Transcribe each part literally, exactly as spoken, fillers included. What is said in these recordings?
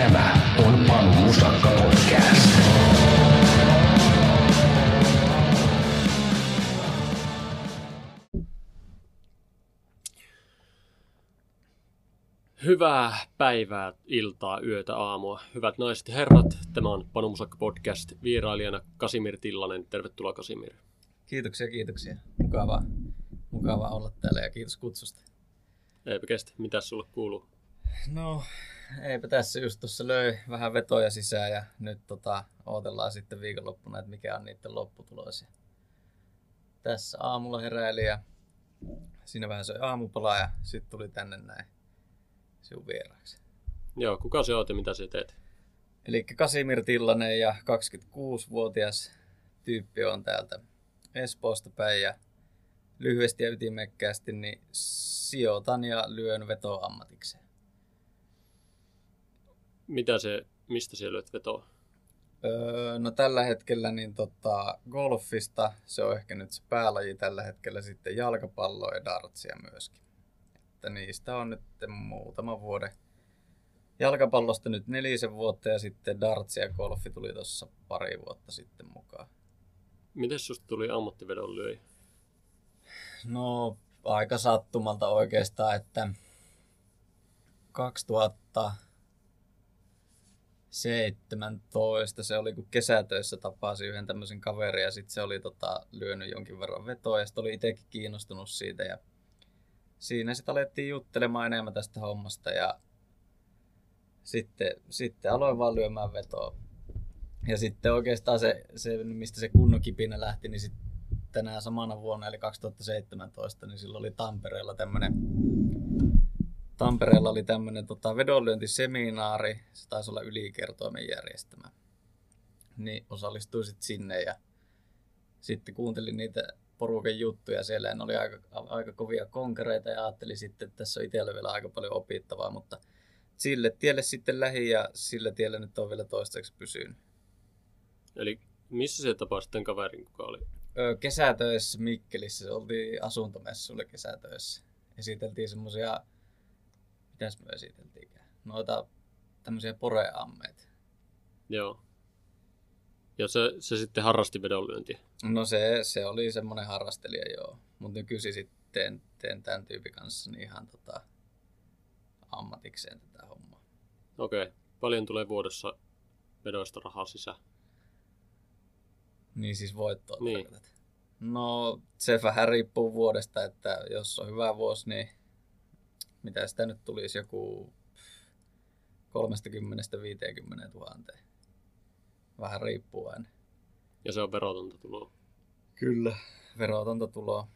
Tämä on Panu Musakka Podcast. Hyvää päivää, iltaa, yötä, aamua. Hyvät naiset ja herrat, tämä on Panu Musakka Podcast. Vierailijana Kasimir Tillanen. Tervetuloa, Kasimir. Kiitoksia, kiitoksia. Mukavaa, mukavaa olla täällä ja kiitos kutsusta. Eipä kestä. Mitäs sulle kuuluu? No, eipä tässä just tuossa löi vähän vetoja sisään ja nyt tota, odotellaan sitten viikonloppuna, että mikä on niiden lopputulos. Ja tässä aamulla heräili ja siinä vähän söi aamupalaa ja sitten tuli tänne näin sinun vieraaksi. Joo, kuka se oot ja mitä sä teet? Eli Kasimir Tillanen ja kaksikymmentäkuusivuotias tyyppi on täältä Espoosta päin ja lyhyesti ja ytimekkäästi niin sijoitan ja lyön vetoammatikseen. Mitä se, mistä siellä lyöt vetoa? Öö, no tällä hetkellä niin tota, golfista, se on ehkä nyt se päälaji tällä hetkellä, sitten jalkapalloa ja dartsia myöskin. Että niistä on nyt muutama vuoden. Jalkapallosta nyt nelisen vuotta ja sitten dartsia ja golfi tuli tuossa pari vuotta sitten mukaan. Miten susta tuli ammattivedon lyöjä? No aika sattumalta oikeastaan, että kaksituhattaseitsemäntoista se oli kun kesätöissä tapasin yhden tämmöisen kaverin ja sitten se oli tota, lyönyt jonkin verran vetoa ja sitten oli itsekin kiinnostunut siitä ja siinä sitten alettiin juttelemaan enemmän tästä hommasta ja sitten, sitten aloin vaan lyömään vetoa. Ja sitten oikeastaan se, se mistä se kunnon kipinä lähti, niin sitten tänä samana vuonna, eli kaksituhattaseitsemäntoista, niin silloin oli Tampereella tämmöinen Tampereella oli tämmöinen tota, vedonlyöntiseminaari, se taisi olla Ylikertoimen järjestämä. Niin osallistuin sitten sinne ja sitten kuuntelin niitä porukan juttuja siellä, ja ne oli aika, aika kovia konkareita ja ajattelin sitten, että tässä on itsellä vielä aika paljon opittavaa, mutta sille tielle sitten lähi ja sillä tiellä nyt on vielä toistaiseksi pysynyt. Eli missä se tapasit tämän kaverin, kuka oli? Öö, kesätöissä Mikkelissä, oltiin asuntomessuilla kesätöissä. Esiteltiin semmosia, mitäs me esiteltiinkään? Noita tämmöisiä poreammeita. Joo. Ja se, se sitten harrasti vedonlyöntiä? No se, se oli semmoinen harrastelija, joo. Mutta nykyisin sitten teen, teen tämän tyypin kanssa niin ihan tota, ammatikseen tätä hommaa. Okei. Okay. Paljon tulee vuodessa vedoista rahaa sisään? Niin siis voittoa niin. tarkoitat. No se vähän riippuu vuodesta, että jos on hyvä vuosi, niin mitä sitä nyt tulisi joku kolmekymmentä viisikymmentä tuhatta. Vähän riippuu aina. Ja se on verotonta tuloa? Kyllä, verotonta tuloa.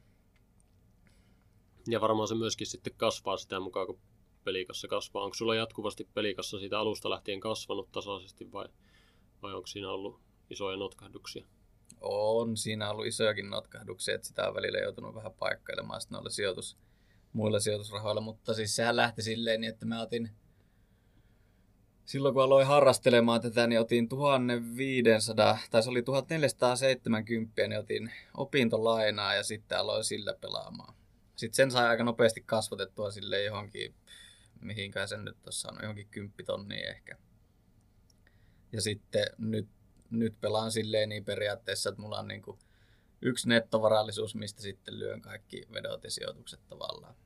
Ja varmaan se myöskin sitten kasvaa sitä mukaan, kun pelikassa kasvaa. Onko sulla jatkuvasti pelikassa siitä alusta lähtien kasvanut tasaisesti vai, vai onko siinä ollut isoja notkahduksia? On siinä ollut isojakin notkahduksia, että sitä on välillä joutunut vähän paikkailemaan noilla sijoitus, muilla sijoitusrahoilla, mutta siis sehän lähti silleen niin, että mä otin, silloin kun aloin harrastelemaan tätä, niin otin tuhatviisisataa, tai se oli tuhatneljäsataaseitsemänkymmentä, niin otin opintolainaa ja sitten aloin sillä pelaamaan. Sitten sen sai aika nopeasti kasvatettua silleen johonkin, mihinkään sen nyt tuossa on, johonkin kymppitonnia ehkä. Ja sitten nyt Nyt pelaan silleen niin periaatteessa, että mulla on niin kuin yksi nettovarallisuus, mistä sitten lyön kaikki vedot ja sijoitukset tavallaan.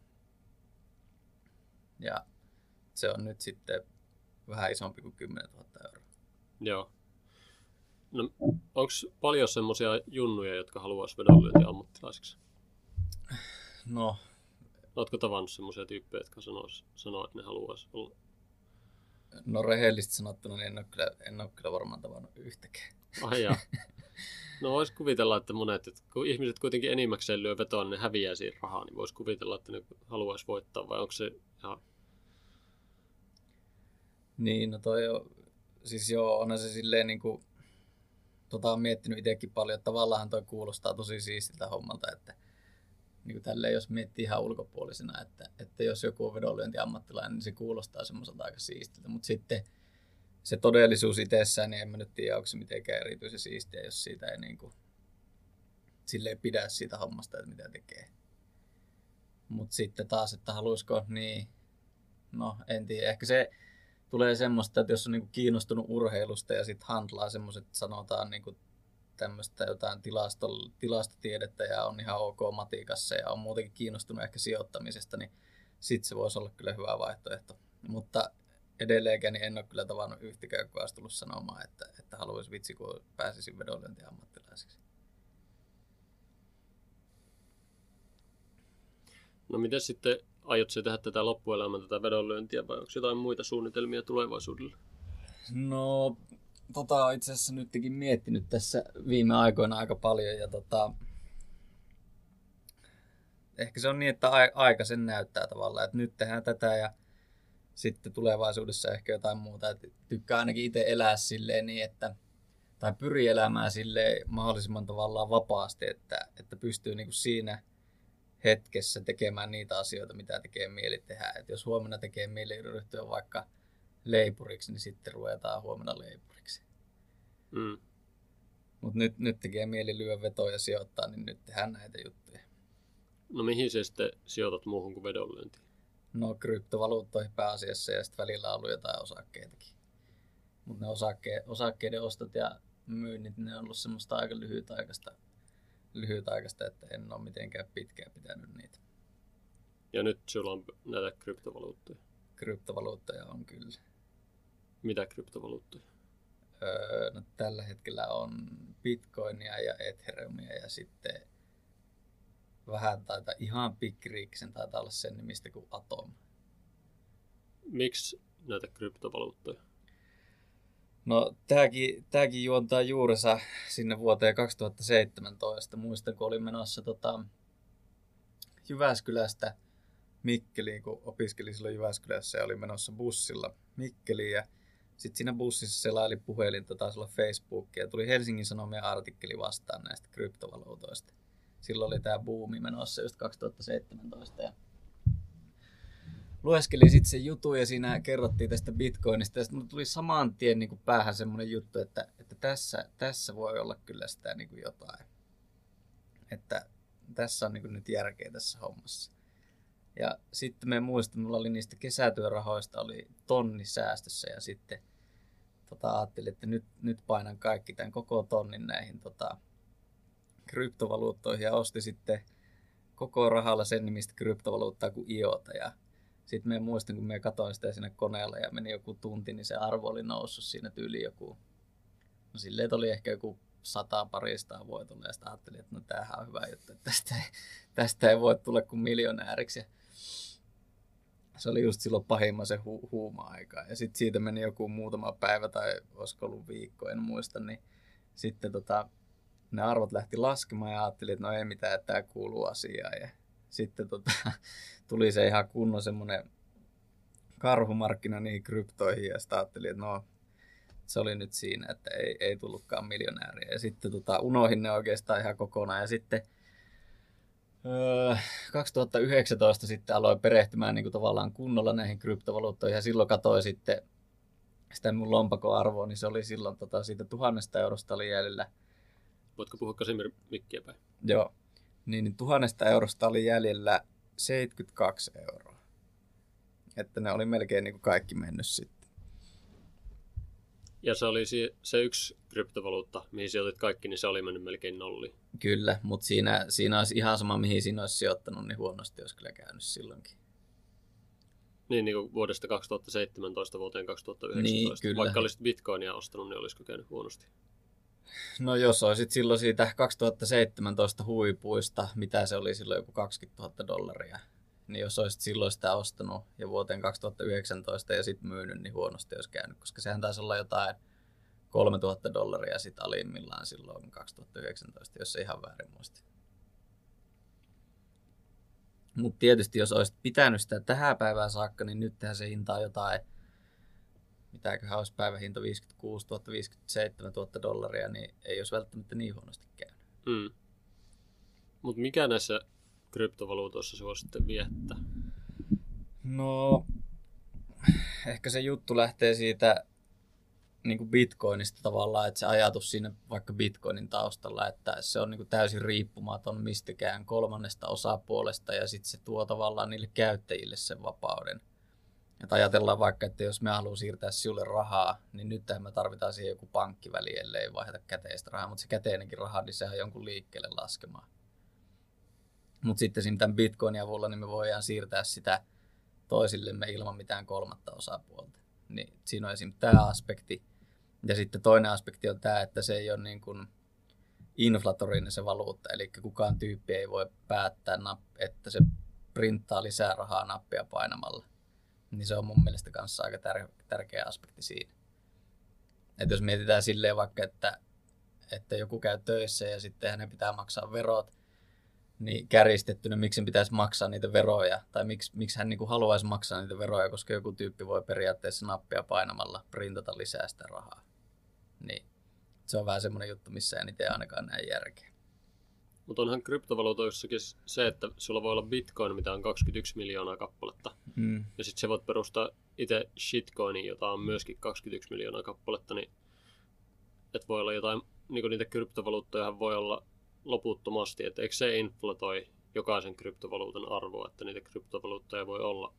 Ja se on nyt sitten vähän isompi kuin kymmenentuhatta euroa. Joo. No, onko paljon semmoisia junnuja, jotka haluaisi vedonlyöntiä ammattilaisiksi? No. Oletko tavannut semmoisia tyyppejä, jotka sanois, sanoo, että ne haluaisi olla? No rehellisesti sanottuna, niin en ole kyllä, en ole kyllä varmaan tavannut yhtäkään. Ai jaa. No vois kuvitella, että monet, että kun ihmiset kuitenkin enimmäkseen lyö vetoa, niin ne häviää siinä rahaa, niin vois kuvitella, että ne haluaisi voittaa, vai onko se ihan... Niin, no toi on, siis joo, onhan se silleen niin kuin, tota on miettinyt itsekin paljon, että tavallaan toi kuulostaa tosi siistiltä hommalta, että niin kuin tälleen, jos miettii ihan ulkopuolisena, että, että jos joku on vedonlyöntiammattilainen, niin se kuulostaa semmoiselta aika siistiltä, mutta sitten se todellisuus itsessään, niin en mä nyt tiedä, onko se mitenkään erityisen siistiä, jos siitä ei niin kuin, silleen pidä siitä hommasta, että mitä tekee. Mutta sitten taas, että haluaisiko, niin no en tiedä, ehkä se tulee semmoista, että jos on niinku kiinnostunut urheilusta ja sitten handlaa semmoiset, sanotaan niinku tämmöistä jotain tilasto, tilastotiedettä ja on ihan ok matikassa ja on muutenkin kiinnostunut ehkä sijoittamisesta, niin sitten se voisi olla kyllä hyvä vaihtoehto. Mutta edelleenkään niin en ole kyllä tavannut yhtäkään, joka olisi tullut sanomaan, että, että haluaisi vitsi, kun pääsisin vedonlyöntiammattilaiseksi. No miten sitten aiot sä tehdä tätä loppuelämän, tätä vedonlyöntiä, vai onko jotain muita suunnitelmia tulevaisuudelle? No, tota olen itse asiassa nytkin miettinyt tässä viime aikoina aika paljon, ja tota, ehkä se on niin, että aika sen näyttää tavallaan, että nyt tehdään tätä ja sitten tulevaisuudessa ehkä jotain muuta. Et tykkää ainakin itse elää silleen niin, että, tai pyri elämään silleen mahdollisimman tavallaan vapaasti, että, että pystyy niinku siinä hetkessä tekemään niitä asioita, mitä tekee mieli tehdä. Et jos huomenna tekee mieli ryhtyä vaikka leipuriksi, niin sitten ruvetaan huomenna leipuriksi. Mm. Mutta nyt, nyt tekee mieli lyö vetoa ja sijoittaa, niin nyt tehdään näitä juttuja. No mihin sä sitten sijoitat muuhun kuin vedonlyöntiin? No kryptovaluuttoihin pääasiassa ja sitten välillä on ollut jotain osakkeitakin. Mutta ne osakke- osakkeiden ostot ja myynnit, ne on ollut semmoista aika lyhytaikaista, lyhytaikaista, että en ole mitenkään pitkään pitänyt niitä. Ja nyt sulla on näitä kryptovaluuttoja. Kryptovaluuttoja on kyllä. Mitä kryptovaluuttoja? Öö, no, tällä hetkellä on bitcoinia ja ethereumia ja sitten vähän taitaa ihan pikkiriikkisen taitaa olla sen nimistä kuin Atom. Miksi näitä kryptovaluuttoja? No tämäkin, tämäkin juontaa juurensa sinne vuoteen kaksituhattaseitsemäntoista. Muistan, kun olin menossa tota, Jyväskylästä Mikkeliin, kun opiskelin silloin Jyväskylässä ja olin menossa bussilla Mikkeliin. Ja sitten siinä bussissa selaili puhelinta, taisi olla Facebookia, ja tuli Helsingin Sanomien artikkeli vastaan näistä kryptovaluutoista. Silloin oli tämä buumi menossa just kaksituhattaseitsemäntoista. Ja lueskelin sitten sen jutun ja siinä kerrottiin tästä bitcoinista. Ja sitten tuli saman tien niin kuin päähän semmoinen juttu, että, että tässä, tässä voi olla kyllä sitä niin kuin jotain. Että tässä on niin kuin nyt järkeä tässä hommassa. Ja sitten me muistan, mulla oli niistä kesätyörahoista oli tonni säästössä ja sitten tota, ajattelin, että nyt, nyt painan kaikki tämän koko tonnin näihin tota, kryptovaluuttoihin ja osti sitten koko rahalla sen nimistä kryptovaluuttaa kuin I O T A. Ja sitten me muistan, kun me katsoin sitä siinä koneella ja meni joku tunti, niin se arvo oli noussut siinä tyyliin joku, no silleen, että oli ehkä joku sata paristaan voitolla ja sitten ajattelin, että no tämähän on hyvä juttu, että tästä ei, tästä ei voi tulla kuin miljonääriksi. Se oli just silloin pahimman se hu- huuma-aika. Ja sitten siitä meni joku muutama päivä tai olisiko ollut viikko, en muista. Niin sitten tota, ne arvot lähti laskemaan ja ajattelin, että no ei mitään, että tämä kuuluu asiaan. Ja sitten tota, tuli se ihan kunnon semmoinen karhumarkkina niihin kryptoihin ja sitten ajattelin, että no se oli nyt siinä, että ei, ei tullutkaan miljonääriä. Ja sitten tota, unohin ne oikeastaan ihan kokonaan. Ja sitten öö, kaksituhattayhdeksäntoista sitten aloin perehtymään niin kuin tavallaan kunnolla näihin kryptovaluuttoihin. Ja silloin katsoin sitten sitä mun lompakon arvoa, niin se oli silloin tota, siitä tuhannesta eurosta oli jäljellä. Voitko puhua Kasimir mikkiä päin? Joo. Niin, niin tuhannesta eurosta oli jäljellä seitsemänkymmentäkaksi euroa. Että ne oli melkein niin kuin kaikki mennyt sitten. Ja se oli se yksi kryptovaluutta, mihin sijoitit kaikki, niin se oli mennyt melkein nolliin. Kyllä, mutta siinä, siinä olisi ihan sama, mihin siinä olisi sijoittanut, niin huonosti olisi kyllä käynyt silloinkin. Niin, niin kuin vuodesta kaksituhattaseitsemäntoista vuoteen kaksituhattayhdeksäntoista. Niin, kyllä. Vaikka olisit bitcoinia ostanut, niin olisiko käynyt huonosti? No jos olisit silloin siitä kaksituhattaseitsemäntoista huipuista, mitä se oli silloin joku kaksikymmentätuhatta dollaria, niin jos olisit silloin sitä ostanut ja vuoteen kaksituhattayhdeksäntoista ja sitten myynyt, niin huonosti olisi käynyt, koska sehän taisi olla jotain kolmetuhatta dollaria sitten alimmillaan silloin kaksituhattayhdeksäntoista, jos ei ihan väärin muista. Mutta tietysti jos olisit pitänyt sitä tähän päivään saakka, niin nythän se hinta on jotain, mitäköhän olisi päivähinta viisikymmentäkuusituhatta viisikymmentäseitsemäntuhatta dollaria, niin ei olisi välttämättä niin huonosti käynyt. Mm. Mutta mikä näissä kryptovaluutoissa se voisi sitten viettää? No, ehkä se juttu lähtee siitä niin kuin bitcoinista tavallaan, että se ajatus siinä vaikka bitcoinin taustalla, että se on niin kuin täysin riippumaton mistäkään kolmannesta osapuolesta ja sitten se tuo tavallaan niille käyttäjille sen vapauden. Että ajatellaan vaikka, että jos me haluamme siirtää sinulle rahaa, niin nythän me tarvitaan siihen joku pankkiväli, ellei vaihdeta käteistä rahaa, mutta se käteinenkin raha, niin sehän on jonkun liikkeelle laskemaan. Mutta sitten siinä tämän Bitcoinin avulla niin me voidaan siirtää sitä toisillemme ilman mitään kolmatta osapuolta. Niin siinä on esimerkiksi tämä aspekti. Ja sitten toinen aspekti on tämä, että se ei ole niin kuin inflatorinen se valuutta, eli kukaan tyyppi ei voi päättää, että se printtaa lisää rahaa nappia painamalla. Niin se on mun mielestä kanssa aika tär- tärkeä aspekti siinä. Että jos mietitään silleen vaikka, että, että joku käy töissä ja sitten hänen pitää maksaa verot, niin kärjistettynä, miksi sen pitäisi maksaa niitä veroja, tai miksi, miksi hän niin kuin haluaisi maksaa niitä veroja, koska joku tyyppi voi periaatteessa nappia painamalla printata lisää sitä rahaa. Niin se on vähän semmoinen juttu, missä en itse ainakaan näe järkeä. Mutta onhan kryptovaluutoissakin se, että sulla voi olla bitcoin, mitä on kaksikymmentäyksi miljoonaa kappaletta. Mm. Ja sitten se voit perustaa itse shitcoinin, jota on myöskin kaksikymmentäyksi miljoonaa kappaletta. Niin, että voi olla jotain, niin niitä kryptovaluuttoja voi olla loputtomasti. Että eikö se inflatoi jokaisen kryptovaluutan arvoa, että niitä kryptovaluuttoja voi olla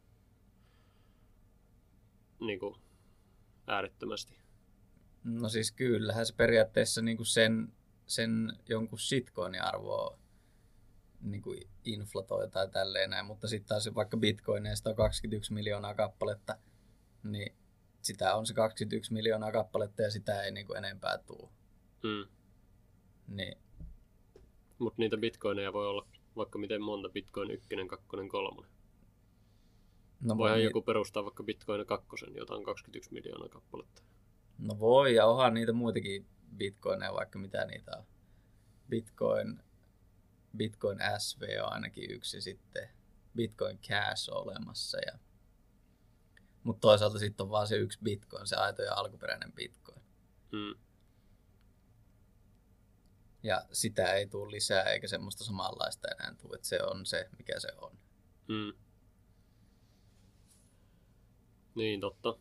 niin kuin äärettömästi? No siis kyllähän se periaatteessa niin kuin sen, sen jonkun shitcoinin arvoa niin kuin inflatoi tai tälleen näin, mutta sitten taas vaikka bitcoineista on kaksikymmentäyksi miljoonaa kappaletta, niin sitä on se kaksikymmentäyksi miljoonaa kappaletta ja sitä ei niin kuin enempää tule. Mm. Niin. Mutta niitä bitcoineja voi olla vaikka miten monta, bitcoin yksi, kaksi, kolme. No, Voihan niin... joku perustaa vaikka bitcoin kaksi, jota on kaksikymmentäyksi miljoonaa kappaletta. No voi, ja onhan niitä muitakin bitcoineja, vaikka mitä niitä on. Bitcoin, Bitcoin S V on ainakin yksi, sitten Bitcoin Cash on olemassa. Ja... Mutta toisaalta sitten on vaan se yksi bitcoin, se aito ja alkuperäinen bitcoin. Hmm. Ja sitä ei tule lisää, eikä semmoista samanlaista enää tule, että se on se, mikä se on. Hmm. Niin, totta.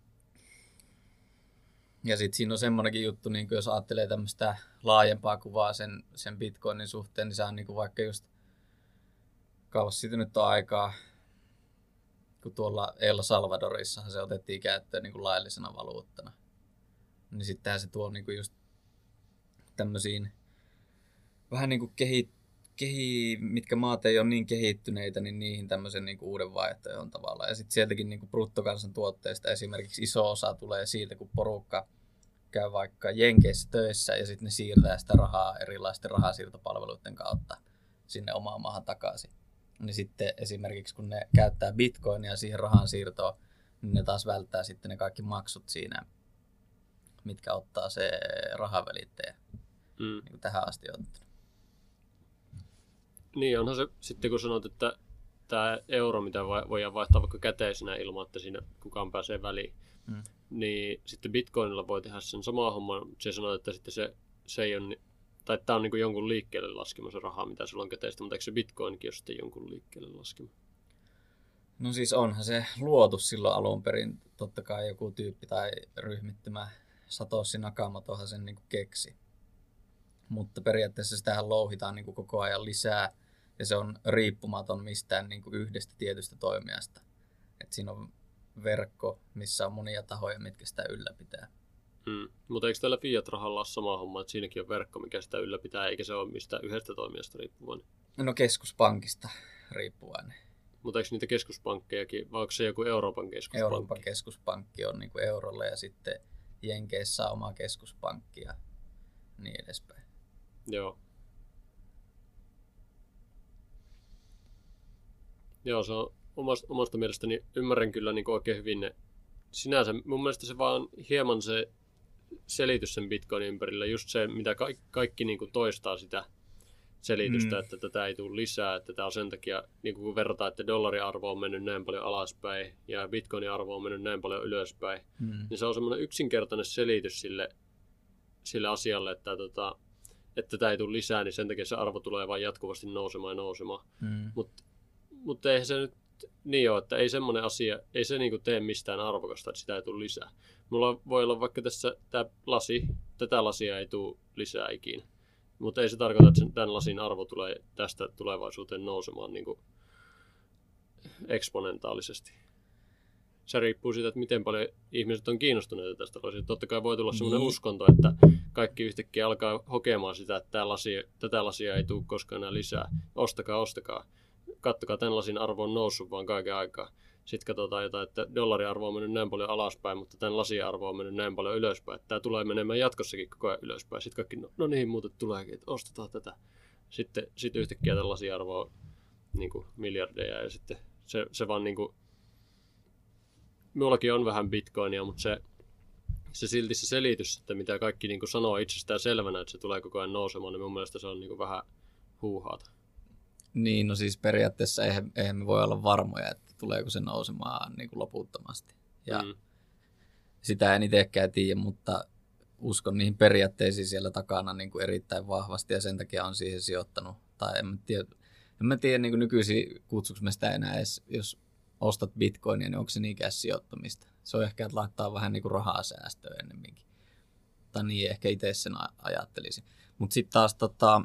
Ja sitten siinä on semmoinenkin juttu, niin jos ajattelee tämmöistä laajempaa kuvaa sen, sen bitcoinin suhteen, niin se on niin kuin vaikka just kauas siitä nyt on aikaa, kun tuolla El Salvadorissahan se otettiin käyttöön niin kuin laillisena valuuttana. Niin sittenhän se tuo niin kuin just tämmöisiin vähän niin kuin kehi, kehi, mitkä maat ei ole niin kehittyneitä, niin niihin tämmöisen niin kuin uuden vaihtoehon tavallaan. Ja sitten sieltäkin niin kuin bruttokansantuotteista esimerkiksi iso osa tulee siitä, kun porukka käy vaikka Jenkeissä töissä ja sitten ne siirtää sitä rahaa erilaisten rahasiirtopalveluiden kautta sinne omaan maahan takaisin. Niin sitten esimerkiksi kun ne käyttää bitcoinia siihen rahan siirtoon, niin ne taas välttää sitten ne kaikki maksut siinä, mitkä ottaa se rahavälittäjä mm. niin kuin tähän asti ottanut. Niin, onhan se sitten kun sanot, että tämä euro, mitä voidaan vaihtaa vaikka käteisenä ilman, että siinä kukaan pääsee väliin, mm. niin sitten bitcoinilla voi tehdä sen samaa hommaa. Se sanoo, että sitten se, se ei ole, tai tämä on niin kuin jonkun liikkeelle laskema se raha, mitä sulla on käteistä, mutta eikö se bitcoinkin ole sitten jonkun liikkeelle laskema? No siis onhan se luotu silloin alun perin, totta kai joku tyyppi tai ryhmittymä Satoshi Nakamotohan sen niin kuin keksi. Mutta periaatteessa sitähän louhitaan niin kuin koko ajan lisää ja se on riippumaton mistään niin kuin yhdestä tietystä toimijasta. Et siinä on verkko, missä on monia tahoja, mitkä sitä ylläpitää. Mm. Mutta eikö tällä fiat-rahalla ole sama homma, että siinäkin on verkko, mikä sitä ylläpitää, eikä se ole mistään yhdestä toimijasta riippuvainen? No keskuspankista riippuvainen. Mutta eikö niitä keskuspankkejakin, vai onko se joku Euroopan keskuspankki? Euroopan keskuspankki on niin kuin eurolla ja sitten Jenkeissä on oma keskuspankki ja niin edespäin. Joo. Joo, se on omasta, omasta mielestäni ymmärrän kyllä niin oikein hyvin ne. Sinänsä mun mielestä se vaan hieman se selitys sen bitcoinin ympärillä, just se mitä kaikki, kaikki niin kuin toistaa sitä selitystä, mm. että tätä ei tule lisää, että tämä on sen takia, niin kun verrataan, että dollarin arvo on mennyt näin paljon alaspäin ja bitcoinin arvo on mennyt näin paljon ylöspäin, mm. niin se on semmoinen yksinkertainen selitys sille, sille asialle, että tota, että tämä ei tule lisää, niin sen takia se arvo tulee vain jatkuvasti nousemaan ja nousemaan. Mm. Mutta mut eihän se nyt niin ole, että ei semmoinen asia, ei se niinku tee mistään arvokasta, että sitä ei tule lisää. Mulla voi olla vaikka tässä tämä lasi, tätä lasia ei tule lisää ikinä. Mutta ei se tarkoita, että sen, tämän lasin arvo tulee tästä tulevaisuuteen nousemaan niinku eksponentaalisesti. se riippuu siitä, että miten paljon ihmiset on kiinnostuneita tästä lasista. Totta kai voi tulla Niin. sellainen uskonto, että kaikki yhtäkkiä alkaa hokemaan sitä, että tämä lasi, tätä lasia ei tule koskaan enää lisää. Ostakaa, ostakaa. Kattokaa, tämän lasin arvo on noussut vaan kaiken aikaa. Sitten katsotaan jotain, että dollarin arvo on mennyt näin paljon alaspäin, mutta tämän lasin arvo on mennyt näin paljon ylöspäin. Tämä tulee menemään jatkossakin koko ajan ylöspäin. Sitten kaikki, no, no niin, muuten tuleekin, että ostetaan tätä. Sitten sit yhtäkkiä tämän lasin arvo on niin kuin miljardeja ja sitten se, se vaan niin kuin... Minullakin on vähän bitcoinia, mutta se, se silti se selitys, että mitä kaikki niin kuin sanoo itsestään selvänä, että se tulee koko ajan nousemaan, niin mun mielestä se on niin kuin vähän huuhaata. Niin, no siis periaatteessa eihän, eihän me voi olla varmoja, että tuleeko se nousemaan niin kuin loputtomasti. Ja mm. sitä en itsekään tiedä, mutta uskon niihin periaatteisiin siellä takana niin kuin erittäin vahvasti ja sen takia on siihen sijoittanut. Tai en mä tiedä, en mä tiedä niin kuin nykyisin kutsuks mä sitä enää edes, jos ostat bitcoinia, niin onko se niinkään sijoittamista. Se on ehkä, että laittaa vähän niin kuin rahaa säästöön ennemminkin. Tai niin ehkä itse sen ajattelisin. Mutta sitten taas tota,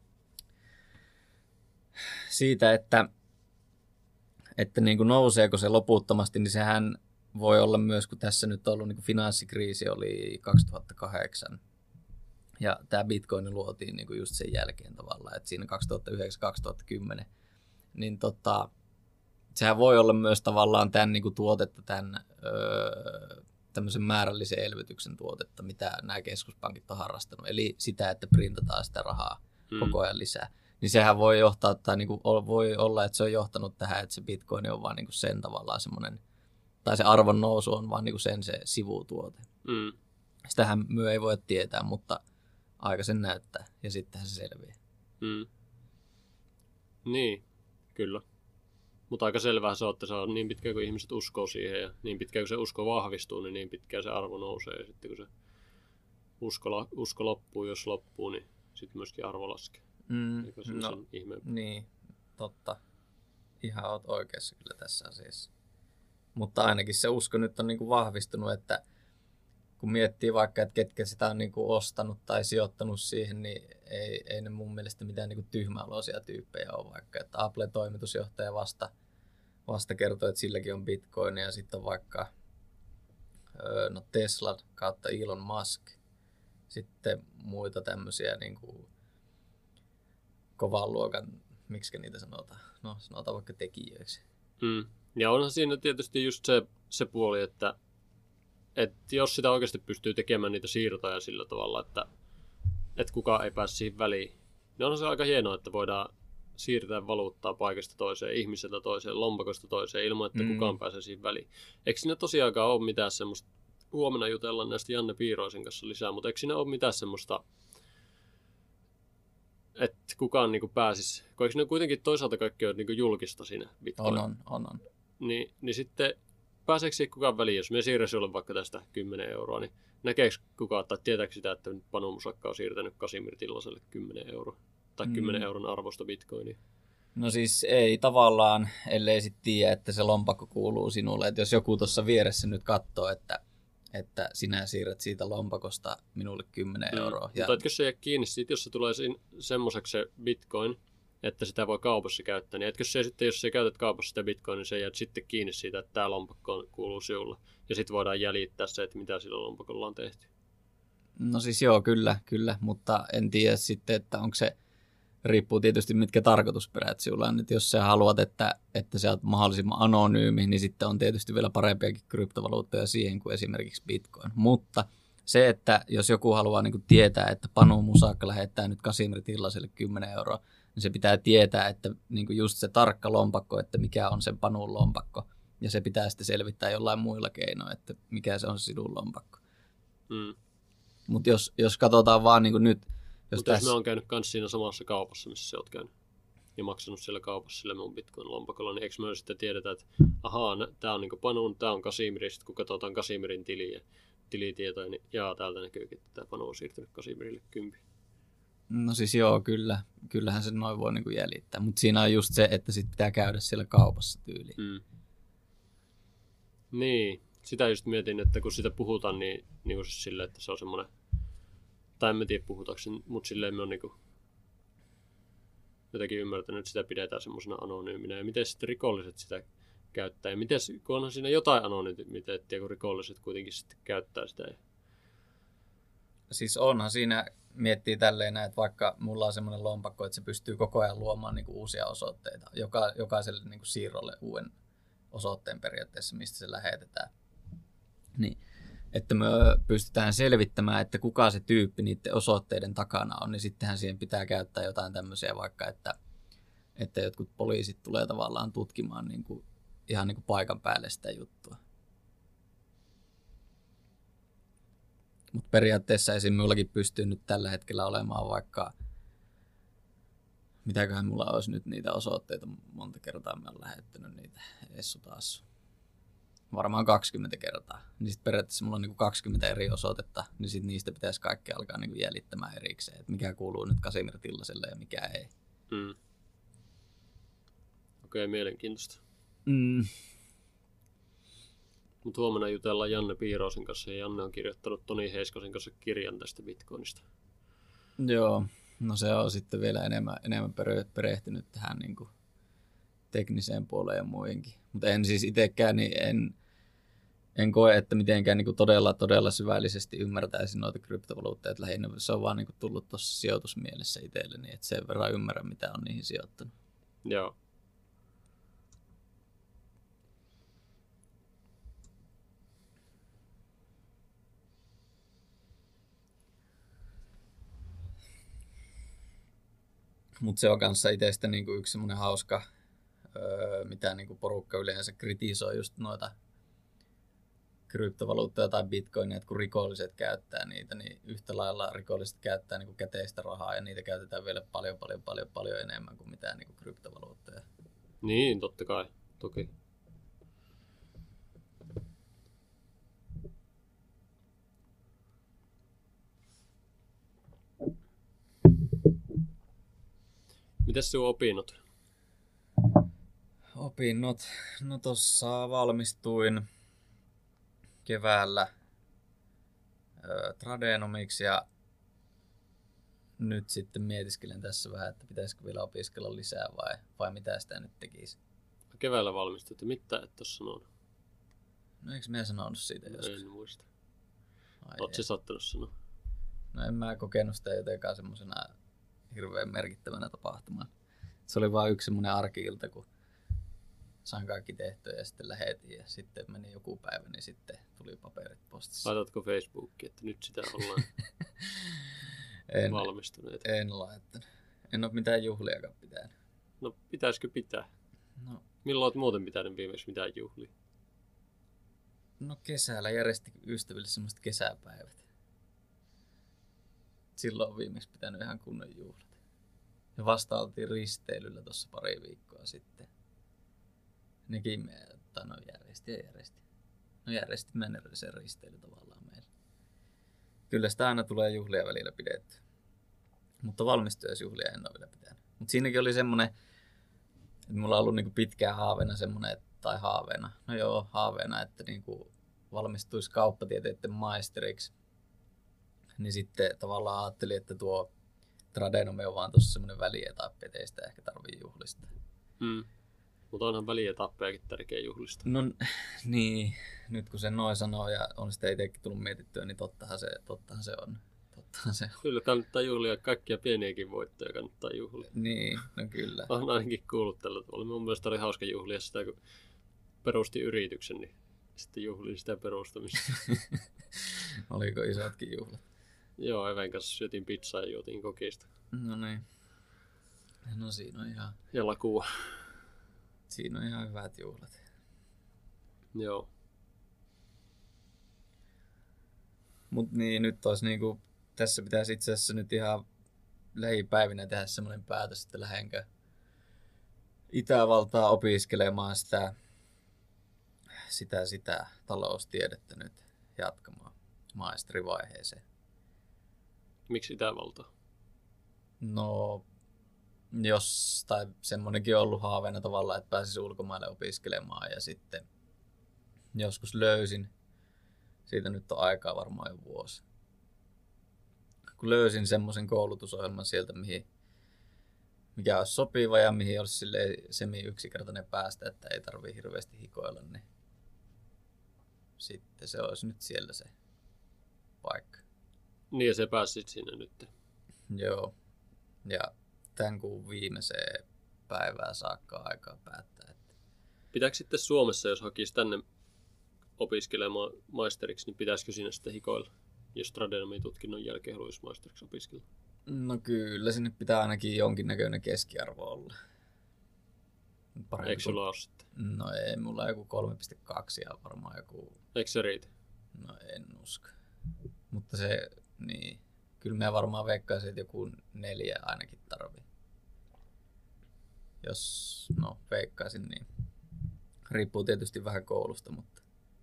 siitä, että, että niin kuin nouseeko se loputtomasti, niin sehän voi olla myös, kun tässä nyt on ollut niin kuin finanssikriisi oli kaksituhattakahdeksan. Ja tämä bitcoin luotiin niin kuin just sen jälkeen tavallaan, että siinä kaksituhattayhdeksän kaksituhattakymmenen. Niin tota, sehän voi olla myös tavallaan tämän niin kuin tuotetta, tämän öö, tämmöisen määrällisen elvytyksen tuotetta, mitä nämä keskuspankit on harrastanut. Eli sitä, että printataan sitä rahaa mm. koko ajan lisää. Niin sehän voi johtaa, tai niin kuin voi olla, että se on johtanut tähän, että se bitcoin on vaan niin kuin sen tavallaan semmoinen, tai se arvon nousu on vaan niin kuin sen se sivutuote. Mm. Sitähän myö ei voi tietää, mutta aika sen näyttää, ja sittenhän se selviää. Mm. Niin, kyllä. Mutta aika selvää se on, että se on niin pitkään kuin ihmiset uskoo siihen, ja niin pitkään kuin se usko vahvistuu, niin niin pitkään se arvo nousee, ja sitten kun se usko, usko loppuu, jos loppuu, niin sitten myöskin arvo laskee. Mm. Eikö se no, sen ihmeempää? Niin, totta. Ihan oot oikeassa kyllä tässä asiassa. Mutta ainakin se usko nyt on niin kuin vahvistunut, että kun miettii vaikka, että ketkä sitä on niin kuin ostanut tai sijoittanut siihen, niin ei, ei ne mun mielestä mitään niin kuin tyhmäoloisia tyyppejä ole vaikka. Että Applen toimitusjohtaja vasta, vasta kertoi, että silläkin on bitcoin ja sitten on vaikka no Tesla kautta Elon Musk. Sitten muita tämmöisiä niin kuin kovan luokan, miksi niitä sanotaan? No sanotaan vaikka tekijöiksi. Mm. Ja onhan siinä tietysti just se, se puoli, että että jos sitä oikeasti pystyy tekemään niitä siirtoja sillä tavalla, että, että kukaan ei pääse siihen väliin, niin onhan se aika hienoa, että voidaan siirtää valuuttaa paikasta toiseen, ihmiseltä toiseen, lompakosta toiseen, ilman että mm. kukaan pääsee siihen väliin. Eikö siinä tosiaankaan ole mitään semmoista, huomenna jutellaan näistä Janne Piiroisen kanssa lisää, mutta eikö siinä ole mitään semmoista, että kukaan niin kuin pääsisi, kun eikö ne kuitenkin toisaalta kaikki ole niin kuin julkista siinä Bitcoin? On, on, on. on. Niin, niin sitten pääseekö siihen kukaan väliin, jos me siirrän sinulle vaikka tästä kymmenen euroa, niin näkeekö kukaan, tai tietääkö sitä, että Panu Musakka on siirtänyt Kasimir Tillaselle kymmenen euroa, tai kymmenen mm. euron arvosta bitcoinia? No siis ei tavallaan, ellei sitten tiedä, että se lompakko kuuluu sinulle. Että jos joku tuossa vieressä nyt katsoo, että, että sinä siirrät siitä lompakosta minulle kymmenen mm. euroa. Ja... Mutta etkö se jää kiinni siitä, jos se tulee semmoiseksi se bitcoin, että sitä voi kaupassa käyttää, niin etkö se sitten, jos sä käytät kaupassa sitä bitcoinia, niin se jää sitten kiinni siitä, että tämä lompakko kuuluu sinulle. Ja sitten voidaan jäljittää se, että mitä sillä lompakolla on tehty. No siis joo, kyllä, kyllä, mutta en tiedä sitten, että onko se, riippuu tietysti mitkä tarkoitusperät sinulla on. Että jos sä haluat, että, että sä oot mahdollisimman anonyymi, niin sitten on tietysti vielä parempiakin kryptovaluuttoja siihen kuin esimerkiksi bitcoin. Mutta se, että jos joku haluaa niin kuin tietää, että Panu Musakka lähettää nyt Kasimir Tillaselle kymmenen euroa, niin se pitää tietää, että niin kuin just se tarkka lompakko, että mikä on sen Panun lompakko. Ja se pitää sitten selvittää jollain muilla keinoilla, että mikä se on se sinun lompakko. Mm. Mutta jos, jos katsotaan vaan niin kuin nyt... Jos Mutta tässä... jos mä oon käynyt kans siinä samassa kaupassa, missä sä oot käynyt, ja maksanut siellä kaupassa sillä mun bitcoin-lompakolla, niin eikö me sitten tiedetä, että ahaa, tää on niin Panun, tää on Kasimirin, sitten kun katsotaan Kasimirin tiliä, tilitietoja, niin jaa, täältä näkyykin, että tää Panu on siirtynyt Kasimirille kympi. No siis joo, kyllä. Kyllähän se noin voi niinku jäljittää. Mutta siinä on just se, että sit pitää käydä siellä kaupassa tyyliin. Mm. Niin, sitä just mietin, että kun sitä puhutaan, niin, niin siis silleen, että se on semmoinen, tai en tiedä puhutaanko sen, mutta silleen me on niinku jotenkin ymmärtänyt, että sitä pidetään semmoisena anonyyminä. Ja miten sitten rikolliset sitä käyttää. Ja mites, kun onhan siinä jotain anonymiteettia, kun rikolliset kuitenkin sitten käyttää sitä. Siis onhan siinä, miettii tälleen, että vaikka mulla on semmoinen lompakko, että se pystyy koko ajan luomaan niin kuin uusia osoitteita. Joka, jokaiselle niin kuin siirrolle uuden osoitteen periaatteessa, mistä se lähetetään. Niin, että me pystytään selvittämään, että kuka se tyyppi niiden osoitteiden takana on, niin sittenhän siihen pitää käyttää jotain tämmöisiä vaikka, että, että jotkut poliisit tulee tavallaan tutkimaan niin kuin, ihan niin kuin paikan päälle sitä juttua. Mutta periaatteessa esim. Minullakin pystyy nyt tällä hetkellä olemaan vaikka, mitäköhän mulla olisi nyt niitä osoitteita, monta kertaa me on lähettänyt niitä, Essu taas. Varmaan kaksikymmentä kertaa. Niin sitten periaatteessa mulla on niinku kaksikymmentä eri osoitetta, niin sitten niistä pitäisi kaikki alkaa niinku jäljittämään erikseen, että mikä kuuluu nyt Casimir Tillaselle ja mikä ei. Mm. Okei, okay, mielenkiintoista. Mm. Mutta huomenna jutellaan Janne Piirosen kanssa, ja Janne on kirjoittanut Toni Heiskosen kanssa kirjan tästä Bitcoinista. Joo, no se on sitten vielä enemmän, enemmän perehtynyt tähän niinku tekniseen puoleen ja muihinkin. Mutta en siis itsekään, niin en, en koe, että mitenkään niin todella, todella syvällisesti ymmärtäisin noita kryptovaluutteja. Lähinnä se on vaan niin tullut tuossa sijoitusmielessä itselleni, että sen verran ymmärrän, mitä on niihin sijoittanut. Joo. Mutta se on kanssa itsestä niinku yksi semmoinen hauska, öö, mitä niinku porukka yleensä kritisoi just noita kryptovaluuttoja tai bitcoinia, että kun rikolliset käyttää niitä, niin yhtä lailla rikolliset käyttää niinku käteistä rahaa ja niitä käytetään vielä paljon, paljon, paljon, paljon enemmän kuin mitään niinku kryptovaluuttoja. Niin, totta kai. Toki. Mitäs sinun opinnot? Opinnot? No tossa valmistuin keväällä ö, tradenomiksi ja nyt sitten mietiskelen tässä vähän, että pitäisikö vielä opiskella lisää vai, vai mitä sitä nyt tekisi. Keväällä valmistuit, mitä et ole sanonut? No eikö minä sanonut siitä joskus? En muista. Ai Oletko se sattunut sanoa? No en mä kokenut sitä jotenkaan semmosena hirveän merkittävänä tapahtumana. Se oli vain yksi semmoinen arki-ilta, kun sain kaikki tehtyä ja sitten lähetin ja sitten meni joku päivä, niin sitten tuli paperit postissa. Laitatko Facebookiin, että nyt sitä ollaan en, valmistuneita? En laittanut. En ole mitään juhliakaan pitänyt. No pitäisikö pitää? No, Milloin olet muuten pitänyt viimeksi mitään juhlia? no kesällä järjesti ystäville semmoiset kesäpäivät. Silloin on viimeksi pitänyt ihan kunnon juhlat. Ja vasta oltiin risteilyllä tuossa pari viikkoa sitten. Nekin me, tai no järjesti ja järjesti. No järjesti sen risteily tavallaan meillä. Kyllä sitä aina tulee juhlia välillä pidetty. Mutta valmistujaisjuhlia en ole vielä pitänyt. Mutta siinäkin oli semmoinen, että mulla on ollut niinku pitkään haaveena semmoinen, tai haaveena, no joo haaveena, että niinku valmistuisi kauppatieteiden maisteriksi. Niin sitten tavallaan ajattelin, että tuo tradenomi on vaan tuossa semmoinen välietappi, että ei sitä ehkä tarvii juhlistaa. Mm. Mutta onhan välietappejakin tärkeä juhlista. No niin, nyt kun se noin sanoo ja on sitä itsekin tullut mietittyä, niin tottahan se, tottahan se on. Tottahan se on. Kyllä kannattaa juhlia, kaikkia pieniäkin voittoja kannattaa juhlia. Niin, no kyllä. Olen ainakin kuullut tällä tavalla. Mun mielestä oli hauska juhlia sitä, kun perusti yrityksen, niin sitten juhlin sitä perustamista. Oliko isotkin juhlat? Joo, Even kanssa syötiin pizzaa ja juotiin kokista. No niin. No siinä on ihan, Ja lakua. siinä on ihan hyvät juhlat. Joo. Mut niin, nyt olisi niinku, tässä pitäisi itse asiassa nyt ihan lähipäivinä tehdä semmoinen päätös, että lähdenkö Itävaltaa opiskelemaan sitä, sitä, sitä taloustiedettä nyt jatkamaan maisterivaiheeseen. Miksi Itävalta? No, jos, tai semmoinenkin on ollut haaveena tavallaan, että pääsisi ulkomaille opiskelemaan ja sitten joskus löysin, siitä nyt on aikaa varmaan jo vuosi, kun löysin semmoisen koulutusohjelman sieltä, mihin, mikä olisi sopiva ja mihin olisi semi-yksinkertainen päästä, että ei tarvitse hirveästi hikoilla, niin sitten se olisi nyt siellä se paikka. Niin ja se pääsit sinne nyt. Joo. Ja tämän kuun viimeiseen päivään saakka aikaa päättää. Että... Pitääkö sitten Suomessa, jos hakisi tänne opiskelemaan maisteriksi, niin pitäisikö siinä sitten hikoilla, jos tradenomitutkinnon jälkeen haluaisi maisteriksi opiskella? No kyllä, sinne pitää ainakin jonkinnäköinen keskiarvo olla. Parempi Eikö sulla ole sitten? No ei, mulla on joku kolme pilkku kaksi ja varmaan joku... Eikö se riitä? No en usko. Mutta se, niin... Kyllä mä varmaan veikkaisin, että joku neljä ainakin tarvii. Jos, no veikkaisin, niin riippuu tietysti vähän koulusta, mutta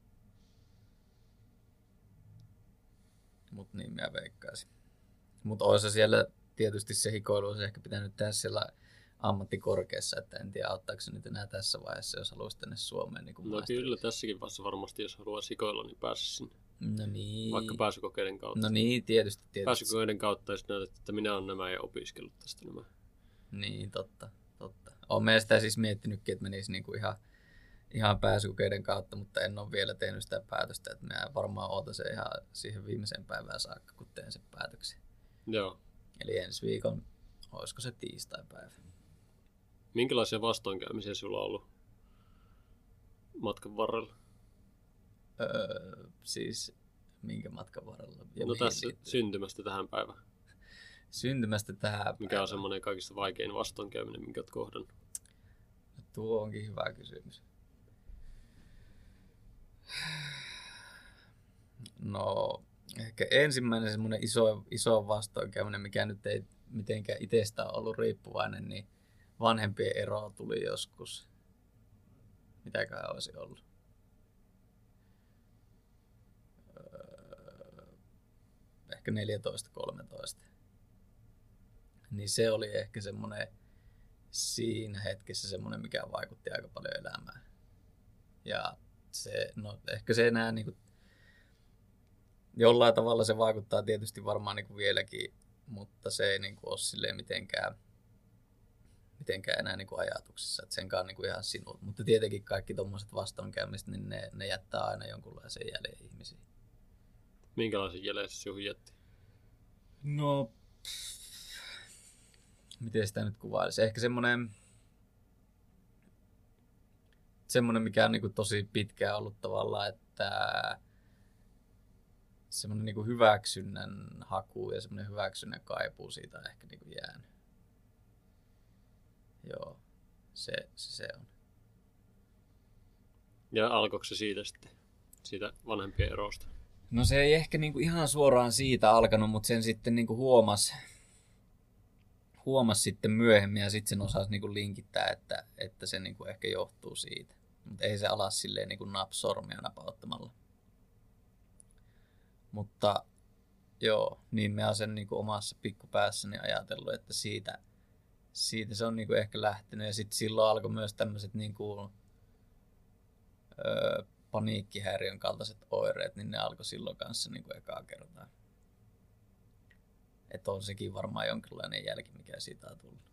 mut niin mä veikkaisin. Mutta olisi siellä tietysti se hikoilu olisi ehkä pitänyt tehdä siellä ammattikorkeassa, että en tiedä auttaako se nyt enää tässä vaiheessa, jos haluaisi tänne Suomeen. Niin no kyllä tässäkin vaiheessa varmasti, jos haluaa hikoilla, niin pääsisi sinne. No niin. Vaikka pääsykokeiden kautta. No niin, tietysti. tietysti. Pääsykokeiden kautta ja sitten näytät, että minä olen nämä ja opiskellut tästä nämä. Niin, totta. totta. Olen sitä siis miettinytkin, että menisi niinku ihan, ihan pääsykokeiden kautta, mutta en ole vielä tehnyt sitä päätöstä. Että minä varmaan odotan se ihan siihen viimeiseen päivään saakka, kun teen sen päätöksen. Joo. Eli ensi viikon, olisiko se tiistai-päivä. Minkälaisia vastoinkäymisiä sulla on ollut matkan varrella? Öö, siis minkä matkan varrella? Ja no tässä liittyy? Syntymästä tähän päivään. Syntymästä tähän päivään. Mikä on semmoinen kaikista vaikein vastoinkäyminen, minkä olet kohdannut? No, tuo onkin hyvä kysymys. No ehkä ensimmäinen semmoinen iso, iso vastoinkäyminen, mikä nyt ei mitenkään itsestään ollut riippuvainen, niin vanhempien ero tuli joskus. Mitäköhän olisi ollut? Ehkä neljätoista kolmetoista. Niin se oli ehkä semmoinen siinä hetkessä semmoinen, mikä vaikutti aika paljon elämään. Ja se, no ehkä se enää niinku, jollain tavalla se vaikuttaa tietysti varmaan niinku vieläkin, mutta se ei niinku ole silleen mitenkään, mitenkään enää niinku ajatuksissa, että senkaan niinku ihan sinut. Mutta tietenkin kaikki tommoset vastoinkäymiset, niin ne, ne jättää aina jonkunlaisen jäljen ihmisiin. Minkälaisen jäljen se sinuun jätti? No, miten sitä nyt kuvailisi? Ehkä semmoinen, semmoinen mikä on niin kuin tosi pitkään ollut tavallaan, että semmoinen niin kuin hyväksynnän haku ja semmoinen hyväksynnän kaipuu siitä on ehkä niin kuin jäänyt. Joo, se, se, se on. Ja alkoiko se siitä sitten, siitä vanhempien erosta? No se ei ehkä niinku ihan suoraan siitä alkanut, mutta sen sitten niinku huomasi huomas sitten myöhemmin ja sitten sen osasi niinku linkittää, että, että se niinku ehkä johtuu siitä. Mutta ei se ala silleen niinku napsormia napauttamalla. Mutta joo, niin mä oon sen niinku omassa pikkupäässäni ajatellut, että siitä, siitä se on niinku ehkä lähtenyt. Ja sitten silloin alkoi myös tämmöiset niinku, öö, paniikkihäiriön kaltaiset oireet, niin ne alkoi silloin kanssa niin kuin ekaa kertaa. Että on sekin varmaan jonkinlainen jälki, mikä siitä on tullut.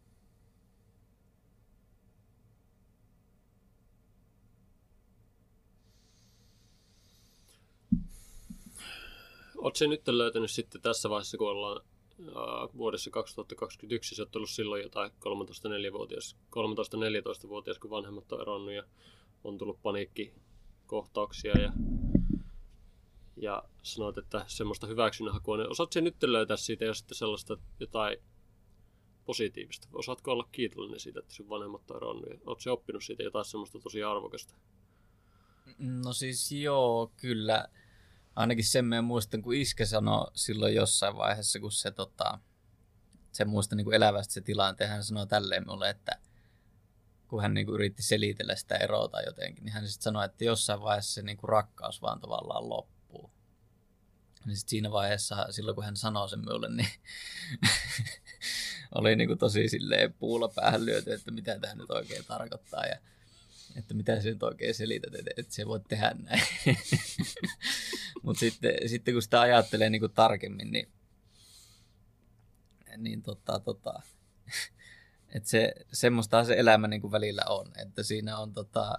Oletko se nyt löytänyt sitten tässä vaiheessa, kun ollaan äh, vuodessa kaksituhattakaksikymmentäyksi, sä oot ollut silloin jotain kolmetoista neljätoista-vuotias, kun vanhemmat on eronnut ja on tullut paniikkikohtauksia ja, ja sanoit, että semmoista hyväksynnän hakua, niin osaatko se nyt löytää siitä jo sitten sellaista jotain positiivista? Osaatko olla kiitollinen siitä, että sun vanhemmat on eronnut ja ootko se oppinut siitä jotain semmoista tosi arvokasta? No siis joo, kyllä. Ainakin sen mä muistan, kun iskä sanoi silloin jossain vaiheessa, kun se, tota, se muistan niin kuin elävästi se tilanteen, hän sanoi tälleen mulle, että kun hän niin kuin yritti selitellä sitä eroa tai jotenkin, niin hän sitten sanoi, että jossain vaiheessa se niin kuin rakkaus vaan tavallaan loppuu. Niin sitten siinä vaiheessa, silloin kun hän sanoi sen minulle, niin oli niin kuin tosi silleen puulla päähän lyöty, että mitä tämä nyt oikein tarkoittaa ja että mitä se nyt oikein selität, että, että se voi tehdä näin. Mutta sitten, sitten kun sitä ajattelee niin kuin tarkemmin, niin, niin tota, tota, että se, semmoista se elämä niin kuin välillä on, että siinä on tota...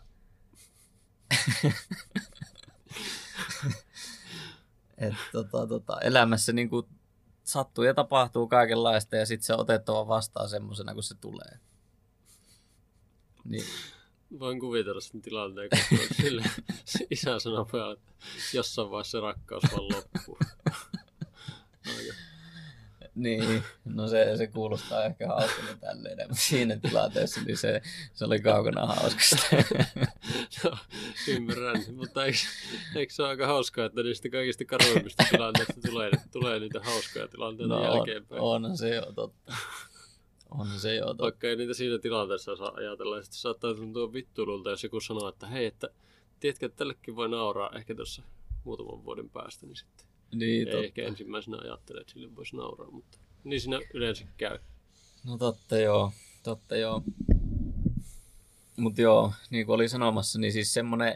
että tota, tota, elämässä niin kuin sattuu ja tapahtuu kaikenlaista ja sitten se on otettava vastaan semmoisena, kun se tulee. Niin. Voin kuvitella sen tilanteen, kun sille isä sanoo pojalle, että jossain vaiheessa se rakkaus vaan loppuu. Aika. Niin, no se, se kuulostaa ehkä hauskalta tälleen, mutta siinä tilanteessa niin se, se oli kaukana hauskasta. No, ymmärrän, mutta eikö, eikö se ole aika hauskaa, että niistä kaikista karuimmista tilanteista tulee, tulee niitä hauskoja tilanteita no, jälkeenpäin? On, on se jo totta. On se jo totta. Vaikka ei niitä siinä tilanteessa saa ajatella, ja sitten saattaa tuntua vittuilulta, jos joku sanoo, että hei, että tiedätkö, että tällekin voi nauraa ehkä tuossa muutaman vuoden päästä, niin sitten niin, ei totta. ehkä ensimmäisenä ajattele, että sille voisi nauraa, mutta niin siinä yleensä käy. No totta joo, totta joo. Mut joo, niin kuin oli sanomassa, niin siis semmonen,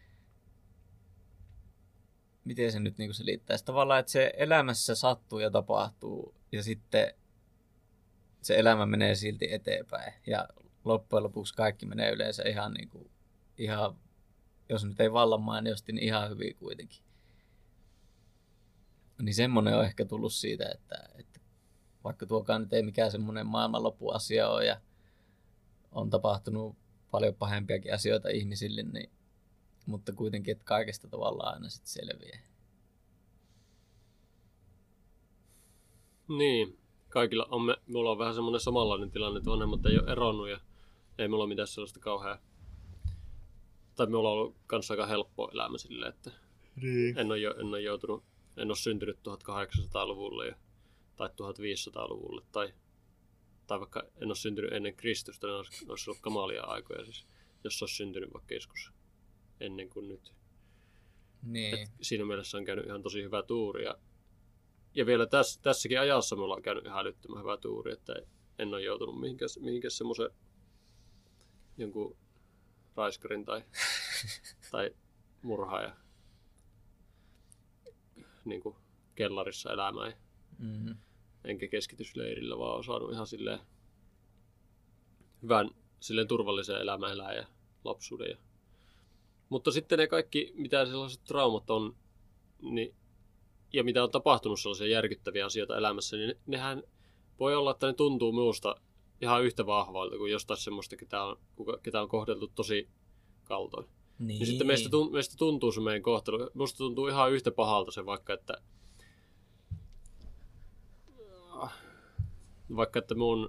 miten se nyt niin kuin selittäisi, tavallaan, että se elämässä sattuu ja tapahtuu, ja sitten se elämä menee silti eteenpäin, ja loppujen lopuksi kaikki menee yleensä ihan niin kuin, ihan, jos nyt ei vallan mainiosti, niin ihan hyvin kuitenkin. Niin semmoinen on ehkä tullut siitä, että, että vaikka tuokaan nyt ei mikään semmoinen maailmanloppuasia ole ja on tapahtunut paljon pahempiakin asioita ihmisille, niin, mutta kuitenkin, että kaikesta tavallaan aina sitten selviää. Niin, kaikilla on, me, mulla on vähän semmoinen samanlainen tilanne, että vanhemmat ei ole eronnut ja ei mulla ole mitään sellaista kauheaa, tai mulla on ollut kanssa aika helppo elämä silleen, että niin. en, ole, en ole joutunut, en ole syntynyt tuhatkahdeksansataaluvulle ja, tai tuhatviisisataaluvulle tai, tai vaikka en ole syntynyt ennen Kristusta, niin olisi, olisi ollut kamalia aikoja siis, jos olisi syntynyt vaikka joskus ennen kuin nyt. Niin. Et siinä mielessä on käynyt ihan tosi hyvä tuuri ja, ja vielä tässä, tässäkin ajassa mulla on käynyt ihan älyttömän hyvä tuuri, että en ole joutunut mihinkään, mihinkään semmoisen jonkun raiskarin tai, tai murhaaja niin kuin kellarissa elämään. Mm-hmm. Enkä keskitysleirillä, vaan on saanut ihan silleen hyvän silleen turvallisen elämän elää ja lapsuuden. Ja... Mutta sitten ne kaikki, mitä sellaiset traumat on, niin, ja mitä on tapahtunut sellaisia järkyttäviä asioita elämässä, niin nehän voi olla, että ne tuntuu minusta ihan yhtä vahvalta kuin jostain semmoista, ketä on, ketä on kohdeltu tosi kaltoin. Niin. Niin sitten meistä, tunt, meistä tuntuu se meidän kohtelu. Minusta tuntuu ihan yhtä pahalta se vaikka, että vaikka, että mun,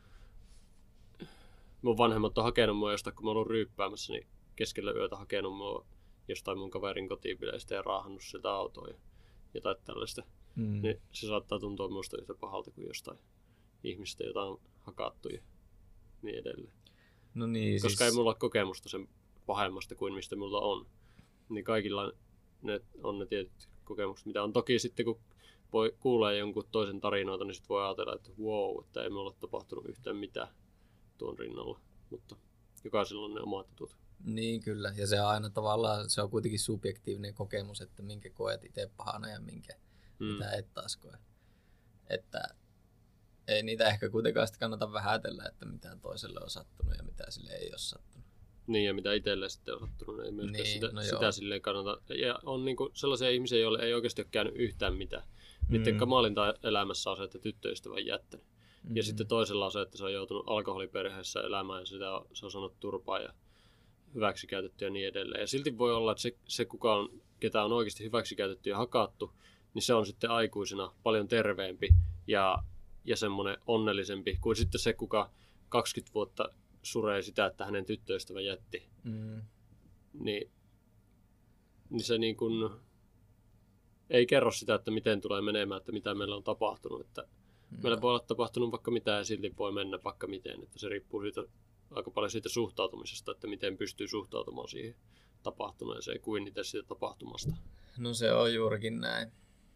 mun vanhemmat on hakenut mua jostain, kun mä oon ollut ryyppäämässä, niin keskellä yötä hakenut mua jostain mun kaverin kotipileistä ja raahannut sieltä autoa ja jotain tällaista. Mm. Niin se saattaa tuntua minusta yhtä pahalta kuin jostain ihmistä, jota on hakattu ja niin edelleen. No niin, koska siis... ei mulla ole kokemusta sen pahemmasta kuin mistä mulla on. Niin kaikilla ne on ne tietyt kokemukset, mitä on. Toki sitten kun voi kuulla jonkun toisen tarinoita, niin sitten voi ajatella, että wow, että ei mulla ole tapahtunut yhtään mitään tuon rinnalla. Mutta jokaisella on ne omat jutut. Niin kyllä, ja se on aina tavallaan, se on kuitenkin subjektiivinen kokemus, että minkä koet itse pahana ja minkä, mm. mitä et taas koe. Että ei niitä ehkä kuitenkaan sitä kannata vähätellä, että mitä toiselle on sattunut ja mitä sille ei ole sattunut. Niin, ja mitä itselle sitten on sattunut, ei myöskään niin, sitä, no sitä silleen kannata. Ja on niinku sellaisia ihmisiä, joille ei oikeasti ole käynyt yhtään mitään. Niiden mm. kamalinta elämässä on se, että tyttöystävä on jättänyt. Mm. Ja sitten toisella on se, että se on joutunut alkoholiperheessä elämään ja sitä on, se on saanut turpaa ja hyväksikäytetty ja niin edelleen. Ja silti voi olla, että se, se kuka on, ketä on oikeasti hyväksikäytetty ja hakattu, niin se on sitten aikuisena paljon terveempi ja, ja semmoinen onnellisempi kuin sitten se, kuka kaksikymmentä vuotta suree sitä, että hänen tyttöystävä jätti. Mm. Niin, niin se niin kuin ei kerro sitä, että miten tulee menemään, että mitä meillä on tapahtunut. Että no. Meillä voi olla tapahtunut vaikka mitä ja silti voi mennä vaikka miten. Että se riippuu siitä, aika paljon siitä suhtautumisesta, että miten pystyy suhtautumaan siihen tapahtuneeseen kuin itse siitä tapahtumasta. No se on juurikin näin.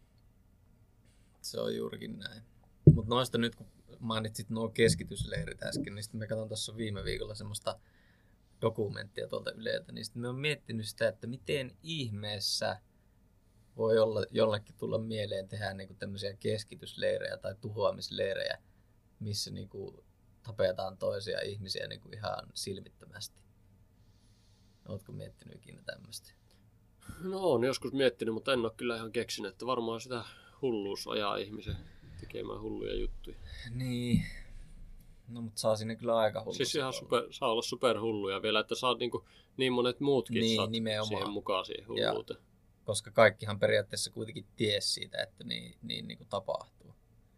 Se on juurikin näin. Mutta noista nyt, kun mainitsit nuo keskitysleirit äsken, niin sitten me katson tuossa viime viikolla semmoista dokumenttia tuolta Yleltä, niin sitten me on miettinyt sitä, että miten ihmeessä voi olla jollekin tulla mieleen tehdä niinku tämmöisiä keskitysleirejä tai tuhoamisleirejä, missä niinku tapetaan toisia ihmisiä niin kuin ihan silmittömästi. Ootko miettinyt ikinä tämmöistä? No on joskus miettinyt, mutta en ole kyllä ihan keksinyt, että varmaan sitä hulluus ajaa ihmisen tekemään hulluja juttuja. Niin. No mutta saa sinne kyllä aika hullu. Siis ihan super, saa olla superhulluja vielä, että saa niinku niin monet muutkin niin, saat nimenomaan. siihen mukaan siihen hulluuteen. Ja, koska kaikkihan periaatteessa kuitenkin ties siitä, että niin, niin, niin kuin tapahtuu.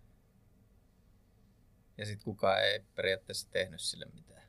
Ja sitten kukaan ei periaatteessa tehnyt sille mitään.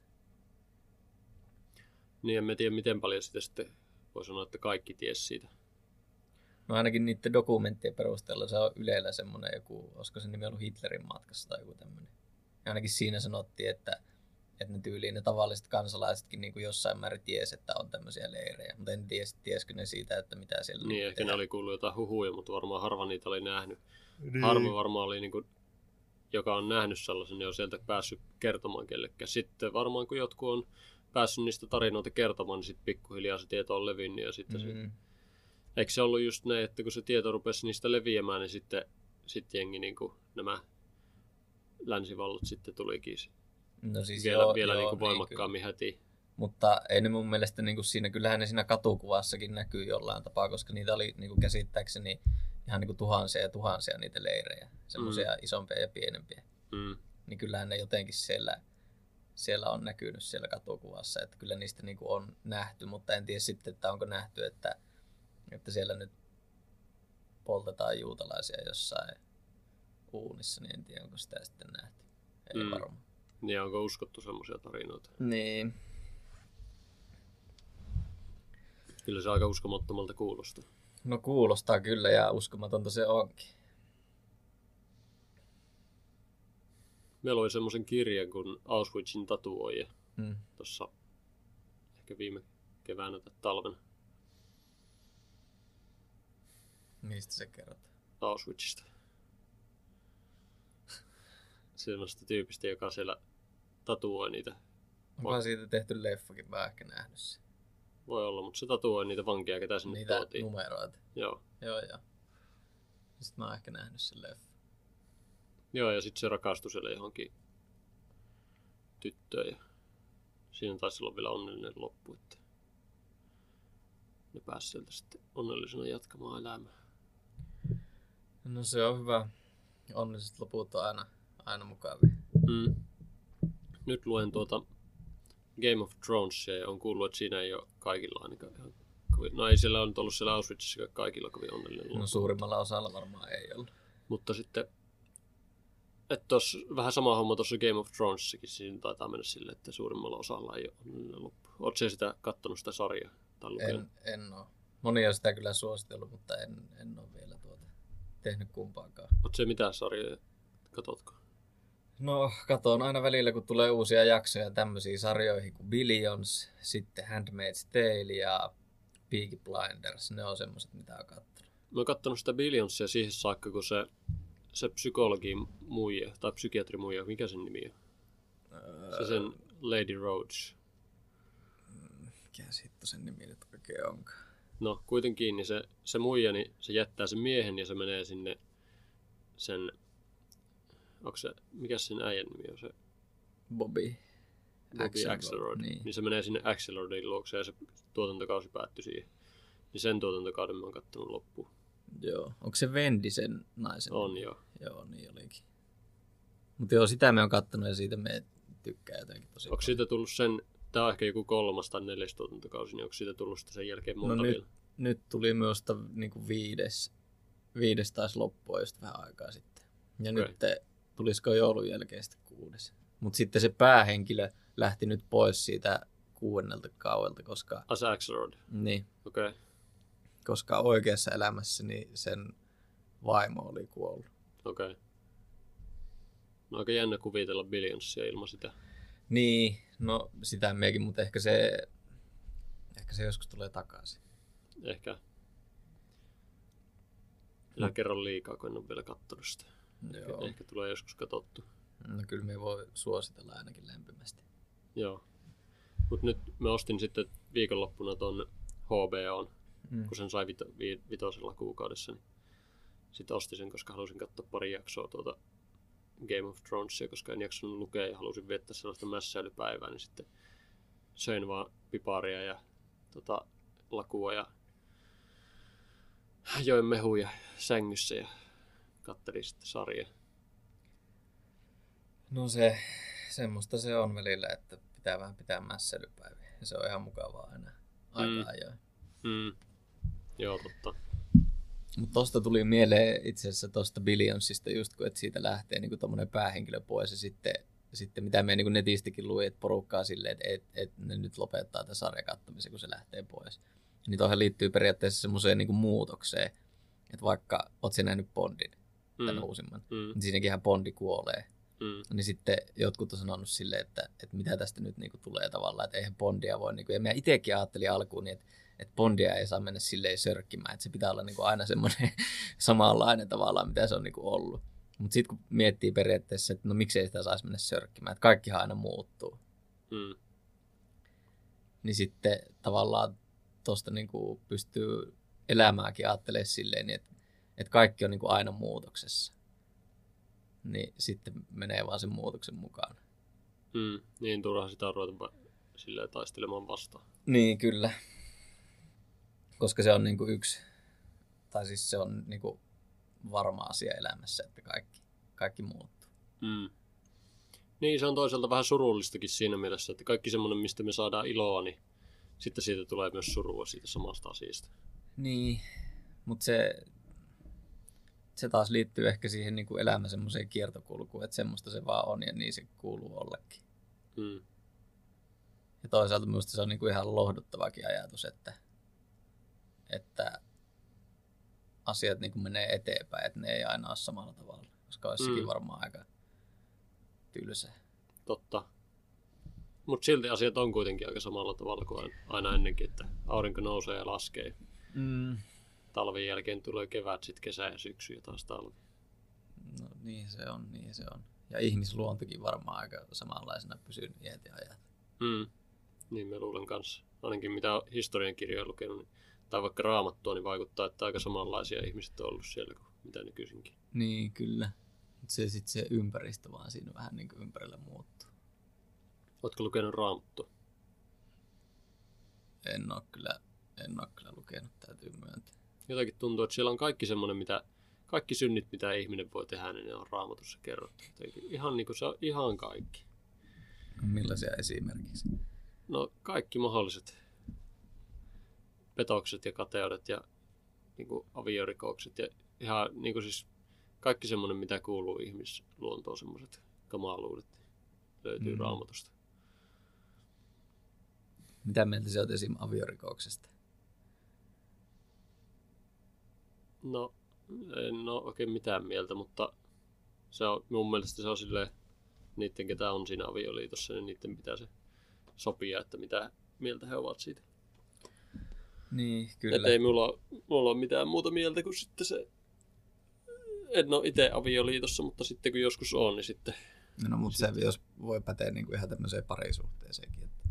Niin en mä tiedä miten paljon sitä sitten voi sanoa, että kaikki ties siitä. No ainakin niiden dokumenttien perusteella se on Ylellä semmoinen joku, olisiko se nimi ollut Hitlerin matkassa tai joku tämmöinen. Ja ainakin siinä sanottiin, että, että ne tyyliin ne tavalliset kansalaisetkin niin kuin jossain määrin ties, että on tämmöisiä leirejä. Mutta en tiedä, tieskö ne siitä, että mitä siellä Niin, ehkä tehdään. ne oli kuullut jotain huhuja, mutta varmaan harva niitä oli nähnyt. Niin. Harva varmaan oli, niin kuin, joka on nähnyt sellaisen, niin on sieltä päässyt kertomaan kellekään. Sitten varmaan kun jotkut on päässyt niistä tarinoita kertomaan, niin sitten pikkuhiljaa se tieto on levinnyt. Ja sitten Mm. se, eikö se ollut just ne, että kun se tieto rupesi niistä leviämään, niin sitten, sitten jengi niin kuin nämä länsivallat sitten tulikin No siis vielä, joo, vielä joo, niin kuin niin voimakkaammin kyllä. heti. Mutta ei ne mun mielestä niin kuin siinä, kyllähän ne siinä katukuvassakin näkyy jollain tapaa, koska niitä oli niin kuin käsittääkseni ihan niin kuin tuhansia ja tuhansia niitä leirejä, semmoisia mm. isompia ja pienempiä. Mm. Niin kyllähän ne jotenkin siellä, siellä on näkynyt siellä katukuvassa, että kyllä niistä niin kuin on nähty, mutta en tiedä sitten, että onko nähty, että, että siellä nyt poltetaan juutalaisia jossain uunissa, niin en tiedä, onko sitä sitten nähty. Ei Mm. varmaan. Niin onko uskottu semmoisia tarinoita? Niin. Kyllä se aika uskomattomalta kuulostaa. No kuulostaa kyllä ja uskomatonta se onkin. Meillä oli semmoisen kirjan kuin Auschwitzin tatuoija Hmm. tuossa ehkä viime keväänä tai talvena Mistä se kerrotaan? Auschwitzista. Sellaista tyypistä, joka siellä tatuoi niitä. Onko siitä tehty leffakin? Mä oon ehkä nähnyt sen. Voi olla, mutta se tatuoi niitä vankeja, ketä sinne Niitä tuotiin. numeroita. Joo. Joo, joo. Sitten mä oon ehkä nähnyt sen leffa. Joo, ja sitten se rakastui siellä johonkin tyttöön. Ja siinä taisi olla vielä onnellinen loppu, että ne pääsi sieltä sitten onnellisena jatkamaan elämää. No se on hyvä. Onnelliset loput on aina, aina mukavia. Mm. Nyt luen tuota Game of Thronesia ja on kuullut, että siinä ei ole kaikilla ainakaan ihan kovin. No ei siellä ole nyt ollut siellä Auschwitzissa kaikilla kovin onnellinen loppu. No suurimmalla osalla varmaan ei ollut. Mutta sitten, että tos, vähän sama homma tuossa Game of Thronesissakin, siinä taitaa mennä silleen, että suurimmalla osalla ei ole onnellinen loppu. Oletko sinä sitä kattonut sitä sarjaa? Tai lukenut? En, en oo. Moni on sitä kyllä suositellut, mutta en, en oo vielä tuota tehnyt kumpaakaan. Oletko sinä mitään sarjoja? Katotko? No, katon aina välillä, kun tulee uusia jaksoja tämmöisiin sarjoihin kuin Billions, sitten Handmaid's Tale ja Peaky Blinders. Ne on semmoset, mitä on kattonut. Mä oon kattonut sitä Billionsia siihen saakka, kun se, se psykologi muija, tai psykiatri muija, mikä sen nimi on? Se sen Lady Roach. Mikä sitten sen nimi nyt oikein onkaan? No kuitenkin, niin se, se muija, niin se jättää sen miehen ja se menee sinne sen, onko se, mikä sen äijän nimi on se? Bobby. Bobby Axelrod. Niin. niin se menee sinne Axelrodin luokse ja se tuotantokausi päättyi siihen. Niin sen tuotantokauden mä oon kattonut loppuun. Joo. Onko se Vendi sen naisen? On joo. Joo, niin olikin. Mutta joo, sitä me on kattonut ja siitä me tykkää jotenkin tosi Onko siitä tullut sen, tää on ehkä joku kolmas tai neljäs tuotantokausi, niin onko siitä tullut sitä sen jälkeen monta no vielä? nyt, nyt tuli myös niinku viides, viides taas loppua just vähän aikaa sitten. Ja Okay. nyt tulisiko joulun jälkeen sitten kuudes. Mutta sitten se päähenkilö lähti nyt pois siitä kuudennelta kaudelta, koska, As Axelrod. niin, Okei. Okay. koska oikeassa elämässä niin sen vaimo oli kuollut. Okei. Okay. No aika jännä kuvitella Billionsia ilman sitä. Niin, no sitä miekin, mutta ehkä se, ehkä se joskus tulee takaisin. Ehkä. Älä kerro liikaa, kun en ole vielä kattonut sitä. Joo. Ehkä, ehkä tulee joskus katsottu. No kyllä me voi suositella ainakin lämpimästi. Joo. Mut nyt mä ostin sitten viikonloppuna ton H B O:n, Mm. kun sen sai vito, vi, vitosella kuukaudessa. Niin sitten ostin sen, koska halusin katsoa pari jaksoa tuota Game of Thronesia, koska en jaksanut lukea ja halusin viettää sellaista mässäilypäivää, niin sitten söin vaan piparia ja tota, lakua ja join mehuja sängyssä ja kattelin sitten sarjaa. No se, semmoista se on välillä, että pitää vähän pitää mässäilypäiviä. Ja se on ihan mukavaa aina aika Mm. ajoin. Mm. Joo, totta. Mutta tosta tuli mieleen itse asiassa tosta Billionsista just, kun et siitä lähtee niin tommonen päähenkilö pois ja sitten, sitten mitä me niin netistäkin luin, että porukkaa silleen, että et, et ne nyt lopettaa tämän sarjan kattomisen, kun se lähtee pois. Niin toihan liittyy periaatteessa semmoiseen niin muutokseen, että vaikka oot sä nähnyt Bondin, tämän Mm. uusimman, Mm. niin siinäkinhän Bondi kuolee. Mm. Niin sitten jotkut on sanonut silleen, että, että mitä tästä nyt niinku tulee tavallaan, että eihän Bondia voi, niinku, ja minä itsekin ajattelin alkuun, niin että, että Bondia ei saa mennä silleen sörkkimään, että se pitää olla niinku aina semmoinen samanlainen tavallaan, mitä se on niinku ollut. Mutta sitten kun miettii periaatteessa, että no miksei sitä saisi mennä sörkkimään, että kaikkihan aina muuttuu, Mm. niin sitten tavallaan tuosta niinku pystyy elämääkin ajattelemaan silleen, niin että, että kaikki on niinku aina muutoksessa. Niin sitten menee vaan sen muutoksen mukaan. Mm. Niin turha sitä on ruveta silleen taistelemaan vastaan. Niin, kyllä. Koska se on niinku yksi, tai siis se on niinku varma asia elämässä, että kaikki, kaikki muuttuu. Mm. Niin, se on toisaalta vähän surullistakin siinä mielessä, että kaikki semmoinen, mistä me saadaan iloa, niin sitten siitä tulee myös surua siitä samasta asiasta. Niin, mutta se, se taas liittyy ehkä siihen niinku elämän semmoiseen kiertokulkuun, että semmoista se vaan on ja niin se kuuluu ollekin. Mm. Ja toisaalta minusta se on niinku ihan lohduttavakin ajatus, että, että asiat niinku menee eteenpäin, että ne ei aina ole samalla tavalla, koska olisi sekin Mm. varmaan aika tylsä. Totta. Mutta silti asiat on kuitenkin aika samalla tavalla kuin aina ennenkin, että aurinko nousee ja laskee. Mm. Talvin jälkeen tulee kevät, sitten kesä ja syksy ja taas talvi. No niin se on, niin se on. Ja ihmisluontokin varmaan aika samanlaisena pysynyt iät ja ajat. Mm. Niin mä luulen kanssa. Ainakin mitä historian kirjoja lukenut, niin, tai vaikka Raamattua, niin vaikuttaa, että aika samanlaisia ihmiset on ollut siellä kuin mitä nykyisinkin. Niin, kyllä. Mut se sitten se ympäristö vaan siinä vähän niin kuin ympärillä muuttuu. Ootko lukenut Raamattua? En oo kyllä, en oo kyllä lukenut, täytyy myöntää. Jotenkin tuntuu, että siellä on kaikki semmoinen, mitä, kaikki synnit, mitä ihminen voi tehdä, niin ne on Raamatussa kerrottu. Jotenkin ihan niin kuin se on ihan kaikki. Millaisia esimerkiksi? No kaikki mahdolliset petokset ja kateudet ja niin kuin aviorikokset ja ihan niin kuin siis kaikki semmoinen, mitä kuuluu ihmisluontoon, semmoiset kamaluudet löytyy Mm. mm. Raamatusta. Mitä mieltä sä oot esim. Aviorikoksesta? No, en ole oikein mitään mieltä, mutta se on, mun mielestä se on silleen, niiden ketä on siinä avioliitossa, niin niiden pitää se sopia, että mitä mieltä he ovat siitä. Niin, Kyllä. Että ei mulla, mulla ole mitään muuta mieltä kuin sitten se, en ole itse avioliitossa, mutta sitten kun joskus on, niin sitten... No, mutta se jos voi päteä niin kuin ihan tämmöiseen parisuhteeseenkin. Että...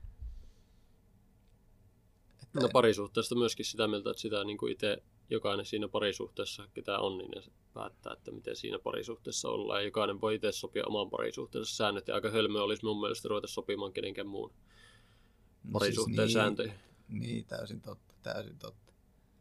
Että... No parisuhteesta myöskin sitä mieltä, että sitä niin kuin itse jokainen siinä parisuhteessa, ketä on, niin ne päättää, että miten siinä parisuhteessa ollaan. Ja jokainen voi itse sopia oman parisuhteensa säännöt. Ja aika hölmöä olisi mun mielestä ruveta sopimaan kenenkään muun no, parisuhteen siis niin, sääntöjä. Niin, täysin totta, täysin totta.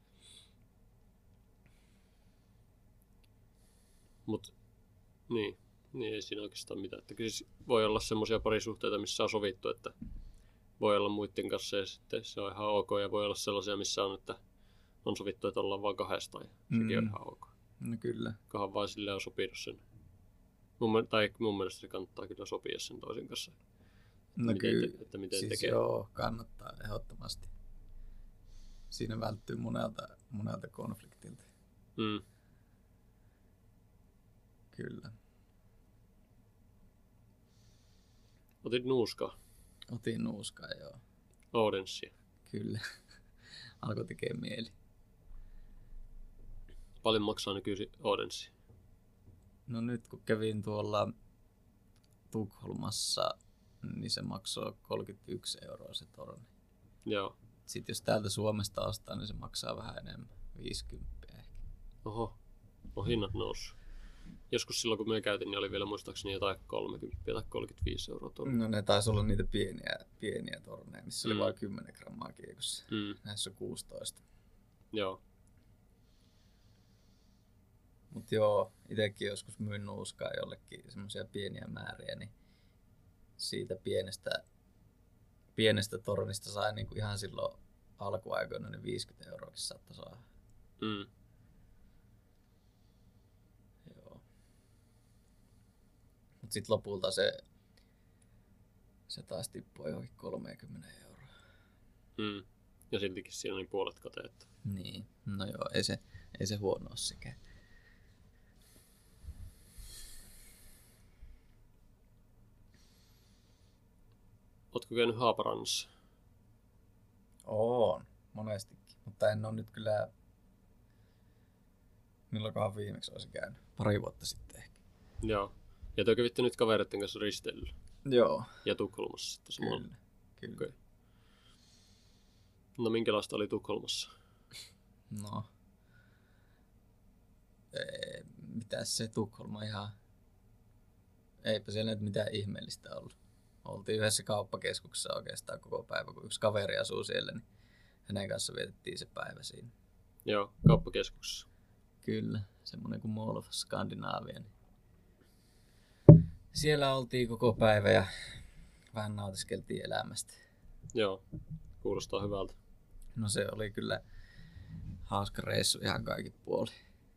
Mut niin, niin ei siinä oikeastaan mitään. Että kyllä siis voi olla semmoisia parisuhteita, missä on sovittu, että voi olla muiden kanssa ja sitten se on ihan ok. Ja voi olla sellaisia, missä on, että on sovittu, että ollaan vaan kahdestaan ja sekin Mm. on ihan ok. No kyllä. Kohan vaan silleen on sopinut sen. Mun, tai mun mielestä se kannattaa kyllä sopia sen toisen kanssa. No miten kyllä, te- että miten siis tekee. joo, kannattaa ehdottomasti. Siinä välttyy monelta, monelta konfliktilta. Mm. Kyllä. Otit nuuskaa. Otin nuuskaa, joo. Odenssia. Kyllä. Alkoi tekee mieli. Paljon maksaa nykyisin Odenssi. No nyt kun kävin tuolla Tukholmassa, niin se maksoi kolmekymmentäyksi euroa se torni. Joo. Sitten jos täältä Suomesta ostaa, niin se maksaa vähän enemmän. viisikymmentä ehkä. Oho. On hinnat noussut. joskus silloin kun me käytin, niin oli vielä muistaakseni jotain kolmekymmentä tai kolmekymmentäviisi euroa torni. No ne taisi olla niitä pieniä, pieniä torneja, missä Mm. oli vain kymmenen grammaa kiekossa. Mm. Näissä on kuusitoista. Joo. Mut joo, itekin joskus myin nuuskaa jollekin semmoisia pieniä määriä, niin siitä pienestä, pienestä tornista sai niinku ihan silloin alkuaikoina niin viisikymmentä euroakin saattoi saada. Mm. Joo. Mut sit lopulta se, se taas tippui johonkin kolmekymmentä euroa. Mm. Ja siltikin siinä oli puolet kateetta. Niin, no joo, ei se, ei se huono ole sekään. Ootko käynyt Haaparannassa? On, monestikin, mutta en ole nyt kyllä, milloinkohan viimeksi olisi käynyt. Pari vuotta sitten ehkä. Joo. Ja te kävitte nyt kavereiden kanssa risteilyllä. Joo, Ja Tukholmassa sitten samalla. kyllä. kyllä. Okei. No minkälaista oli Tukholmassa? No, ei, mitäs se Tukholma ihan, eipä siellä nyt mitään ihmeellistä ollut. Oltiin yhdessä kauppakeskuksessa oikeastaan koko päivä, kun yksi kaveri asuu siellä, niin hänen kanssa vietettiin se päivä siinä. Joo, kauppakeskuksessa. Kyllä, semmoinen kuin Mall of Scandinavia. Niin siellä oltiin koko päivä ja vähän nautiskeltiin elämästä. Joo, kuulostaa hyvältä. No se oli kyllä hauska reissu ihan kaikin puolin.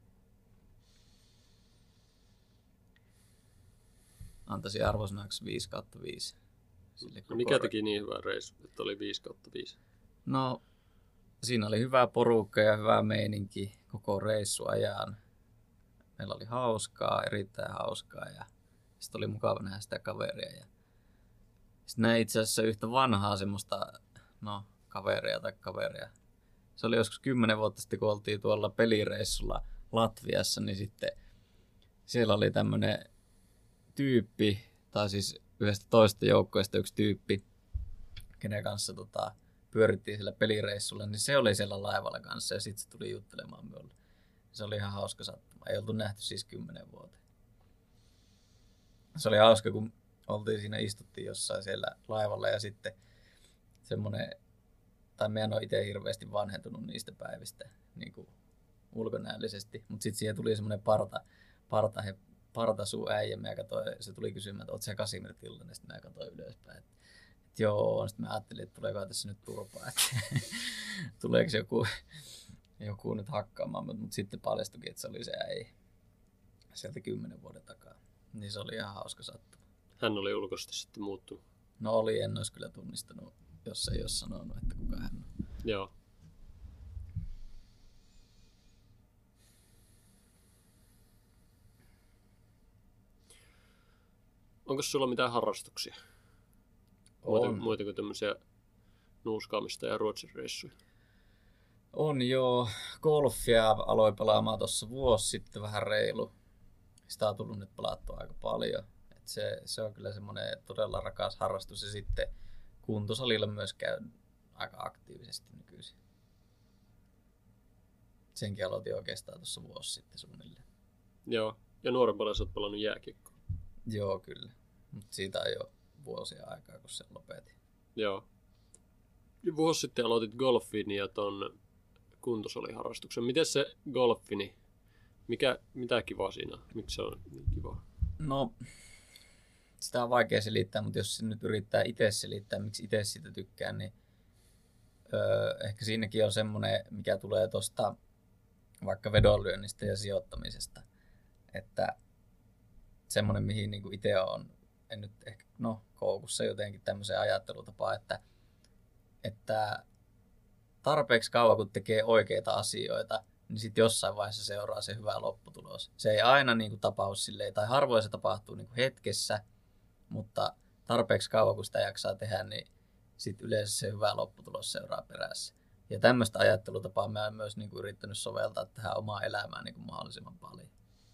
Antaisin arvosanaksi viisi kautta viisi. Sille No koko mikä re- teki niin hyvän reissun, että oli viisi kautta viisi? No, siinä oli hyvä porukka ja hyvä meininki koko reissu ajan. Meillä oli hauskaa, erittäin hauskaa ja sitten oli mukava nähdä sitä kaveria. Ja sitten näin itse asiassa yhtä vanhaa semmoista, no, kaveria tai kaveria. Se oli joskus kymmenen vuotta sitten, kun oltiin tuolla pelireissulla Latviassa, niin sitten siellä oli tämmönen tyyppi, tai siis yhdestä toista joukkueesta yksi tyyppi, kenen kanssa tota, pyörittiin siellä pelireissulla, niin se oli siellä laivalla kanssa ja sitten se tuli juttelemaan minulle. Se oli ihan hauska sattuma. Ei oltu nähty siis kymmenen vuoteen. Se oli hauska, kun oltiin siinä, istuttiin jossain siellä laivalla ja sitten semmoinen, tai meidän on itse hirveästi vanhentunut niistä päivistä niin kuin ulkonäöllisesti, mutta sitten siihen tuli semmoinen parta, parta, he, partasuu äijä, mä katsoin, se tuli kysymään, että oot sä Kasimir Tillanen, sitten mä katsoin ylöspäin, että, että joo, sitten mä ajattelin, että tuleeko tässä nyt turpaa, että tuleeko joku, joku nyt hakkaamaan, mutta, mutta sitten paljastukin, että se oli se äijä sieltä kymmenen vuoden takaa, niin se oli ihan hauska sattuma. Hän oli ulkoisesti sitten muuttunut. No oli, en olisi kyllä tunnistanut, jos ei olisi sanonut, että kuka hän on. Joo. Onko sulla mitään harrastuksia? Muita, On. muita kuin tämmöisiä nuuskaamista ja Ruotsin reissuja? On joo. Golfia aloin pelaamaan tuossa vuosi sitten vähän reilu. Sitä on tullut nyt pelattua aika paljon. Et se, se on kyllä semmoinen todella rakas harrastus ja sitten kuntosalilla myös käy aika aktiivisesti nykyisin. Senkin aloitin oikeastaan tuossa vuosi sitten suunnilleen. Joo. Ja nuorempana sä oot pelannut jääkiekkoa. Joo kyllä, mutta siitä on jo vuosia aikaa kun sen lopetin. Joo. Ja vuosi sitten aloitit golfin ja ton kuntosaliharrastuksen. Miten se golfi, niin mikä, mitä kivaa siinä on? Miksi se on niin kivaa? No, sitä on vaikea selittää, mutta jos se nyt yrittää itse selittää, miksi itse siitä tykkään, niin öö, ehkä siinäkin on semmoinen, mikä tulee tuosta vaikka vedonlyönnistä ja sijoittamisesta, että semmoinen, mihin niin itse on, en nyt ehkä, no, koukussa jotenkin tämmöiseen ajattelutapaan, että, että tarpeeksi kauan kun tekee oikeita asioita, niin sitten jossain vaiheessa seuraa se hyvä lopputulos. Se ei aina niin kuin tapahdu silleen, tai harvoin se tapahtuu niin kuin hetkessä, mutta tarpeeksi kauan kun sitä jaksaa tehdä, niin sitten yleensä se hyvä lopputulos seuraa perässä. Ja tämmöistä ajattelutapaa mä oon myös niin kuin yrittänyt soveltaa tähän omaan elämään niin kuin mahdollisimman paljon.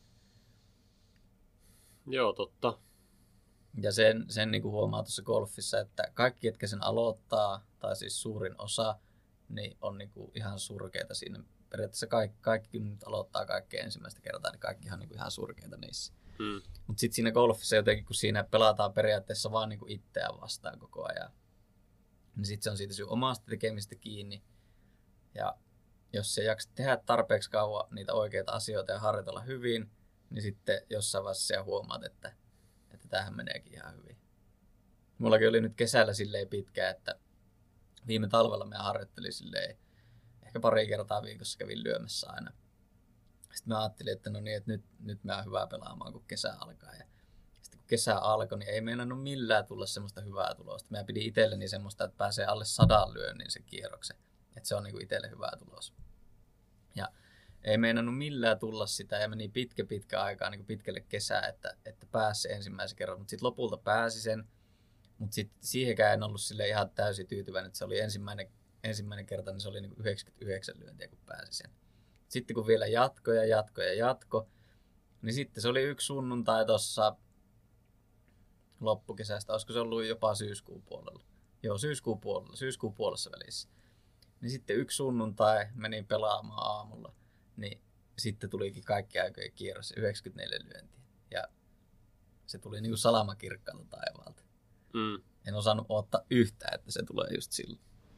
Joo, totta. Ja sen, sen niin kuin huomaa tuossa golfissa, että kaikki, jotka sen aloittaa, tai siis suurin osa, niin on niin kuin ihan surkeita siinä periaatteessa kaikki, kaikki nyt aloittaa kaikkea ensimmäistä kertaa, niin kaikkihan on niin kuin ihan surkeita niissä. Mm. Mutta sitten siinä golfissa jotenkin, kun siinä pelataan periaatteessa vaan niin kuin itseään vastaan koko ajan, niin sitten se on siitä sun omasta tekemistä kiinni. Ja jos sä jaksat tehdä tarpeeksi kauan niitä oikeita asioita ja harjoitella hyvin, niin sitten jossain vaiheessa sä huomaat, että, että tämähän meneekin ihan hyvin. Mullakin oli nyt kesällä silleen pitkä, että viime talvella mä harjoittelin silleen, ehkä pari kertaa viikossa kävin lyömässä aina. Sitten mä ajattelin, että no niin, että nyt, nyt mä oon hyvä pelaamaan, kun kesä alkaa. Ja sitten kun kesä alkoi, niin ei meinannut millään tulla semmoista hyvää tulosta. Mä pidin itselleni semmoista, että pääsee alle sadan lyönnin se kierroksen. Että se on niinku itselle hyvä tulos. Ja ei meinannut millään tulla sitä ja meni pitkä pitkä aikaa niin pitkälle kesää, että, että pääsi ensimmäisen kerran. Mutta sitten lopulta pääsi sen. Mutta sitten siihenkään en ollut sille ihan täysin tyytyväinen, että se oli ensimmäinen, ensimmäinen kerta, niin se oli niinku yhdeksänkymmentäyhdeksän lyöntiä, kun pääsi sen. Sitten kun vielä jatko ja jatko ja jatko, niin sitten se oli yksi sunnuntai tuossa loppukesästä. Olisiko se ollut jopa syyskuun puolella? Joo, syyskuun puolella, syyskuun puolessa välissä. Niin sitten yksi sunnuntai menin pelaamaan aamulla, niin sitten tulikin kaikki aikojen kierros, yhdeksänkymmentäneljä lyöntiä. Ja se tuli niinku salamakirkkaalta taivaalta. Mm. En osannut odottaa yhtään, että se tulee just silloin.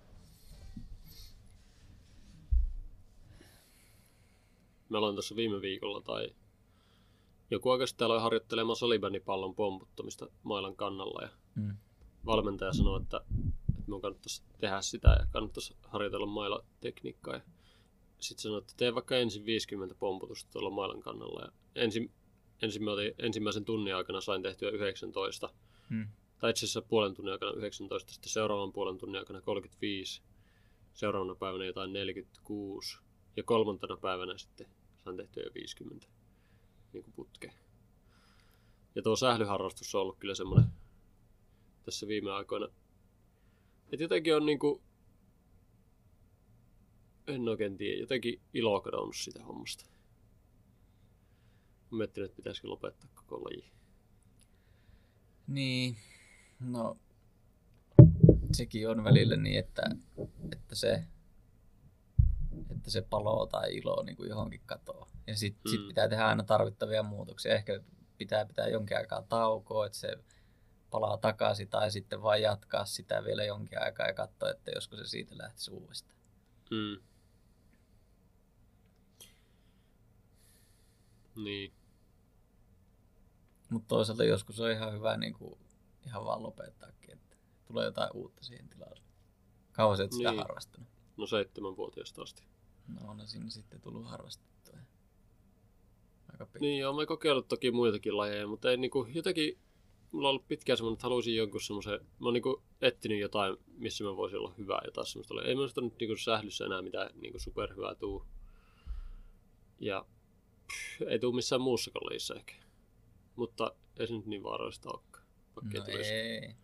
Mä aloin tuossa viime viikolla tai joku oikeastaan aloin harjoittelemaan salibändipallon pomputtamista mailan kannalla ja mm. valmentaja sanoi, että, että mun kannattaisi tehdä sitä ja kannattaisi harjoitella mailatekniikkaa. Sitten sanoi, että tee vaikka ensin viisikymmentä pomputusta tuolla mailan kannalla ja ensin, ensin otin, ensimmäisen tunnin aikana sain tehtyä yhdeksäntoista. Mm. Tai itse asiassa puolen tunnin aikana yhdeksäntoista, sitten seuraavan puolen tunnin aikana kolmekymmentäviisi, seuraavana päivänä jotain neljäkymmentäkuusi ja kolmantena päivänä sitten sain tehtyä jo viisikymmentä niin kuin putkeen. Ja tuo sählyharrastus on ollut kyllä semmoinen tässä viime aikoina, että jotenkin on niinku, en oikein tiedä, jotenkin ilo kadonnut sitä hommasta. Mä miettinyt, että pitäisikö lopettaa koko laji. Niin, no sekin on välillä niin, että, että, se, että se palo tai ilo niin kuin johonkin katoaa. Ja sitten mm. sit pitää tehdä aina tarvittavia muutoksia. Ehkä pitää pitää jonkin aikaa taukoa, että se palaa takaisin tai sitten vaan jatkaa sitä vielä jonkin aikaa ja katsoa, että josko se siitä lähtisi uudestaan. Mm. Niin. Mutta toisaalta joskus on ihan hyvä niin kuin, ihan vaan lopettaakin, että tulee jotain uutta siihen tilalle. Kauan sä et sitä niin. harrastanut? No seitsemänvuotiaasta asti. No on ne sinne sitten tullut harrastettua. Aika pitkä. Niin joo, mä oon kokeillut toki muitakin lajeja, mutta ei niinku jotenkin, mulla on ollut pitkään semmoinen, että haluaisin jonkun semmoisen, mä oon niinku etsinyt jotain, missä mä voisin olla hyvä jotain semmoista. Ei minusta nyt niinku sählyssä enää mitään niinku superhyvää tuu. Ja pff, ei tuu missään muussakaan lajissa ehkä. Mutta ei se nyt niin vaarallista olekaan. No ei.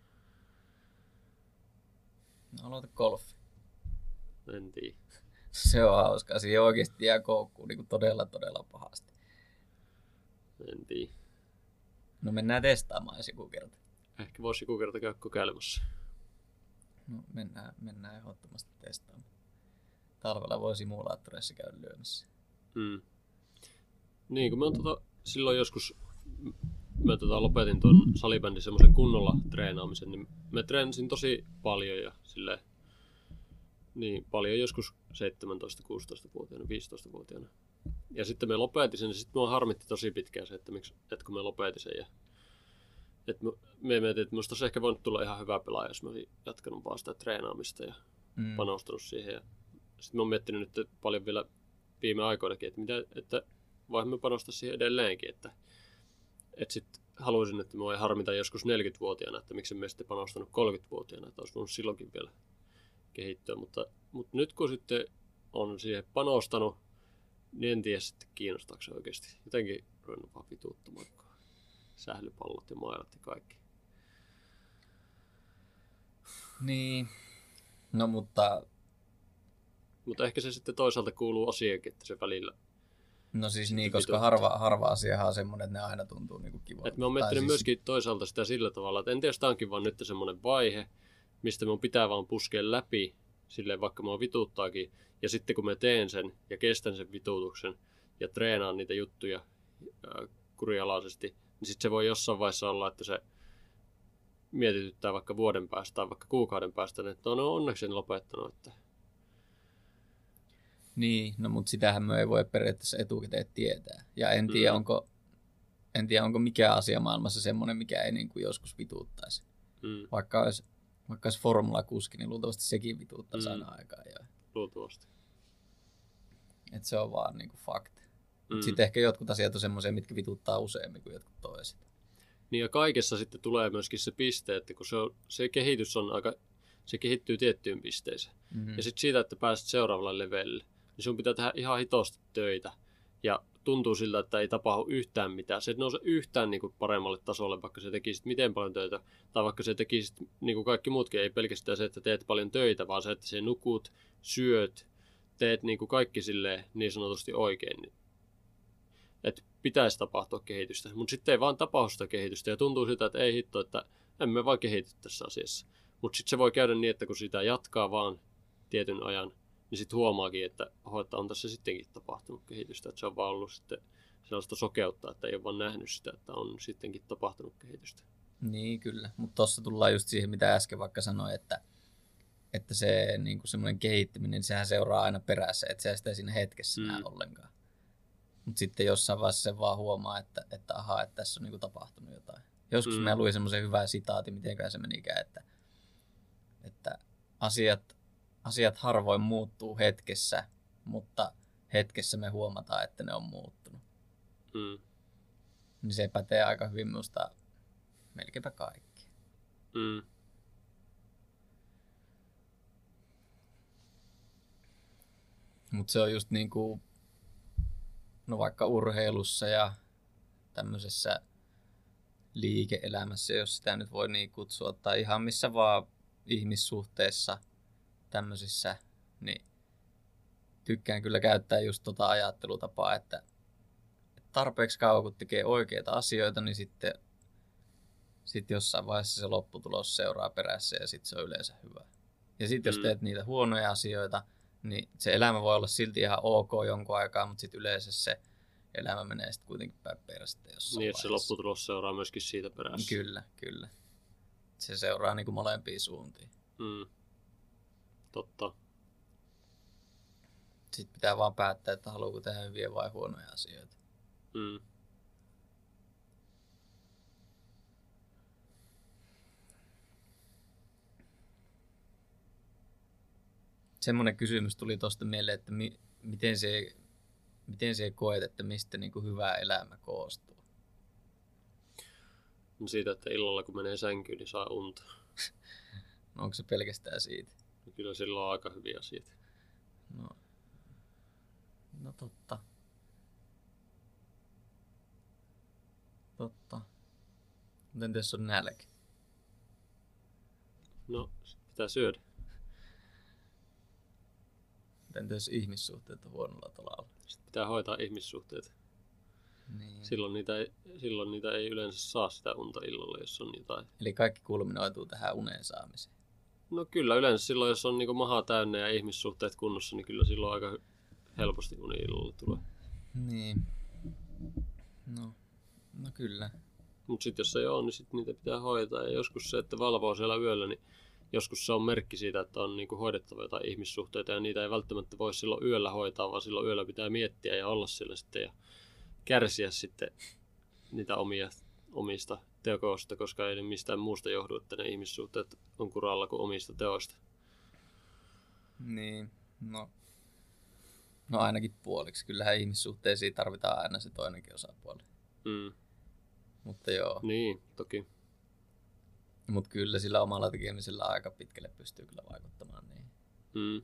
No aloita golfi. En tiedä. Se on hauskaa. Siihen oikeasti jää koukkuun niin todella todella pahasti. En tiedä. No mennään testaamaan jos joku kerta. Ehkä voisi joku kerta käydä kokeilemassa. No mennään, mennään ehdottomasti testaamaan. Talvella voi simulaattoreissa käydä lyömässä. Mm. Niin, kun mä oon tota, silloin joskus mä tota, lopetin tuon salibändin semmoisen kunnolla treenaamisen, niin mä treenasin tosi paljon ja silleen, niin paljon joskus seitsemäntoista-kuusitoista-vuotiaana, viisitoista-vuotiaana. Ja sitten me lopetin sen, ja sitten mua harmitti tosi pitkään se, että, miksi, että kun me lopetin sen. Ja, että me, me mietin, että musta olisi ehkä voinut tulla ihan hyvä pelaaja, jos mä olisin jatkanut vaan sitä treenaamista ja mm. panostanut siihen. Ja sitten mä oon miettinyt nyt paljon vielä viime aikoinakin, että, mitä, että voimme panostaa siihen edelleenkin. Että, että sitten haluaisin, että mua ei harmita joskus neljäkymmentävuotiaana, että miksi me sitten panostanut kolmekymmentävuotiaana, että olisi voinut silloinkin vielä kehittyä. Mutta, mutta nyt kun sitten on siihen panostanut, niin en tiedä sitten kiinnostaako se oikeasti. Jotenkin ruvennut vaan vituuttamaan sählypallot ja mailat ja kaikki. Niin, no mutta... Mutta ehkä se sitten toisaalta kuuluu asiakin, että se välillä... No siis niin, koska harva, harva asiahan on semmoinen, että ne aina tuntuu niinku kivalta. Että mä oon miettinyt siis... myöskin toisaalta sitä sillä tavalla, että en tiedä, sitä onkin vaan nyt semmoinen vaihe, mistä mun pitää vaan puskea läpi silleen vaikka mua vituuttaakin, ja sitten kun mä teen sen ja kestän sen vituutuksen ja treenaan niitä juttuja ää, kurialaisesti, niin sitten se voi jossain vaiheessa olla, että se mietityttää vaikka vuoden päästä tai vaikka kuukauden päästä, että on onneksi en lopettanut. Että... Niin, no mutta sitähän me ei voi periaatteessa etukäteen tietää. Ja en tiedä, mm. onko, en tiedä onko mikään asia maailmassa semmoinen, mikä ei niin kuin joskus vituuttaisi. Mm. Vaikka olisi, vaikka olisi formulakuski, niin luultavasti sekin vituuttaisi mm. aina aikaa. Jo. Luultavasti. Että se on vaan niin kuin fakta. Mm. Sitten ehkä jotkut asiat on semmoisia, mitkä vituuttaa useammin kuin jotkut toiset. Niin ja kaikessa sitten tulee myöskin se piste, että kun se, on, se kehitys on aika, se kehittyy tiettyyn pisteeseen. Mm-hmm. Ja sitten siitä, että pääset seuraavalle levelille, niin sun pitää tehdä ihan hitosti töitä. Ja tuntuu siltä, että ei tapahdu yhtään mitään. Se et nouse yhtään niin kuin paremmalle tasolle, vaikka se tekisit miten paljon töitä. Tai vaikka se tekisit niin kuin kaikki muutkin, ei pelkästään se, että teet paljon töitä, vaan se, että se nukut, syöt, teet niin kuin kaikki silleen niin sanotusti oikein. Että pitäisi tapahtua kehitystä, mutta sitten ei vaan tapahdu sitä kehitystä ja tuntuu siltä, että ei hitto, että emme vaan kehity tässä asiassa. Mutta sitten se voi käydä niin, että kun sitä jatkaa vaan tietyn ajan, niin sitten huomaakin, että, oh, että on tässä sittenkin tapahtunut kehitystä, että se on vaan ollut sitten sellaista sokeutta, että ei ole vaan nähnyt sitä, että on sittenkin tapahtunut kehitystä. Niin kyllä, mutta tuossa tullaan just siihen, mitä äsken vaikka sanoin, että, että se niin semmoinen kehittyminen, sehän seuraa aina perässä, että se sitä siinä hetkessä mm. näe ollenkaan. Mutta sitten jossain vaiheessa se vaan huomaa, että, että ahaa, että tässä on niinku tapahtunut jotain. Joskus mm. mä luin semmoisen hyvän sitaatin, mitenkään se menikään, että, että asiat, asiat harvoin muuttuu hetkessä, mutta hetkessä me huomataan, että ne on muuttunut. Mm. Niin se pätee aika hyvin minusta melkeinpä kaikki. Mm. Mutta se on just niinku... No vaikka urheilussa ja tämmöisessä liike-elämässä, jos sitä nyt voi niin kutsua, tai ihan missä vaan ihmissuhteessa tämmöisissä, niin tykkään kyllä käyttää just tota ajattelutapaa, että tarpeeksi kauan kun tekee oikeita asioita, niin sitten sit jossain vaiheessa se lopputulos seuraa perässä ja sitten se on yleensä hyvä. Ja sitten jos teet niitä huonoja asioita, niin se elämä voi olla silti ihan ok jonkun aikaa, mutta sitten yleensä se elämä menee sitten kuitenkin päin perästä jossain Niin, että se lopputulos seuraa myöskin siitä perässä. Kyllä, kyllä. Se seuraa niin kuin molempiin suuntiin. Mm. Totta. Sitten pitää vaan päättää, että haluuko tehdä hyviä vai huonoja asioita. Mm. Semmoinen kysymys tuli tuosta mieleen, että mi- miten se, miten se koet, että mistä niin kuin hyvä elämä koostuu? No siitä, että illalla kun menee sänkyyn, niin saa unta. No onko se pelkästään siitä? No kyllä sillä on aika hyviä asioita. No, no totta. Totta. Mutta entäs on nälkä? No, pitää syödä. Entäs ihmissuhteet on huonolla tolalla? Sitten pitää hoitaa ihmissuhteet. Niin. Silloin niitä, ei, silloin niitä ei yleensä saa sitä unta illalla, jos on jotain. Eli kaikki kulminoituu tähän uneen saamiseen. No kyllä, yleensä silloin, jos on niinku maha täynnä ja ihmissuhteet kunnossa, niin kyllä silloin aika helposti uni illalla tulee. Niin. No, no kyllä. Mutta sitten jos ei ole, niin sit niitä pitää hoitaa. Ja joskus se, että valvoo siellä yöllä, niin joskus se on merkki siitä, että on niinku hoidettava jotain ihmissuhteita. Ja niitä ei välttämättä voi silloin yöllä hoitaa, vaan silloin yöllä pitää miettiä ja olla siellä sitten ja kärsiä sitten niitä omia, omista tekoista, koska ei ne mistään muusta johdu, että ne ihmissuhteet on kuralla kuin omista teoista. Niin, no. No ainakin puoliksi. Kyllähän ihmissuhteisiin tarvitaan aina se toinenkin osapuoli. Mm. Mutta joo. Niin, toki. Mutta kyllä sillä omalla tekemisellä aika pitkälle pystyy kyllä vaikuttamaan niin. Mm.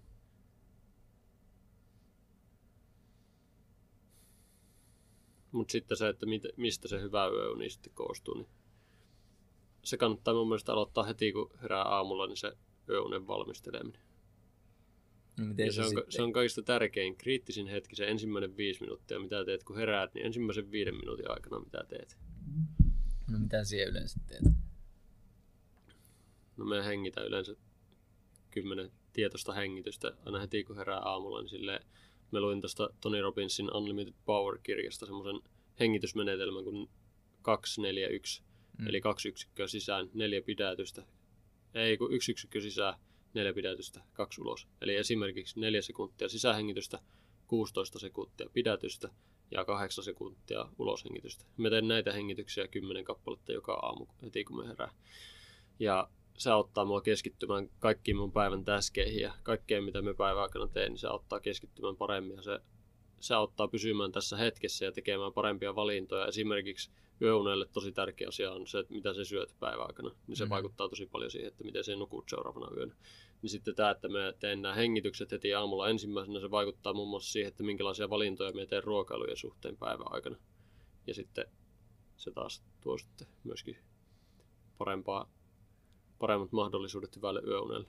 Mutta sitten se, että mistä se hyvä yöuni sitten koostuu, niin se kannattaa mun mielestä aloittaa heti, kun herää aamulla, niin se yöunen valmisteleminen. No, miten ja se, se, on, sitten... se on kaikista tärkein, kriittisin hetki, se ensimmäinen viisi minuuttia, mitä teet, kun heräät, niin ensimmäisen viiden minuutin aikana mitä teet. No mitä siihen yleensä teet? No me hengitään yleensä kymmenen tietoista hengitystä. Aina heti kun herää aamulla, niin silleen, mä luin tuosta Tony Robbinsin Unlimited Power-kirjasta semmoisen hengitysmenetelmän kuin kaksi neljä yksi, mm. eli kaksi yksikköä sisään, neljä pidätystä. Ei, kun yksi yksikkö sisään, neljä pidätystä, kaksi ulos. Eli esimerkiksi neljä sekuntia sisähengitystä, kuusitoista sekuntia pidätystä ja kahdeksan sekuntia uloshengitystä. Mä teen näitä hengityksiä kymmenen kappaletta joka aamu heti kun mä herään. Ja se auttaa mua keskittymään kaikkiin mun päivän täskeihin ja kaikkeen mitä mä päivän aikana teen, niin se auttaa keskittymään paremmin ja se, se auttaa pysymään tässä hetkessä ja tekemään parempia valintoja. Esimerkiksi yöunelle tosi tärkeä asia on se, että mitä se syöt päivän aikana, niin se mm-hmm. vaikuttaa tosi paljon siihen, että miten se nukut seuraavana yönä. Niin sitten tämä, että mä teen nämä hengitykset heti aamulla ensimmäisenä, se vaikuttaa muun muassa siihen, että minkälaisia valintoja mä teen ruokailujen suhteen päivän aikana. Ja sitten se taas tuo sitten myöskin parempaa, paremmat mahdollisuudet hyvälle yöunelle.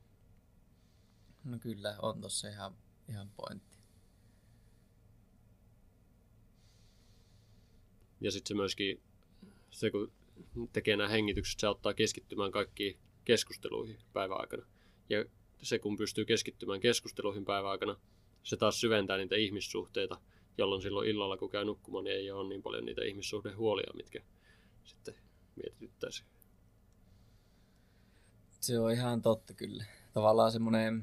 No kyllä, on tossa ihan, ihan pointti. Ja sitten se myöskin, se kun tekee nämä hengitykset, se auttaa keskittymään kaikkiin keskusteluihin päivän aikana. Ja se kun pystyy keskittymään keskusteluihin päivän aikana, se taas syventää niitä ihmissuhteita, jolloin silloin illalla kun käy nukkumaan, niin ei ole niin paljon niitä ihmissuhdehuolia, mitkä sitten mietityttäisi. Se on ihan totta kyllä. Tavallaan semmoinen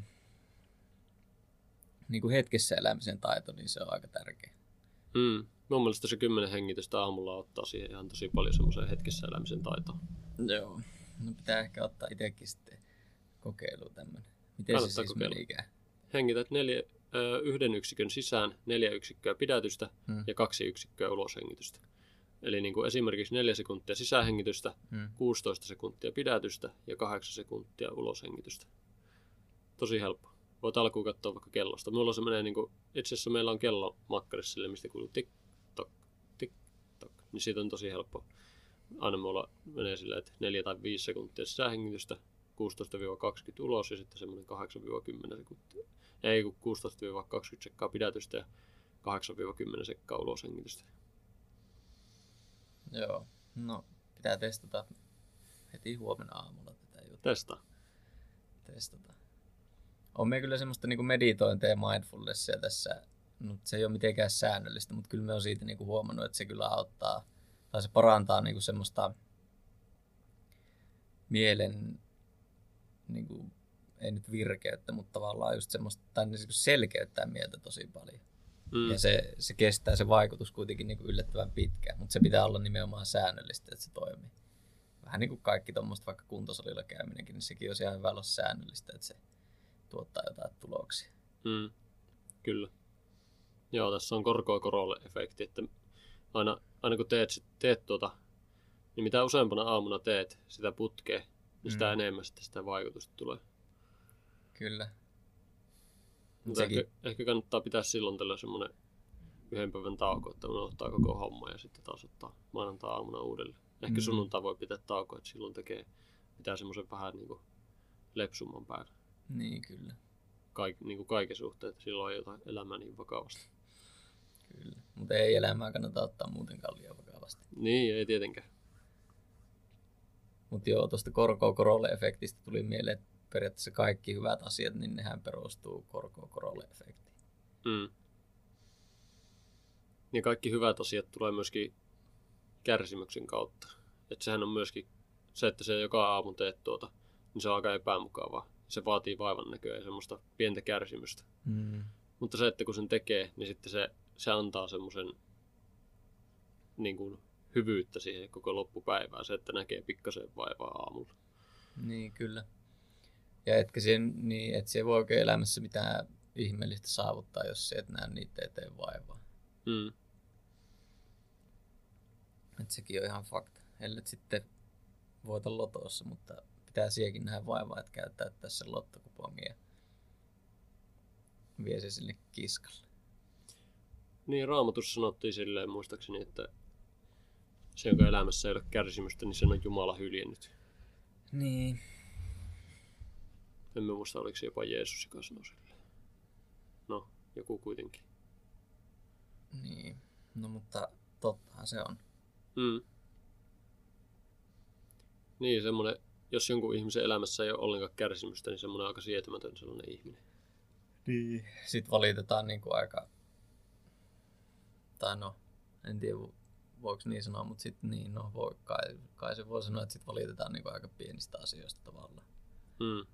niin kuin hetkessä elämisen taito, niin se on aika tärkeä. Mm. Mun mielestä se kymmenen hengitystä aamulla ottaa siihen ihan tosi paljon semmoiseen hetkessä elämisen taitoa. Joo. No pitää ehkä ottaa itsekin sitten kokeiluun tämmönen. Miten Kannattaa se siis kokeilla. menikään? Hengität neljä, ö, yhden yksikön sisään, neljä yksikköä pidätystä hmm. ja kaksi yksikköä uloshengitystä. Eli niin kuin esimerkiksi neljä sekuntia sisähengitystä, hmm. kuusitoista sekuntia pidätystä ja kahdeksan sekuntia uloshengitystä. Tosi helppo. Voit alkuun katsoa vaikka kellosta. Mulla se menee niin kuin, itse asiassa meillä on kello makkarissa sille, mistä kuuluu tik tok, tik tok. Niin siitä on tosi helppo. Aina mulla menee silleen, että neljä tai viisi sekuntia sisähengitystä, kuusitoista kaksikymmentä ulos ja sitten semmoinen kahdeksan kymmenen sekuntia. Ei kun kuusitoista kaksikymmentä sekkaa pidätystä ja kahdeksan kymmenen sekkaa uloshengitystä. Joo, no pitää testata heti huomenna aamulla tätä juttua. Testaa. Testata. On me kyllä semmoista niinku meditointia ja mindfulnessia tässä, mutta se ei ole mitenkään säännöllistä, mutta kyllä me on siitä niinku huomannut, että se kyllä auttaa, tai se parantaa niinku semmoista mielen, niinku, ei nyt virkeyttä, mutta tavallaan just semmoista, tai niinku selkeyttää mieltä tosi paljon. Mm. Ja se, se kestää se vaikutus kuitenkin niinku yllättävän pitkään, mutta se pitää olla nimenomaan säännöllistä, että se toimii. Vähän niin kuin kaikki tuommoista, vaikka kuntosalilla käyminenkin, niin sekin olisi ihan hyvä olla säännöllistä, että se tuottaa jotain tuloksia. Mm, kyllä. Joo, tässä on korkoa korolle efekti, että aina, aina kun teet, teet tuota, niin mitä useampana aamuna teet sitä putkea, niin sitä mm. enemmän sitten sitä vaikutusta tulee. Kyllä. Mutta sekin... ehkä, ehkä kannattaa pitää silloin tällä semmoinen yhden päivän tauko, että unohtaa koko homma ja sitten taas ottaa maanantai-aamuna uudelleen. Ehkä mm. sunnuntai voi pitää tauko, että silloin tekee, pitää semmoisen vähän niin kuin lepsumman päivän. Niin, kyllä. Kaik, niin kuin kaiken suhteen, että silloin ei ota elämää niin vakavasti. Kyllä, mutta ei elämää kannata ottaa muutenkaan liian vakavasti. Niin, ei tietenkään. Mutta joo, tuosta korkoa korolle efektistä tuli mieleen, että periaatteessa kaikki hyvät asiat, niin nehän perustuu korkoa korolle efektiin. Mm. Ja kaikki hyvät asiat tulee myöskin kärsimyksen kautta. Että sehän on myöskin se, että se joka aamu teet tuota, niin se on aika epämukavaa. Se vaatii vaivan näköä ja semmoista pientä kärsimystä. Mm. Mutta se, että kun sen tekee, niin sitten se, se antaa semmoisen niin kuin hyvyyttä siihen koko loppupäivään. Se, että näkee pikkasen vaivaa aamulla. Niin, kyllä. Ja etkä siihen, niin, et se voi oikein elämässä mitään ihmeellistä saavuttaa, jos se et näe niitä eteen vaivaa. Mm. Et sekin on ihan fakta. Ellet sitten voita lotossa, mutta pitää siihenkin nähdä vaivaa, että käyttää tässä lottokupongia. Vie se sinne kiskalle. Niin, Raamatussa sanottiin silleen muistaakseni, että se, jonka elämässä ei ole kärsimystä, niin sen on Jumala hyljännyt. Niin. En mä muista, oliko se jopa Jeesus, joka sanoi silleen. No, joku kuitenkin. Niin, no mutta tottahan se on. Mm. Niin, semmoinen jos jonkun ihmisen elämässä ei ole ollenkaan kärsimystä, niin semmoinen aika sietämätön sellainen ihminen. Niin. Sitten valitetaan niin kuin aika, tai no, en tiedä voiko niin sanoa, mutta sitten niin, no voi, kai, kai se voi sanoa, että sitten valitetaan niin kuin aika pienistä asioista tavallaan. Mm.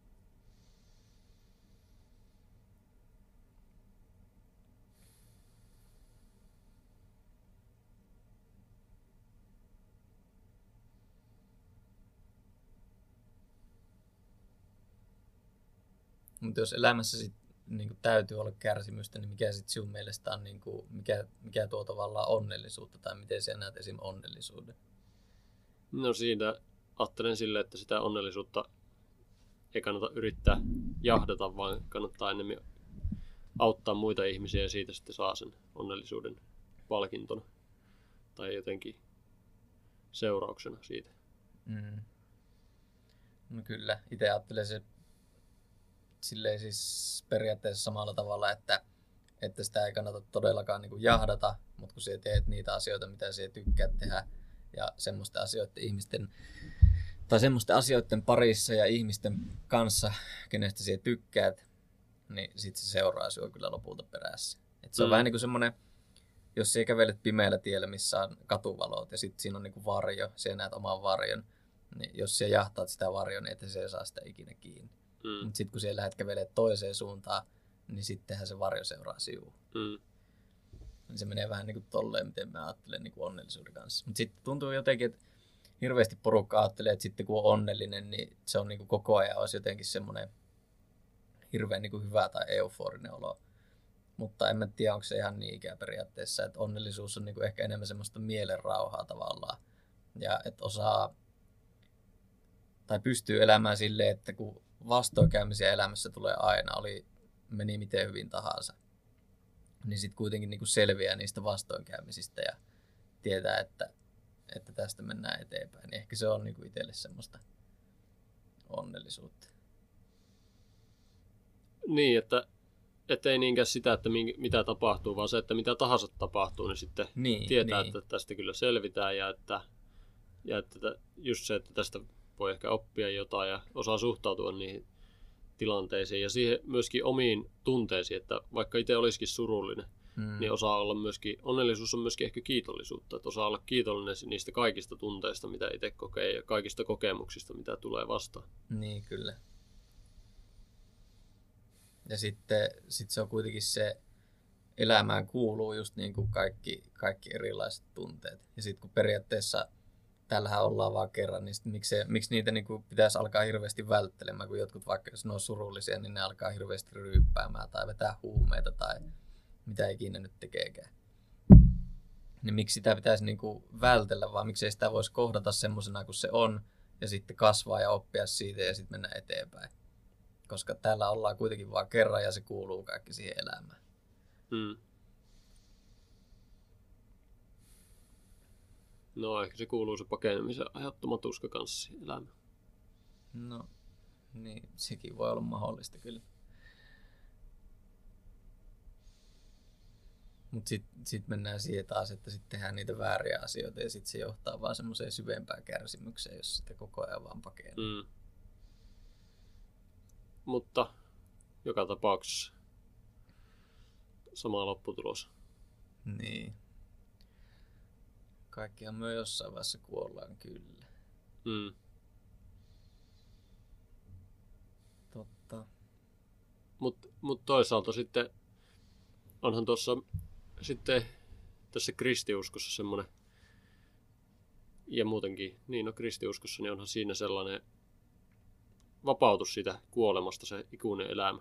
Mutta jos elämässä sit, niin täytyy olla kärsimystä, niin mikä sitten sinun mielestä on, niin kuin, mikä, mikä tuo tavallaan onnellisuutta, tai miten sinä näet esim. Onnellisuuden? No siitä ajattelen silleen, että sitä onnellisuutta ei kannata yrittää jahdata, vaan kannattaa enemmän auttaa muita ihmisiä ja siitä sitten saa sen onnellisuuden palkintona tai jotenkin seurauksena siitä. Mm. No kyllä, itse ajattelen se silleen siis periaatteessa samalla tavalla, että, että sitä ei kannata todellakaan niin kuin jahdata, mutta kun sinä teet niitä asioita, mitä sinä tykkäät tehdä ja semmoisten asioiden ihmisten tai semmoisten asioiden parissa ja ihmisten kanssa, kenestä sinä tykkäät, niin sitten se seuraa sinua kyllä lopulta perässä. Et se on mm. vähän niin kuin semmoinen, jos sinä kävelet pimeällä tiellä, missä on katuvalot ja sitten siinä on niin kuin varjo, sinä näet oman varjon, niin jos sinä jahtaat sitä varjon, niin et sinä saa sitä ikinä kiinni. Mm. Mutta sitten kun siellä lähdet kävelemään toiseen suuntaan, niin sittenhän se varjo seuraa sivuun. Mm. Se menee vähän niin kuin tolleen, miten mä ajattelen niin kuin onnellisuuden kanssa. Mutta sitten tuntuu jotenkin, että hirveästi porukka ajattelee, että sitten kun on onnellinen, niin se on niin kuin koko ajan olisi jotenkin semmoinen hirveän niin kuin hyvä tai euforinen olo. Mutta en mä tiedä, onko se ihan niin ikään periaatteessa, että onnellisuus on niin kuin ehkä enemmän semmoista mielenrauhaa tavallaan. Ja että osaa tai pystyy elämään silleen, että kun vastoinkäymisiä elämässä tulee aina, oli meni miten hyvin tahansa, niin sitten kuitenkin niin kuin selviää niistä vastoinkäymisistä ja tietää, että, että tästä mennään eteenpäin. Niin ehkä se on niin kuin itselle semmoista onnellisuutta. Niin, että, että ei niinkään sitä, että mitä tapahtuu, vaan se, että mitä tahansa tapahtuu, niin sitten niin, tietää, niin. Että tästä kyllä selvitään ja että, ja että just se, että tästä voi ehkä oppia jotain ja osaa suhtautua niihin tilanteisiin ja siihen myöskin omiin tunteisiin, että vaikka itse olisikin surullinen, hmm. niin osaa olla myöskin, onnellisuus on myöskin ehkä kiitollisuutta, että osaa olla kiitollinen niistä kaikista tunteista, mitä itse kokee ja kaikista kokemuksista, mitä tulee vastaan. Niin, kyllä. Ja sitten sit se on kuitenkin se, elämään kuuluu just niin kuin kaikki, kaikki erilaiset tunteet. Ja sitten kun periaatteessa tällähän ollaan vaan kerran, niin miksi, miksi niitä niin kuin pitäisi alkaa hirveästi välttelemään, kun jotkut vaikka jos ne on surullisia, niin ne alkaa hirveästi ryyppäämään tai vetää huumeita tai mitä ikinä nyt tekeekään. Niin miksi sitä pitäisi niin kuin vältellä, vaan miksei sitä voisi kohdata semmoisena kuin se on ja sitten kasvaa ja oppia siitä ja sitten mennä eteenpäin. Koska täällä ollaan kuitenkin vaan kerran ja se kuuluu kaikki siihen elämään. Hmm. No ehkä se kuuluu se pakenemisen aiheuttama tuska kanssa elämään. No niin, sekin voi olla mahdollista kyllä. Mutta sitten sit mennään siihen taas, että sitten tehdään niitä vääriä asioita ja sitten se johtaa vaan semmoiseen syvempään kärsimykseen, jos sitä koko ajan vaan pakenee. Mm. Mutta joka tapauksessa sama lopputulos. Niin. Kaikkihan me jossain vaiheessa kuollaan kyllä. Mm. Totta. Mutta mut toisaalta sitten onhan tuossa sitten tässä kristiuskossa semmoinen, ja muutenkin, niin no kristiuskossa, niin onhan siinä sellainen vapautus siitä kuolemasta, se ikuinen elämä.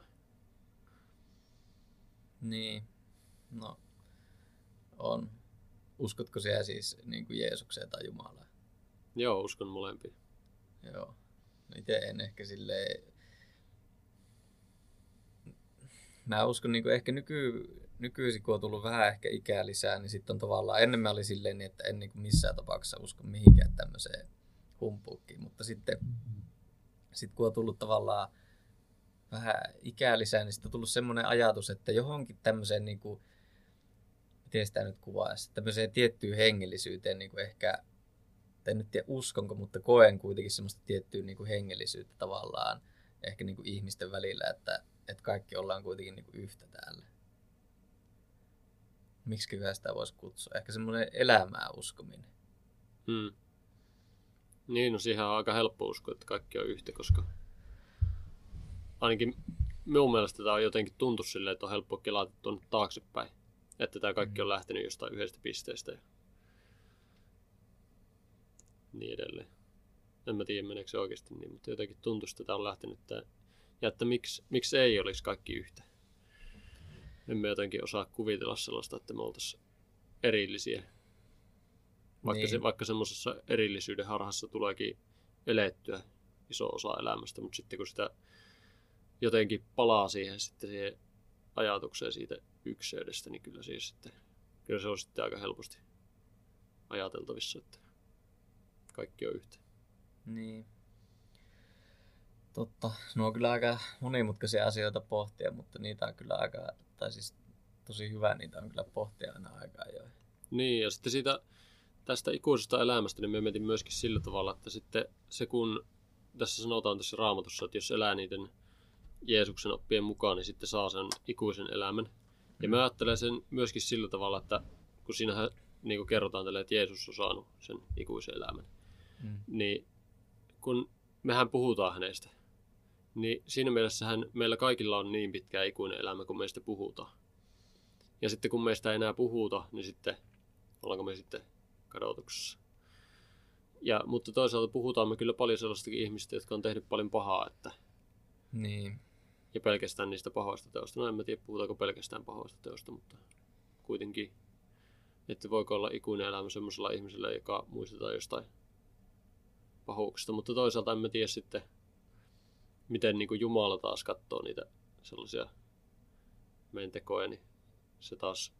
Niin, no on. Uskotko sinä siis niin kuin Jeesukseen tai Jumalaan? Joo, uskon molempiin. Joo. No itse en ehkä silleen... Mä uskon niin kuin ehkä nyky... nykyisin, kun on tullut vähän ehkä ikää lisää, niin sitten on tavallaan... Ennen mä olin silleen, että en niin kuin missään tapauksessa usko mihinkään tämmöiseen humpuukkiin. Mutta sitten, sitten kun on tullut tavallaan vähän ikää lisää, niin sitten on tullut semmoinen ajatus, että johonkin tämmöiseen... Niin kuin, miten sitä nyt kuvaisi, tämmöiseen tiettyyn hengellisyyteen niin kuin ehkä en nyt tiedä uskonko, mutta koen kuitenkin semmoista tiettyä niin kuin hengellisyyttä tavallaan ehkä niin kuin ihmisten välillä, että, että kaikki ollaan kuitenkin niin kuin yhtä täällä. Miksi sitä voisi kutsua? Ehkä semmoinen elämää uskominen. Hmm. Niin, no siihen on aika helppo uskoa, että kaikki on yhtä, koska ainakin minun mielestä tämä on jotenkin tuntu silleen, että on helppo kelata tuonne taaksepäin. Että tämä kaikki on lähtenyt jostain yhdestä pisteestä ja niin edelleen. En mä tiedä, meneekö se oikeasti niin, mutta jotenkin tuntuu, että tämä on lähtenyt tämä. Ja että miksi, miksi ei olisi kaikki yhtä. Emme jotenkin osaa kuvitella sellaista, että me oltaisiin erillisiä. Vaikka, niin. se, vaikka semmoisessa erillisyyden harhassa tuleekin elettyä iso osa elämästä, mutta sitten kun sitä jotenkin palaa siihen, sitten siihen ajatukseen siitä ykseydestä, niin kyllä, siis sitten, kyllä se on sitten aika helposti ajateltavissa, että kaikki on yhtä. Niin. Totta. No on kyllä aika monimutkaisia asioita pohtia, mutta niitä on kyllä aika, tai siis tosi hyvä niitä on kyllä pohtia aina aikaa jo. Niin, ja sitten siitä tästä ikuisesta elämästä, niin me mietin myöskin sillä tavalla, että sitten se kun tässä sanotaan tässä Raamatussa, että jos elää niiden Jeesuksen oppien mukaan, niin sitten saa sen ikuisen elämän. Ja mä ajattelen sen myöskin sillä tavalla, että kun siinähän niin kuin kerrotaan tälle, että Jeesus on saanut sen ikuisen elämän, mm. niin kun mehän puhutaan hänestä, niin siinä mielessähän meillä kaikilla on niin pitkä ikuinen elämä, kun meistä puhutaan. Ja sitten kun meistä ei enää puhuta, niin sitten ollaanko me sitten kadotuksessa. Ja, mutta toisaalta puhutaan me kyllä paljon sellaistakin ihmistä, jotka on tehnyt paljon pahaa, että niin. Ja pelkästään niistä pahoista teosta. No en mä tiedä, puhutaanko pelkästään pahoista teosta, mutta kuitenkin. Että voiko olla ikuinen elämä semmoisella ihmisellä, joka muistetaan jostain pahuuksista. Mutta toisaalta en mä tiedä sitten, miten niin kuin Jumala taas katsoo niitä sellaisia meidän tekoja, niin se taas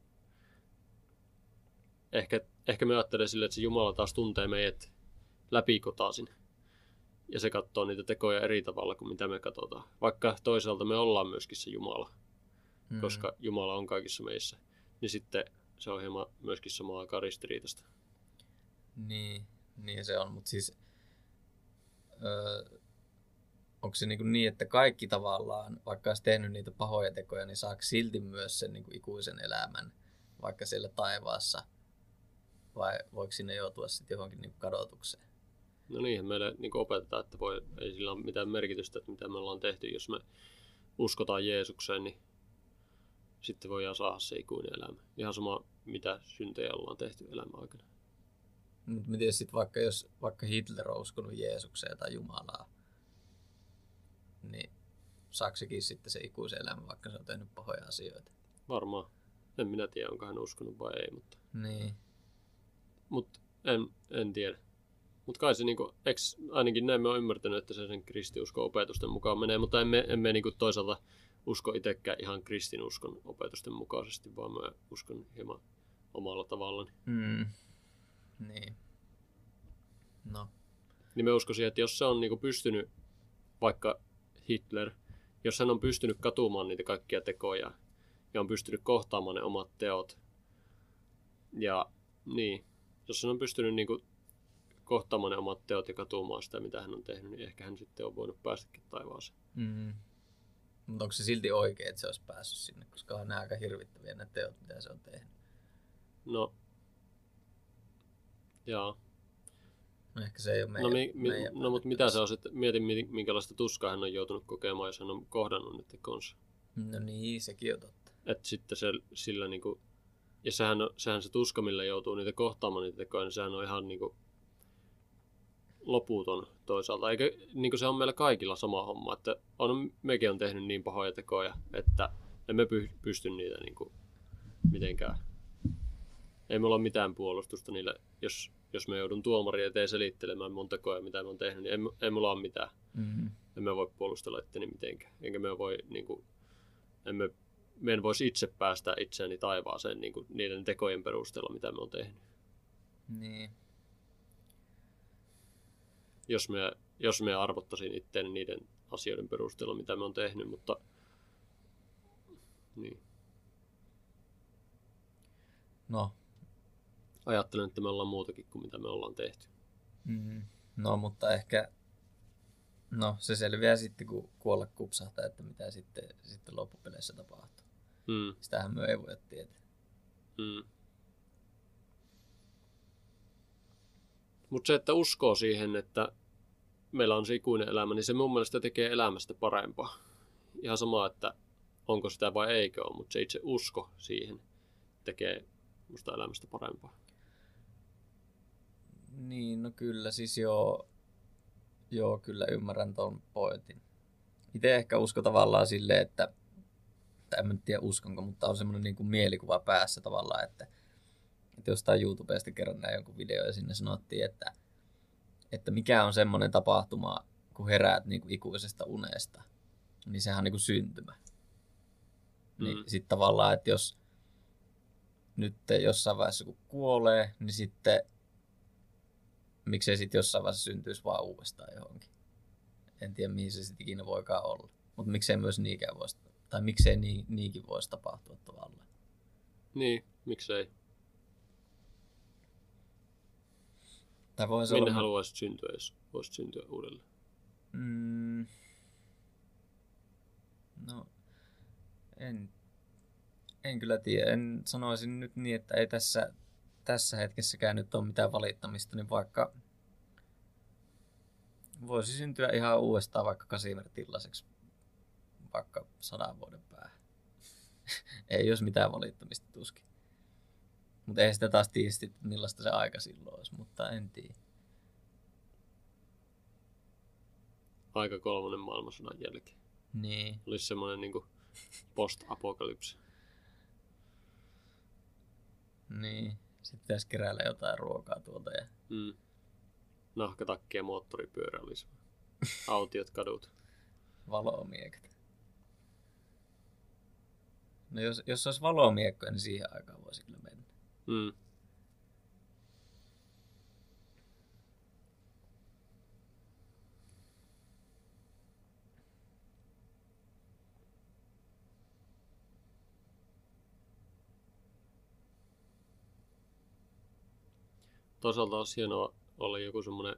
ehkä, ehkä me ajattelen silleen, että se Jumala taas tuntee meidät läpikotaisin. Ja se katsoo niitä tekoja eri tavalla kuin mitä me katsotaan. Vaikka toisaalta me ollaan myöskin se Jumala, mm. koska Jumala on kaikissa meissä. Niin sitten se on hieman myöskin samaan aikaan ristiriitasta. Niin, niin se on. Mutta siis öö, onko se niin, niin, että kaikki tavallaan, vaikka olisi tehnyt niitä pahoja tekoja, niin saako silti myös sen niin kuin ikuisen elämän, vaikka siellä taivaassa? Vai voiko sinne joutua sitten johonkin niin kuin kadotukseen? No niin, meille niin opetetaan, että voi, ei sillä ole mitään merkitystä, että mitä me ollaan tehty. Jos me uskotaan Jeesukseen, niin sitten voidaan saada se ikuinen elämä. Ihan sama, mitä syntejä ollaan tehty elämän aikana. Mutta miten sitten vaikka, jos vaikka Hitler on uskonut Jeesukseen tai Jumalaa, niin saako sekin sitten se ikuisen elämä, vaikka se on tehnyt pahoja asioita? Varmaan. En minä tiedä, onko hän uskonut vai ei, mutta, niin. mutta en, en tiedä. Mutta kai se, niinku, eks, ainakin näin me on ymmärtänyt, että se sen kristiuskon opetusten mukaan menee, mutta emme, emme niinku toisaalta usko itsekään ihan kristinuskon opetusten mukaisesti, vaan mä uskon hieman omalla tavallani. Mm. Niin. No. Niin me uskoisin, että jos se on niinku pystynyt, vaikka Hitler, jos hän on pystynyt katumaan niitä kaikkia tekoja ja on pystynyt kohtaamaan ne omat teot, ja niin, jos hän on pystynyt niinku kohtaamaan ne omat teot ja katumaan sitä, mitä hän on tehnyt, niin ehkä hän sitten on voinut päästäkin taivaaseen. Mm. Mutta onko se silti oikein, että se olisi päässyt sinne, koska on aika hirvittäviä ne teot, mitä se on tehnyt? No, jaa. No ehkä se ei ole meidän, No, mi, mi, meidän no mutta mitä se on sitten, mietin minkälaista tuskaa hän on joutunut kokemaan, jos hän on kohdannut ne tekonsa. No niin, sekin on totta. Että sitten se sillä niinku, ja sehän, on, sehän se tuska, millä joutuu niitä kohtaamaan niitä tekoja, niin sehän on ihan niinku loputon toisaalta. Eikä niinku se on meillä kaikilla sama homma, että on, mekin on tehnyt niin pahoja tekoja, että emme pysty niitä niinku mitenkään. Ei me olla mitään puolustusta niille, jos, jos me joudun tuomarin eteen selittelemään mun tekoja, mitä mä oon tehnyt, niin ei, ei mulla ole mitään. Mm-hmm. Emme voi puolustella itteni mitenkään. Enkä me voi, niinku, emme, me en voisi itse päästä itseäni taivaaseen niinku, niiden tekojen perusteella, mitä me oon tehnyt. Niin. Jos me, jos me arvottaisin itseäni niiden asioiden perusteella, mitä me oon tehnyt, mutta niin. No. Ajattelen, että me ollaan muutakin kuin mitä me ollaan tehty. Mm. No, mutta ehkä no, se selviää sitten, kun kuolla kupsahtaa, että mitä sitten, sitten loppupeleissä tapahtuu. Mm. Sitähän me ei voi tietää. Mm. Mutta se, että uskoo siihen, että meillä on se ikuinen elämä, niin se mun mielestä tekee elämästä parempaa. Ihan sama, että onko sitä vai eikö ole, mutta se itse usko siihen tekee musta elämästä parempaa. Niin, no kyllä, siis joo, joo kyllä ymmärrän ton pointin. Itse ehkä usko tavallaan silleen, että, tai en mä nyt tiedä uskonko, mutta on semmoinen niin kuin mielikuva päässä tavallaan, että, että jostain YouTubesta kerran näin jonkun video ja sinne sanottiin, että, että mikä on semmoinen tapahtuma, kun heräät niin kuin ikuisesta unesta, niin sehän on niin kuin syntymä. Mm. Niin sitten tavallaan, että jos nyt jossain vaiheessa kun kuolee, niin sitten miksei sitten jossain vaiheessa syntyisi vaan uudestaan johonkin. En tiedä, mihin se sitten ikinä voikaan olla. Mutta miksei myös niinkään voisi, tai miksei nii, niinkin voisi tapahtua tavallaan. Niin, miksei. Tai voisi Minne olla... haluaisit syntyä, jos voisit syntyä uudelleen? Mm. No, en, en kyllä tiedä. En sanoisin nyt niin, että ei tässä, tässä hetkessäkään nyt ole mitään valittamista, niin vaikka voisi syntyä ihan uudestaan vaikka Kasimer-Tillaseksi vaikka sadan vuoden päähän. Ei olisi mitään valittamista tuskin. Mutta ei sitä taas tiedä, millaista se aika silloin olisi, mutta en tiedä. Aika kolmonen maailmansodan jälkeen. Niin. Olisi semmoinen niinku post-apokalypsi. Niin. Sitten pitäisi keräillä jotain ruokaa tuolta. Ja... Mm. Nahkatakki ja moottoripyörä olisi. Autiot kadut. Valomiekat. No jos, jos olisi valomiekkoja, niin siihen aikaan voisi kyllä mennä. Mm. Toisaalta olisi hienoa olla joku semmoinen,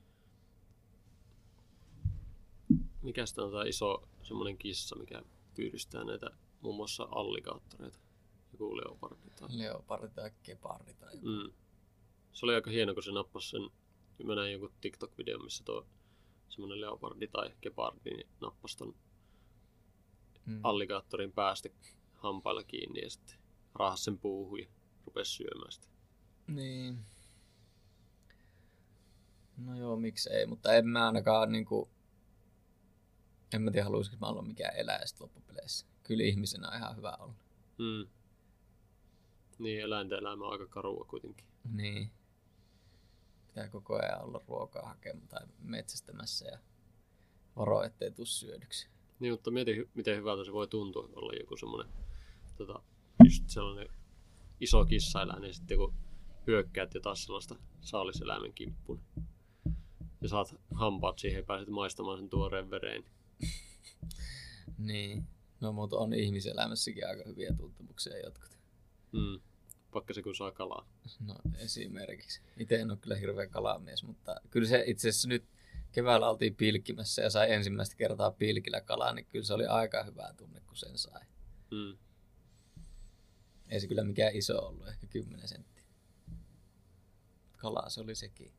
mikä sitä on tämä iso semmoinen kissa, mikä pyydystää näitä muun muassa alligaattoreita. Joku leopardi tai... Leopardi tai gepardi tai joku. Mm. Se oli aika hieno, kun se nappasi sen, mä näin joku TikTok-video, missä tuo semmoinen leopardi tai gepardi niin nappasi ton mm. alligaattorin päästä hampailla kiinni ja sitten raahasi sen puuhun ja rupesi syömään sitä. Niin. No joo, miksei, mutta en mä ainakaan niinku... En mä tiedä, haluaisinko mä olla mikään eläjä sit loppupeleissä. Kyllä ihmisenä on ihan hyvä olla. Mm. Niin, eläinten elämä on aika karua kuitenkin. Niin. Pitää koko ajan olla ruokaa hakemaan tai metsästämässä ja varo, ettei tuu syödyksi. Niin, mutta mieti, miten hyvältä se voi tuntua olla joku semmoinen tota, just sellainen iso kissaeläin ja sitten kun hyökkäät jotain sellaista saaliseläimen kimppuun ja saat hampaat siihen ja pääset maistamaan sen tuoreen vereen. Niin. No, mutta on ihmiselämässäkin aika hyviä tuntemuksia jotkut. Mm. Vaikka se kun saa kalaa. No esimerkiksi. Itse en ole kyllä hirveä kalamies, mutta kyllä se itse asiassa nyt keväällä oltiin pilkkimässä ja sai ensimmäistä kertaa pilkillä kalaa, niin kyllä se oli aika hyvä tunne, kun sen sai. Mm. Ei se kyllä mikään iso ollut, ehkä kymmenen senttiä. Kalaa se oli sekin.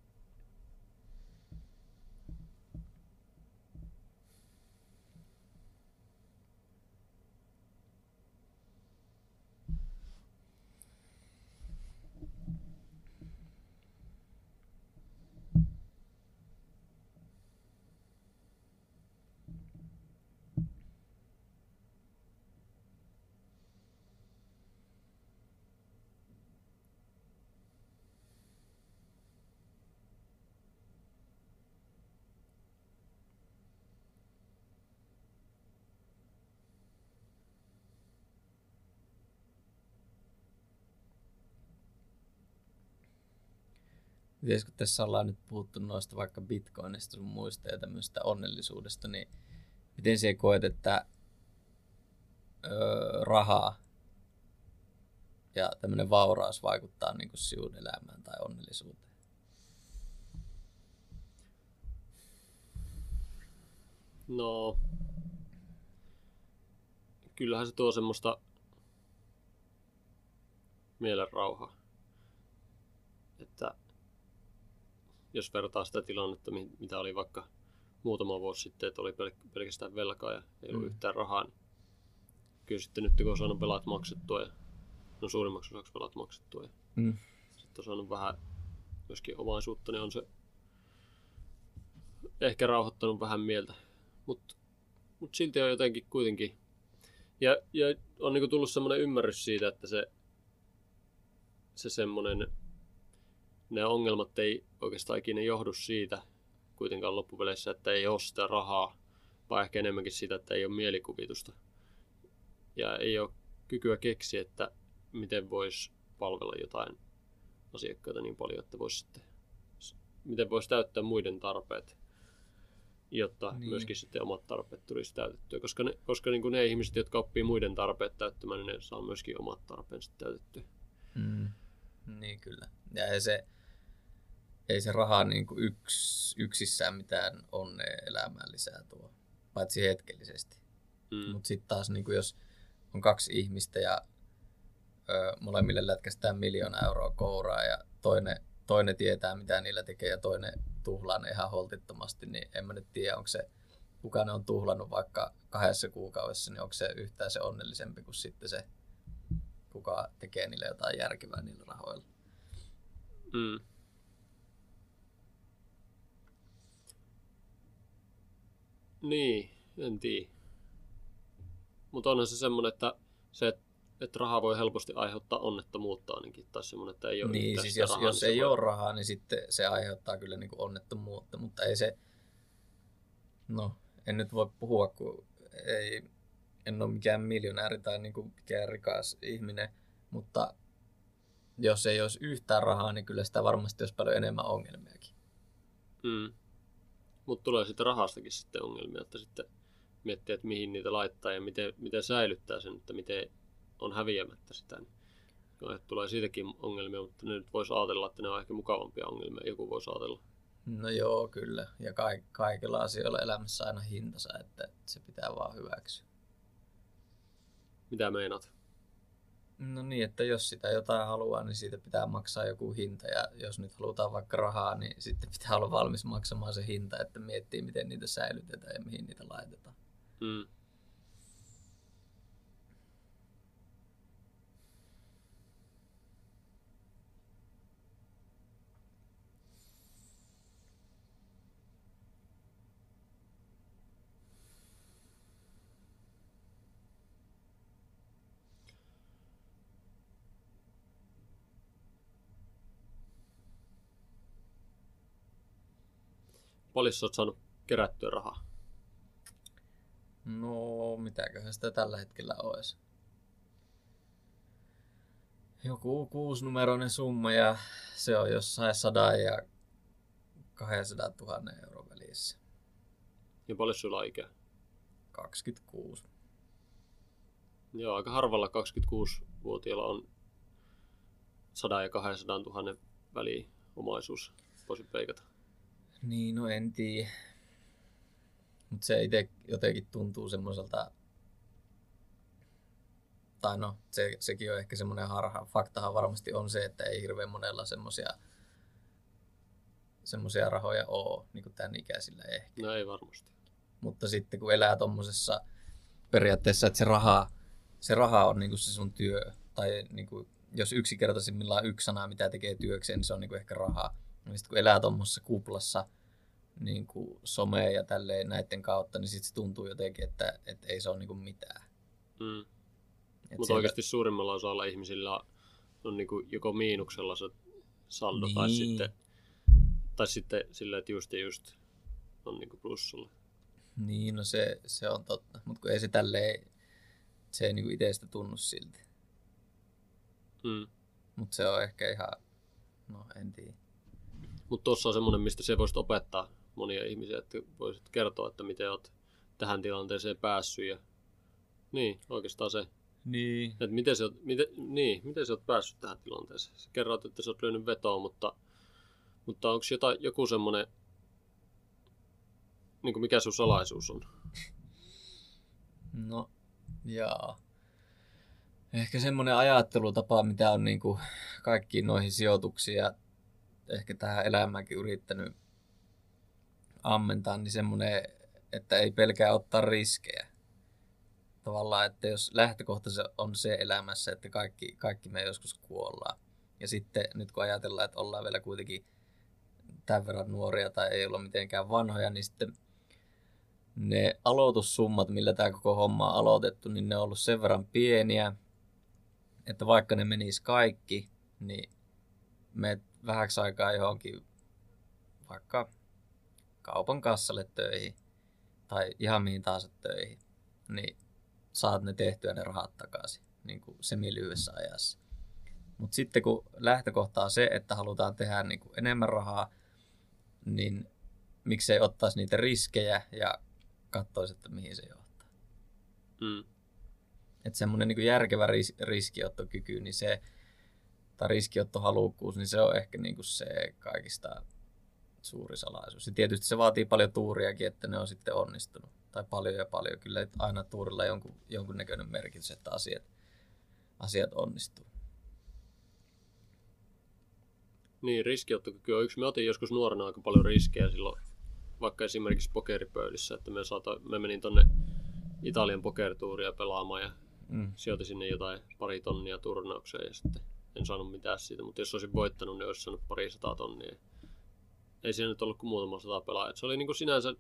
Mites kun tässä ollaan nyt puhuttu noista vaikka bitcoinista sun muista ja tämmöistä onnellisuudesta, niin miten siellä koet, että öö, rahaa ja tämmöinen vauraus vaikuttaa niin kuin sinun elämään tai onnellisuuteen? No, kyllähän se tuo semmoista mielenrauhaa. Että jos vertaa sitä tilannetta, mitä oli vaikka muutama vuosi sitten, että oli pel- pelkästään velkaa ja ei ollut mm. yhtään rahaa, niin kyllä sitten nyt kun on saanut velat maksettua ja no suurimmaksi osaksi velat maksettua ja mm. sitten on saanut vähän myöskin omaisuutta, niin on se ehkä rauhoittanut vähän mieltä, mutta mut silti on jotenkin kuitenkin ja, ja on niinku tullut semmoinen ymmärrys siitä, että se se semmoinen ne ongelmat ei oikeastaan ikinä johdu siitä kuitenkaan loppupeleissä, että ei ole sitä rahaa, vaan ehkä enemmänkin siitä, että ei ole mielikuvitusta. Ja ei ole kykyä keksiä, että miten voisi palvella jotain asiakkaita niin paljon, että voisi sitten, miten voisi täyttää muiden tarpeet, jotta niin. myöskin sitten omat tarpeet tulisi täytettyä. Koska ne, koska niin kuin ne ihmiset, jotka oppii muiden tarpeet täyttämään, niin ne saa myöskin omat tarpeensa täytettyä. Mm. Niin kyllä. Ja ei se, ei se raha niin kuin yks, yksissään mitään onnea elämään lisää tuo, paitsi hetkellisesti. Mm. Mutta sitten taas niin kuin jos on kaksi ihmistä ja ö, molemmille lätkästään miljoona euroa kouraa ja toinen, toinen tietää mitä niillä tekee ja toinen tuhlaa ne ihan holtittomasti, niin en mä nyt tiedä, onko se, kuka ne on tuhlannut vaikka kahdessa kuukaudessa, niin onko se yhtään se onnellisempi kuin sitten se, kuka tekee niille jotain järkevää niillä rahoilla. Mm. Niin, en tiedä. Mutta onhan se semmoinen, että se, että raha voi helposti aiheuttaa onnettomuutta ainakin, tai semmoinen, että ei ole niin, siis jos, rahaa, jos niin ei voi... ole rahaa, niin sitten se aiheuttaa kyllä niin kuin onnettomuutta, mutta ei se, no en nyt voi puhua, kun ei, en ole mikään miljonääri tai niin kuin mikään rikas ihminen, mutta jos ei olisi yhtään rahaa, niin kyllä sitä varmasti olisi paljon enemmän ongelmiakin. Mm. Mutta tulee sitten rahastakin sitten ongelmia, että sitten miettiä, että mihin niitä laittaa ja miten, miten säilyttää sen, että miten on häviämättä sitä. Niin tulee siitäkin ongelmia, mutta ne nyt voisi ajatella, että ne on ehkä mukavampia ongelmia, joku voisi ajatella. No joo, kyllä. Ja ka- kaikilla asioilla elämässä aina hintansa, että se pitää vaan hyväksyä. Mitä meinaat? No niin, että jos sitä jotain haluaa, niin siitä pitää maksaa joku hinta. Ja jos nyt halutaan vaikka rahaa, niin sitten pitää olla valmis maksamaan se hinta, että miettii, miten niitä säilytetään ja mihin niitä laitetaan. Mm. Paljon sä oot saanut kerättyä rahaa? No, mitäköhän sitä tällä hetkellä olisi? Joku kuusinumeroinen summa ja se on jossain sadan ja kahdensadan tuhannen euron välissä. Ja paljon sulla on ikää? kaksikymmentäkuusi. Joo, aika harvalla kaksikymmentäkuusivuotiailla on sadan ja kahdensadan tuhannen väliin omaisuus. Voisin peikata. Niin, no en tiedä. Mutta se itse jotenkin tuntuu semmoiselta, tai no, se, sekin on ehkä semmoinen harha. Faktahan varmasti on se, että ei hirveän monella semmoisia semmoisia rahoja ole, niin kuin tämän ikäisillä ehkä. No ei varmasti. Mutta sitten kun elää tommosessa periaatteessa, että se raha, se raha on niin kuin se sun työ, tai niin kuin, jos yksinkertaisimmillaan yksi sana, mitä tekee työkseen, niin se on niin kuin ehkä rahaa. Ja sitten kun elää tuommoisessa kuplassa niin kuin some ja tälleen näiden kautta, niin sitten se tuntuu jotenkin, että, että ei se ole niin kuin mitään. Mm. Mutta siellä... oikeasti suurimmalla osalla ihmisillä on niin kuin joko miinuksella se saldo niin. tai sitten, tai sitten sillä, että just ja just on niin kuin plussalla. Niin, no se, se on totta. Mutta kun ei se tälleen, se ei niin kuin itsestä tunnu silti. Mm. Mutta se on ehkä ihan, no en tiedä. Mutta tuossa on semmoinen, mistä se voisit opettaa monia ihmisiä, että voisit kertoa, että miten olet tähän tilanteeseen päässyt. Ja... Niin, oikeastaan se. Niin. Että miten sä, oot, miten, niin, miten sä oot päässyt tähän tilanteeseen. Sä kerroit, että sä oot lyönyt vetoa, mutta, mutta onko jotain, joku semmoinen, niin kuin mikä sun salaisuus on? No, jaa. Ehkä semmoinen ajattelutapa, mitä on niinku kaikkiin noihin sijoituksiin ja ehkä tähän elämäänkin yrittänyt ammentaa, niin semmoinen, että ei pelkää ottaa riskejä. Tavallaan, että jos lähtökohta on se elämässä, että kaikki, kaikki me joskus kuollaan. Ja sitten nyt kun ajatellaan, että ollaan vielä kuitenkin tämän verran nuoria tai ei olla mitenkään vanhoja, niin sitten ne aloitussummat, millä tämä koko homma on aloitettu, niin ne on ollut sen verran pieniä, että vaikka ne menis kaikki, niin me vähäksi aikaa johonkin vaikka kaupan kassalle töihin tai ihan mihin tahansa töihin, niin saat ne tehtyä ne rahat takaisin niin kuin semi-lyhyessä ajassa. Mutta sitten kun lähtökohta on se, että halutaan tehdä niin kuin enemmän rahaa, niin miksei ottaisi niitä riskejä ja katsoisi, että mihin se johtaa. Mm. Että semmoinen niin kuin järkevä ris- riskiottokyky, niin se, tai riskiottohalukkuus, niin se on ehkä niin kuin se kaikista suuri salaisuus. Ja tietysti se vaatii paljon tuuriakin, että ne on sitten onnistunut. Tai paljon ja paljon. Kyllä aina tuurilla jonkun, jonkunnäköinen merkitys, että asiat, asiat onnistuu. Niin, riskiottokyky on yksi. Me otin joskus nuorena aika paljon riskejä silloin, vaikka esimerkiksi pokeripöydissä, että me, saata, me menin tonne Italian pokerituuria pelaamaan ja mm. sijoitin sinne jotain pari tonnia turnaukseen ja sitten en saanut mitään siitä, mutta jos olisin voittanut, niin olisi saanut pari sataa tonnia. Ei siinä nyt ollut kuin muutama sata pelaajaa. Se oli niin kuin sinänsä,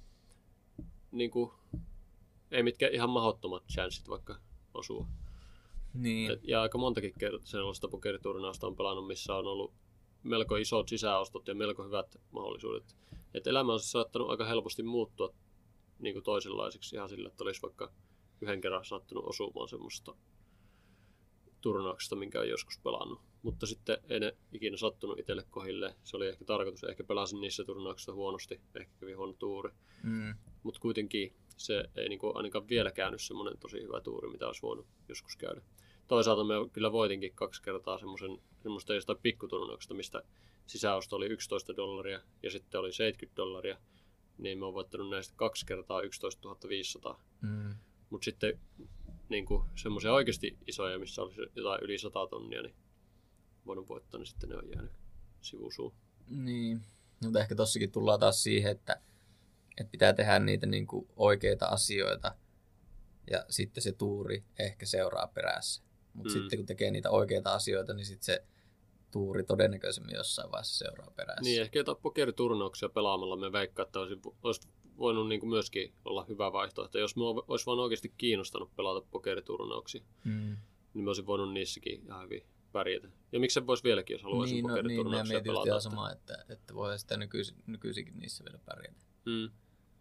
niin kuin, ei mitkään ihan mahdottomat chanssit vaikka osua. Niin. Et, ja aika montakin kertaa sellaista pokeriturnausta on pelannut, missä on ollut melko isot sisäostot ja melko hyvät mahdollisuudet. Et elämä on siis saattanut aika helposti muuttua niin kuin toisenlaiseksi ihan sillä, että olisi vaikka yhden kerran saattanut osumaan semmoista turnauksesta, minkä on joskus pelannut. Mutta sitten ei ne ikinä sattunut itselle kohille. Se oli ehkä tarkoitus. Ehkä pelasin niissä turnauksissa huonosti. Ehkä kävi huono tuuri. Mm. Mutta kuitenkin se ei niinku ainakaan vielä käynyt semmoinen tosi hyvä tuuri, mitä olisi voinut joskus käydä. Toisaalta me kyllä voitinkin kaksi kertaa semmoisen, semmoista jostain pikkuturnauksesta, mistä sisäosto oli yksitoista dollaria ja sitten oli seitsemänkymmentä dollaria. Niin me on voittanut näistä kaksi kertaa yksitoistatuhatta viisisataa. Mm. Mutta sitten niinku semmoisia oikeasti isoja, missä olisi jotain yli sata tonnia, niin voinut voittaa, niin sitten ne on jäänyt sivusuun. Niin, mutta ehkä tossakin tullaan taas siihen, että, että pitää tehdä niitä niinku oikeita asioita ja sitten se tuuri ehkä seuraa perässä. Mutta mm. sitten kun tekee niitä oikeita asioita, niin sitten se tuuri todennäköisemmin jossain vaiheessa seuraa perässä. Niin, ehkä jotain pokeriturnauksia pelaamalla me veikkaa, että olisi, olisi voinut niin kuin myöskin olla hyvä vaihtoehto. Jos me olisi vaan oikeasti kiinnostanut pelata pokeriturnauksia, mm. niin me olisin voinut niissäkin ihan hyvin pärjätä. Ja miksi se voisi vieläkin, jos haluaisin niin, pokeriturnauksia no, niin, pelata? Niin, ihan sama, että, että voi sitä nykyis, nykyisinkin niissä vielä pärjätä. Mm.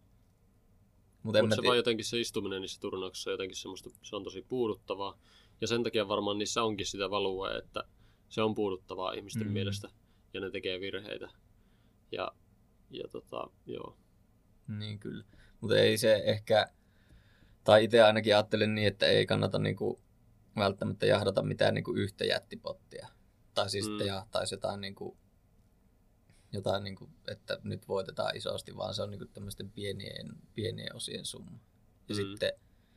Mutta Mut se tii- vaan jotenkin se istuminen niissä turnauksissa jotenkin semmoista, se on tosi puuduttavaa. Ja sen takia varmaan niissä onkin sitä valua, että se on puuduttavaa ihmisten mm. mielestä ja ne tekee virheitä. Ja, ja tota, joo. Niin kyllä. Mutta ei se ehkä, tai itse ainakin ajattelen niin, että ei kannata niinku välttämättä jahdata mitään niinku yhtä jättipottia. Tai siis mm. jahtaisi jotain, niinku, jotain niinku, että nyt voitetaan isosti, vaan se on niinku tämmöisten pienien, pienien osien summa. Ja mm. sitten,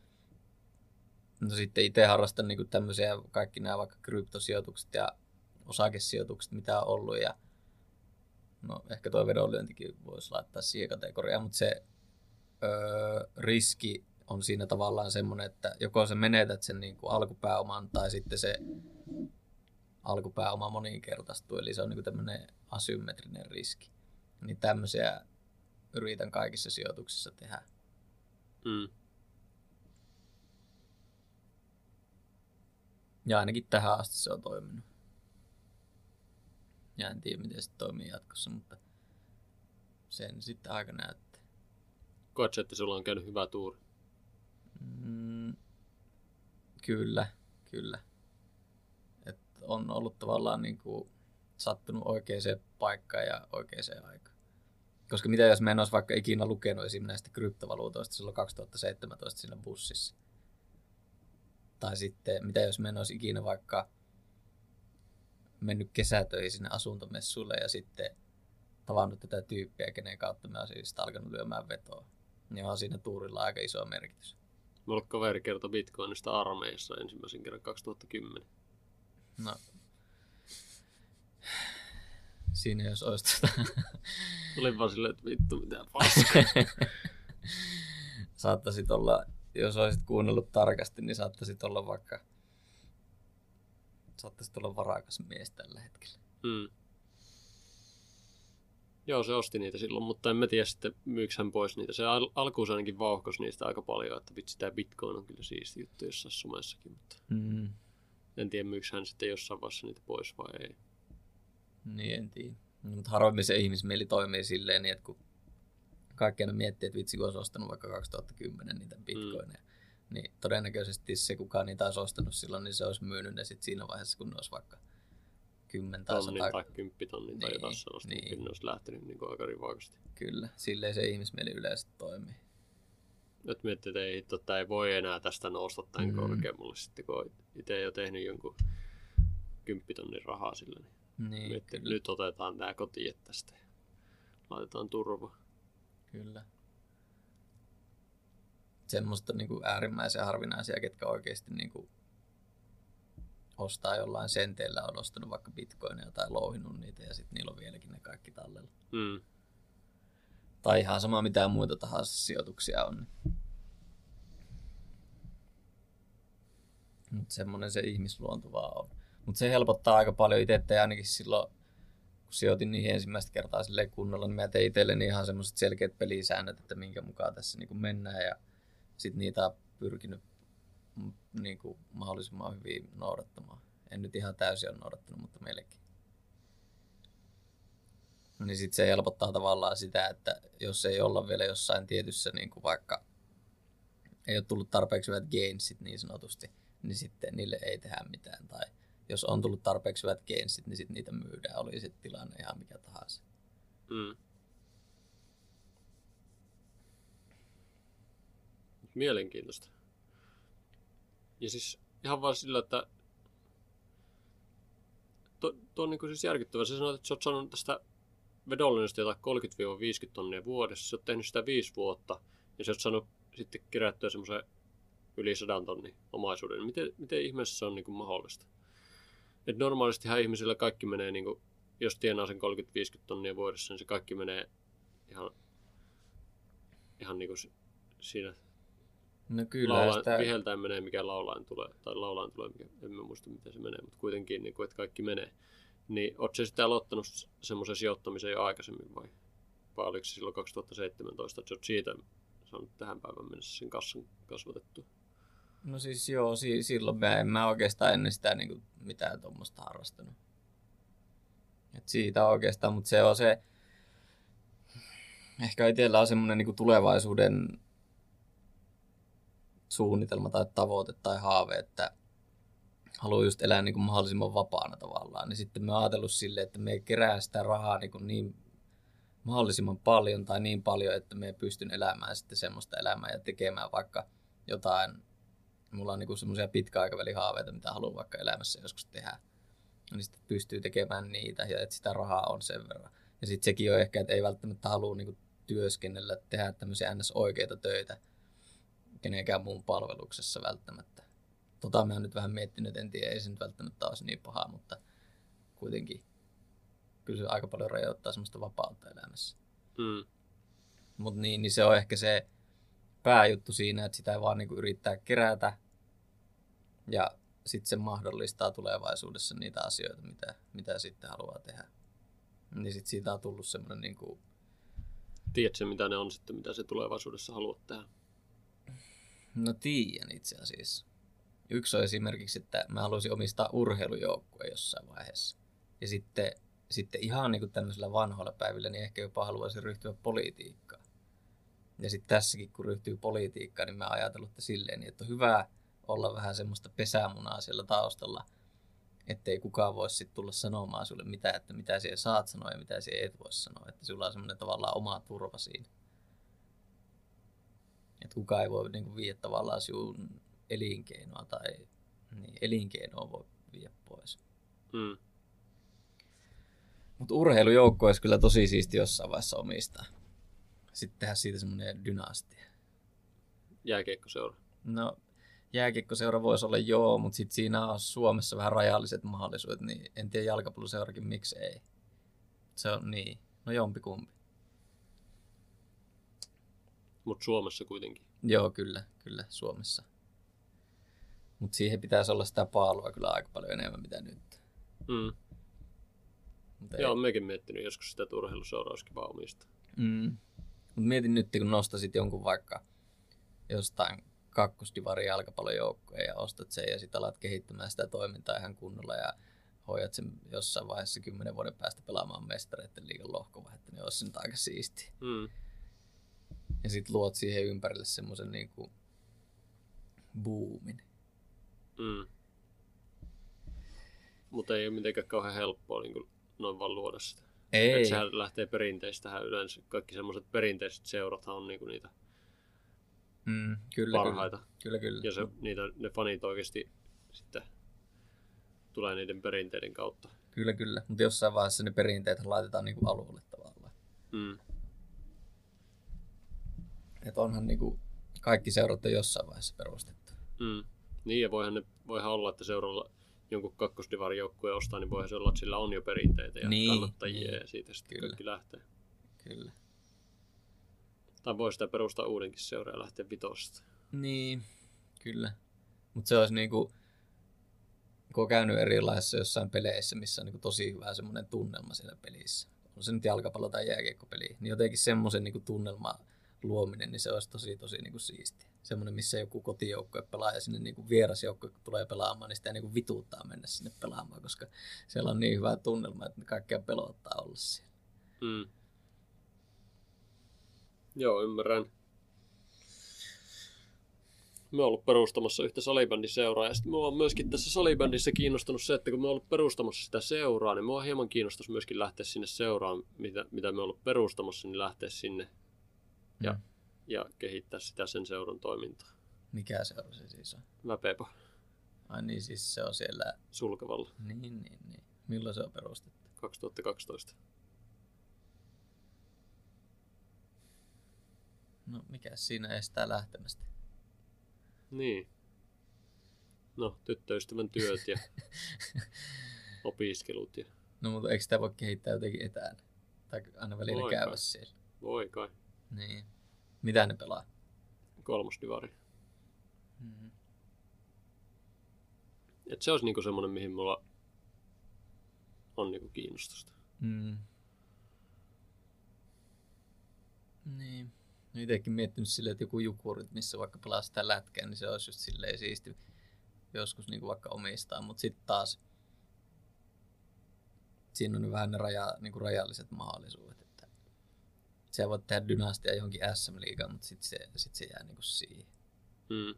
no sitten itse harrastan niinku tämmöisiä, kaikki nämä vaikka kryptosijoitukset ja osakesijoitukset, mitä on ollut. Ja no ehkä tuo vedonlyöntikin voisi laittaa siihen kategoriaan, mutta se öö, riski on siinä tavallaan semmoinen, että joko sä menetät sen niin kuin alkupääoman tai sitten se alkupääoma moninkertaistuu, eli se on niin kuin tämmöinen asymmetrinen riski. Niin tämmöisiä yritän kaikissa sijoituksissa tehdä. Mm. Ja ainakin tähän asti se on toiminut. Ja en tiedä, miten se toimii jatkossa, mutta sen sitten aika näyttää. Koetko, että sulla on käynyt hyvä tuuri? Mm, kyllä, kyllä. Et on ollut tavallaan niin kuin sattunut oikeaan paikkaan ja oikeaan aikaan. Koska mitä jos mä en olisi vaikka ikinä lukenut esim. Näistä kryptovaluutoista silloin kaksituhattaseitsemäntoista siinä bussissa. Tai sitten mitä jos mä en olisi ikinä vaikka mennyt kesätöihin sinne asuntomessuille ja sitten tavannut tätä tyyppiä, kenen kautta mä olisin alkanut lyömään vetoa. Niin on siinä tuurilla aika iso merkitys. Mulla kaveri kertoi Bitcoinista armeijassa ensimmäisen kerran kaksituhattakymmenen. No. Siinä jos olisi tätä. Olin vaan silleen, että vittu mitään paskaa. Saattaisit olla, jos olisit kuunnellut tarkasti, niin saattaisit olla vaikka saattaisit olla varakas mies tällä hetkellä. Mm. Joo, se osti niitä silloin, mutta en mä tiedä sitten myyks hän pois niitä. Se al- alkuun se ainakin vauhkosi niistä aika paljon, että vitsi tää Bitcoin on kyllä siisti juttu jossain somessakin, mutta Mm. en tiedä myyks hän sitten jossain vaiheessa niitä pois vai ei. Niin, en tiedä. No, mutta harvemmin se ihmismieli toimii silleen, niin että kun kaikki aina miettii, että vitsi kun olisi ostanut vaikka kaksituhattakymmenen niitä bitcoineja, mm. niin todennäköisesti se kukaan niitä olisi ostanut silloin, niin se olisi myynyt ne sitten siinä vaiheessa, kun ne olisi vaikka kymmenen tai tonnin sata. tai kymppitonnin tai Niin, jotain sellaista, niin. Kyllä ne olisi lähtenyt niin aika rivakasti. Kyllä, silleen se ihmismieli yleensä toimii. Nyt miettii, että ei, että ei voi enää tästä nousta tämän mm. korkeammalle sitten, kun itse ei ole tehnyt jonkun kymppitonnin rahaa sillä. Niin, niin miettii, nyt otetaan tämä kotiin tästä ja laitetaan turva. Kyllä. Semmoista niin kuin äärimmäisen harvinaisia, ketkä oikeasti niin kuin ostaa jollain senteillä, on ostanut vaikka bitcoineja tai louhinut niitä ja sitten niillä on vieläkin ne kaikki tallella. Mm. Tai ihan sama mitään muita tahansa sijoituksia on. Mutta semmoinen se ihmisluonto vaan on. Mutta se helpottaa aika paljon itse, ja ainakin silloin, kun sijoitin niihin ensimmäistä kertaa silleen kunnolla, niin mä tein itselleni ihan semmoiset selkeät pelisäännöt, että minkä mukaan tässä niinku mennään, ja sitten niitä on pyrkinyt niinku mahdollisimman hyvin noudattamaan. En nyt ihan täysin ole noudattanut, mutta melkein. Niin sitten se helpottaa tavallaan sitä, että jos ei olla vielä jossain tietyssä, niin kuin vaikka ei ole tullut tarpeeksi hyvät gainsit niin sanotusti, niin sitten niille ei tehdä mitään. Tai jos on tullut tarpeeksi hyvät gainsit, niin sitten niitä myydään. Oli se tilanne ihan mikä tahansa. Mm. Mielenkiintoista. Ja siis ihan vaan sillä, että tuo, tuo on niin kuin siis järkyttävää. Sä sanoit, että sä oot saanut tästä vedonlyönnistä jotain kolmekymmentä viisikymmentä tonnia vuodessa. Sä oot tehnyt sitä viisi vuotta ja sä oot saanut sitten kerättyä semmoisen yli sadan tonnin omaisuuden. Miten, miten ihmeessä se on niin kuin mahdollista? Et normaalistihan ihmisillä kaikki menee, niin kuin, jos tienaa sen kolmekymmentä viisikymmentä tonnia vuodessa, niin se kaikki menee ihan, ihan niin kuin siinä. No kyllä. Laulain, sitä... Viheltäen menee, mikä laulain tulee, tai laulain tulee, mikä, en mä muista miten se menee, mutta kuitenkin, niin kuin, että kaikki menee. Niin ootko sä sitten aloittanut semmoisen sijoittamisen jo aikaisemmin vai? Vai oliko se silloin kaksituhattaseitsemäntoista, että sä oot siitä saanut tähän päivän mennessä sen kassan kasvatettua? No siis joo, si- silloin mä en mä oikeastaan ennen sitä niin kuin mitään tuommoista harrastanut. Et siitä oikeastaan, mutta se on se, ehkä itsellä on semmoinen niin kuin tulevaisuuden suunnitelma tai tavoite tai haave, että haluan just elää niin kuin mahdollisimman vapaana tavallaan. Niin sitten mä oon ajatellut silleen, että me kerää sitä rahaa niin, kuin niin mahdollisimman paljon tai niin paljon, että me pystyn elämään sitten semmoista elämää ja tekemään vaikka jotain. Mulla on niin semmoisia pitkäaikavälin haaveita, mitä haluan vaikka elämässä joskus tehdä. Niin sitten pystyy tekemään niitä ja että sitä rahaa on sen verran. Ja sitten sekin on ehkä, että ei välttämättä halua niin työskennellä, tehdä tämmöisiä ns. Oikeita töitä kenenkään muun palveluksessa välttämättä. Tota mä oon nyt vähän miettinyt, en tiedä, ei se nyt välttämättä olisi niin pahaa, mutta kuitenkin kyllä se aika paljon rajoittaa semmoista vapautta elämässä. Mm. Mutta niin, niin se on ehkä se pääjuttu siinä, että sitä vaan niinku yrittää kerätä ja sitten se mahdollistaa tulevaisuudessa niitä asioita, mitä, mitä sitten haluaa tehdä. Niin sitten siitä on tullut semmoinen niinku... Tiedätkö mitä ne on sitten, mitä se tulevaisuudessa haluat tehdä? No tiedän itse asiassa. Yksi on esimerkiksi, että mä haluaisin omistaa urheilujoukkueen jossain vaiheessa. Ja sitten, sitten ihan niin kuin tämmöisillä vanhoilla päivillä, niin ehkä jopa haluaisin ryhtyä politiikkaan. Ja sitten tässäkin, kun ryhtyy politiikkaan, niin mä oon ajatellut että silleen, että on hyvä olla vähän semmoista pesämunaa siellä taustalla, ettei kukaan voi sitten tulla sanomaan sulle mitä, että mitä siellä saat sanoa ja mitä siellä et voi sanoa. Että sulla on semmoinen tavallaan oma turva siinä. Että kukaan ei voi niin kuin viedä tavallaan sinun elinkeinoa tai niin, elinkeinoa voi viedä pois. Mm. Mutta urheilujoukko olisi kyllä tosi siisti jossain vaiheessa omistaa. Sitten tehdä siitä semmoinen dynastia. Jääkiekkoseura. No, jääkiekkoseura voisi olla joo, mutta sitten siinä on Suomessa vähän rajalliset mahdollisuudet, niin en tiedä jalkapalloseurakin, miksi ei. Se on niin. No jompikumpi. Mutta Suomessa kuitenkin. Joo, kyllä, kyllä Suomessa. Mutta siihen pitäisi olla sitä paalua kyllä aika paljon enemmän mitä nyt. Mm. Joo, mekin miettinyt joskus sitä, että urheiluseura olisi kiva omistaa. Mm. Mut mietin nyt, kun nostasit jonkun vaikka jostain kakkosdivarin jalkapallojoukkoja ja ostat sen ja sitten alat kehittämään sitä toimintaa ihan kunnolla ja hoidat sen jossain vaiheessa kymmenen vuoden päästä pelaamaan mestareiden liigan lohkovaihetta, niin olisi se nyt aika siistiä. Mm. Ja sitten luot siihen ympärille semmoisen niinku boomin. Mm. Mutta ei ole mitenkään kauhean helppoa niin kuin noin vaan luoda sitä. Ei. Että sehän lähtee perinteistähän yleensä. Kaikki semmoiset perinteiset seurathan on niinku niitä Mm, kyllä, parhaita. Kyllä, kyllä. Ja se, niitä, ne fanit oikeasti sitten tulee niiden perinteiden kautta. Kyllä, kyllä. Mutta jossain vaiheessa ne perinteet laitetaan niinku alueelle tavallaan. Mm. Et onhan niinku kaikki seurat on jossain vaiheessa perustettu. Mm. Niin ja voihan, ne, voihan olla, että seuralla jonkun kakkosdivarin joukkueen ostaa, niin voihan se olla, että sillä on jo perinteitä ja niin, kannattajia niin. Ja siitä sitten Kyllä. kaikki lähtee. Kyllä. Tai voi sitä perustaa uudenkin seuraa ja lähteä vitosesta. Niin, kyllä. Mutta se olisi niinku, kun on käynyt erilaisissa jossain peleissä, missä on niinku tosi hyvä semmoinen tunnelma siellä pelissä. On se nyt jalkapallo tai jääkiekkopeli, niin jotenkin semmoisen niinku tunnelma luominen, niin se olisi tosi tosi niinku siistiä. Semmoinen, missä joku kotijoukkue pelaa ja sinne niinku vierasjoukkue tulee pelaamaan, niin sitä niinku vituuttaa mennä sinne pelaamaan, koska siellä on niin hyvä tunnelma, että ne kaikkea pelottaa olla siellä. Mm. Joo, ymmärrän. Me oon ollut perustamassa yhtä salibändiseuraa ja sitten me on myöskin tässä salibändissä kiinnostunut se, että kun me oon ollut perustamassa sitä seuraa, niin mua hieman kiinnostus myöskin lähteä sinne seuraan, mitä, mitä me oon ollut perustamassa, niin lähteä sinne ja, Mm. ja kehittää sitä sen seuran toimintaa. Mikä seura se siis on? Väpepa Ai niin, siis se on siellä... Sulkavalla Niin, niin, niin. Milloin se on perustettu? kaksituhattakaksitoista. No, mikä siinä estää lähtemästä? Niin. No, tyttöystävän työt ja opiskelut. Ja... No, mutta eikö sitä voi kehittää jotenkin etänä? Tai aina välillä Voi käydä kai. siellä? Voi kai. Niin. Mitä ne pelaa? Kolmosdivari. Mm-hmm. Et se olisi niinku semmoinen, mihin mulla on niinku kiinnostusta. Mm. Niin. No itsekin miettinyt silleen, että joku Jukurit, missä vaikka pelaa sitä lätkää, niin se olisi just silleen siisti joskus niin vaikka omistaa, mutta sitten taas siinä on vähän ne raja, niin kuin rajalliset mahdollisuudet, että sä voit tehdä dynastia johonkin S M-liigaan, mutta sitten se, sit se jää niin kuin siihen. Mm.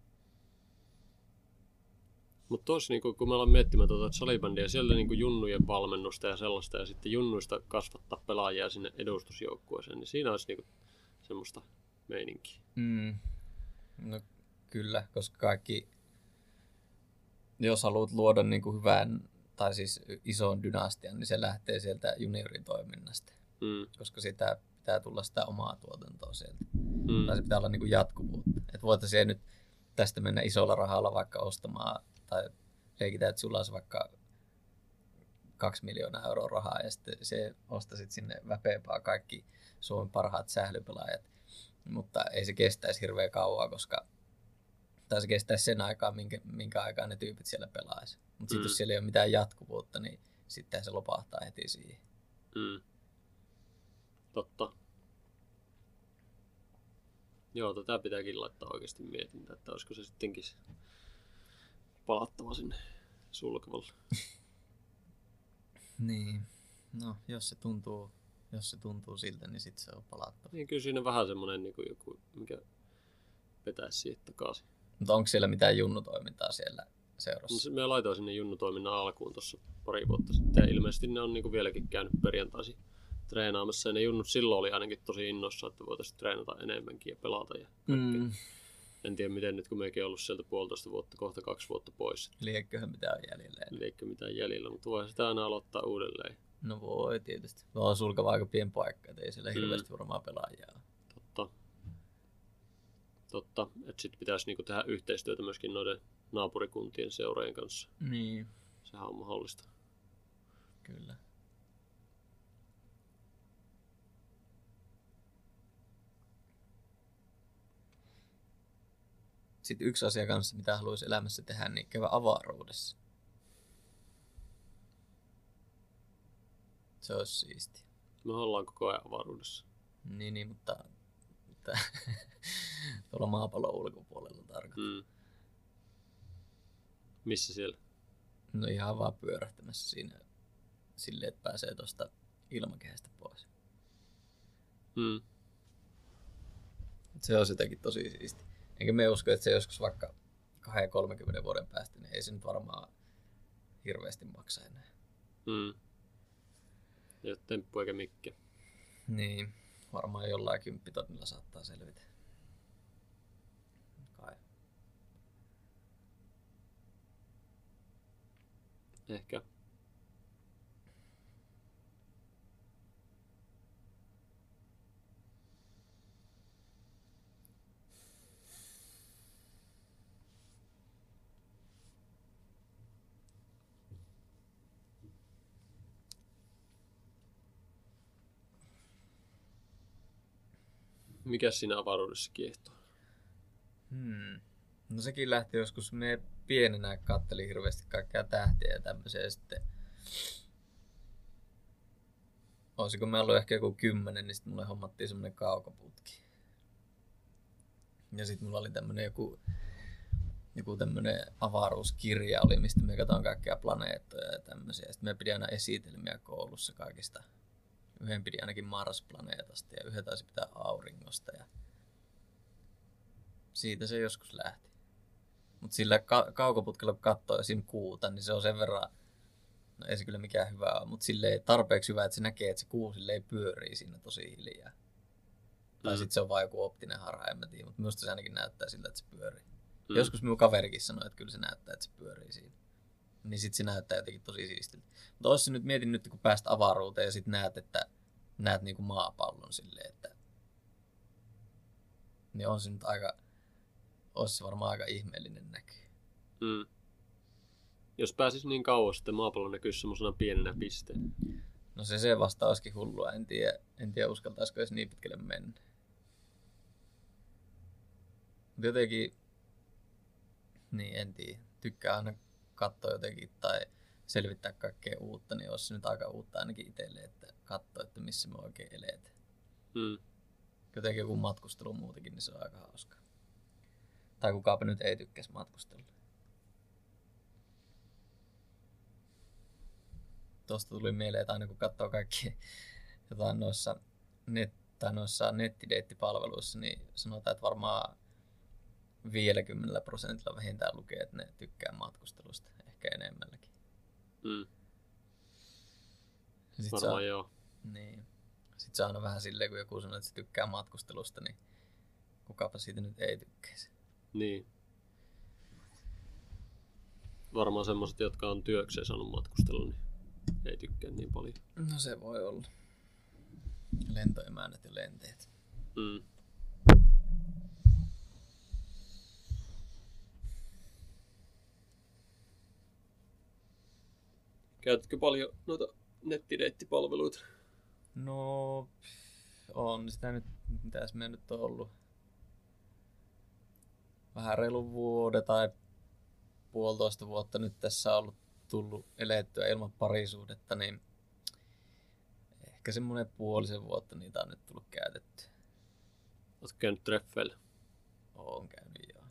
Mutta tuossa niinku, kun me ollaan miettimään tuota salibändiä, siellä niinku junnujen valmennusta ja sellaista, ja sitten junnuista kasvattaa pelaajia sinne edustusjoukkueeseen, niin siinä olisi niinku semmoista meininkiä. Mm. No kyllä, koska kaikki, jos haluat luoda niin kuin hyvän tai siis ison dynastian, niin se lähtee sieltä junioritoiminnasta, Mm. koska sitä pitää tulla sitä omaa tuotantoa sieltä. Mm. Tai se pitää olla niin kuin jatkuvuutta. Että voitaisiin nyt tästä mennä isolla rahalla vaikka ostamaan, tai leikitään, että sulla olisi vaikka kaksi miljoonaa euroa rahaa, ja sitten se ostasit sinne Väpeepaa kaikki Suomen parhaat sählypelaajat. Mutta ei se kestäisi hirveän kauan, koska tai se kestäisi sen aikaa, minkä, minkä aikaa ne tyypit siellä pelaisi. Mutta sitten Mm. jos siellä ei ole mitään jatkuvuutta, niin sitten se lopahtaa heti siihen. Mm. Totta. Joo, tätä pitääkin laittaa oikeasti mietintä, että olisiko se sittenkin palattava sinne Sulkavalle. Niin. No, jos se tuntuu, jos se tuntuu siltä, niin sitten se on palattava. Niin kyllä siinä vähän semmoinen niin kuin joku, mikä vetäisi siitä takaisin. Mutta onko siellä mitään junnutoimintaa siellä No, seurassa? se- me laitoin sinne junnutoiminnan alkuun tuossa pari vuotta sitten, ja ilmeisesti ne on niin kuin vieläkin käynyt perjantaisin treenaamassa, ja ne junnut silloin oli ainakin tosi innossa, että voitaisiin treenata enemmänkin ja pelata ja kaikkea. Mm. En tiedä miten nyt, kun mekin on ollut sieltä puolitoista vuotta, kohta kaksi vuotta pois. Lieköhän mitään on jäljellä. Eli ei mitään jäljellä, mutta voi sitä aina aloittaa uudelleen. No voi tietysti. No on Sulkava aika pieni paikka, että ei siellä Mm. hirveästi varmaan pelaajia ole. Totta. Totta, että sitten pitäisi niinku tehdä yhteistyötä myöskin noiden naapurikuntien seurojen kanssa. Niin, Sehän on mahdollista. kyllä. Sitten yksi asia kanssa, mitä haluaisi elämässä tehdä, niin käydä avaruudessa. Se olisi siistiä. Me ollaan koko ajan avaruudessa. Niin, niin mutta, mutta tuolla maapallon ulkopuolella tarkoittaa. Mm. Missä siellä? No ihan vaan pyörähtämässä siinä silleen, että pääsee tuosta ilmakehästä pois. Mm. Se on jotenkin tosi siisti. Enkä me usko, että se joskus vaikka kaksikymmentä kolmekymmentä vuoden päästä, niin ei se nyt varmaan hirveästi maksa enää. Mm. Ei ole temppu eikä mikki. Niin, varmaan jollain kymppitonnilla saattaa selvitä. Kai. Ehkä. Mikäs siinä avaruudessa kiehtoo? Hmm. No sekin lähti joskus, me pienenä kattelin hirveästi kaikkea tähtiä ja tämmöisiä. Ja sitten olisiko mä ollut ehkä joku kymmenen, niin sitten mulle hommattiin semmonen kaukoputki. Ja sitten mulla oli tämmönen joku, joku tämmönen avaruuskirja oli, mistä me katsoin kaikkia planeettoja ja tämmöisiä. Sitten me pidi aina esitelmiä koulussa kaikista. Yhden pidi ainakin Mars-planeetasta ja yhden taisi pitää auringosta. Ja siitä se joskus lähti. Mutta sillä ka- kaukoputkella kun katsoo esim. Kuuta, niin se on sen verran, no ei se kyllä mikään hyvä ole, mutta sille ei tarpeeksi hyvä, että se näkee, että se kuu silleen pyörii siinä tosi hiljaa. Mm. Tai sitten se on vain joku optinen harha, en mä tiedä, mutta minusta se ainakin näyttää siltä, että se pyörii. Mm. Joskus minun kaverikin sanoi, että kyllä se näyttää, että se pyörii siinä. Niin sitten se näyttää jotenkin tosi siistiltä. Mutta olisi nyt, mietin nyt, kun pääst avaruuteen ja sitten näet, että näet niinku maapallon silleen, että niin on se nyt aika, olisi se varmaan aika ihmeellinen näky. Mm. Jos pääsis niin kauas, että maapallo näkyisi semmoisena pienenä pisteenä. No se se vasta olisikin hullua, en tiedä, en tiedä uskaltaisiko edes niin pitkälle mennä. Mutta jotenkin, niin en tiedä, tykkää aina katsoa jotenkin tai selvittää kaikkea uutta, niin olisi se nyt aika uutta ainakin itselle, että katsoo, että missä me oikein eletään. Mm. Jotenkin joku matkustelu muutenkin, niin se on aika hauskaa. Tai kukaapa nyt ei tykkäisi matkustella. Tuosta tuli mieleen, että aina kun katsoo kaikki jotain noissa, net, tai noissa nettideittipalveluissa, niin sanotaan, että varmaan viisikymmentä prosentilla vähintään lukee, että ne tykkää matkustelusta, ehkä enemmälläkin. Mm. Sitten Varmaan on, joo. niin. Sitten se on aina vähän silleen, kun joku sanoo, että se tykkää matkustelusta, niin kukapa siitä nyt ei tykkäisi. Niin. Varmaan semmoiset, jotka on työkseen saanut matkustella, niin ei tykkää niin paljon. No se voi olla. Lentoemännät ja lenteet. Mm. Käytätkö paljon noita nettideittipalveluita? No, on sitä nyt, mitäs me nyt on ollut. Vähän reilu vuoden tai puolitoista vuotta nyt tässä on ollut tullut elettyä ilman parisuhdetta, niin ehkä semmoinen puolisen vuotta niitä on nyt tullut käytetty. Oletko käynyt treffeillä? Oon käynyt joo.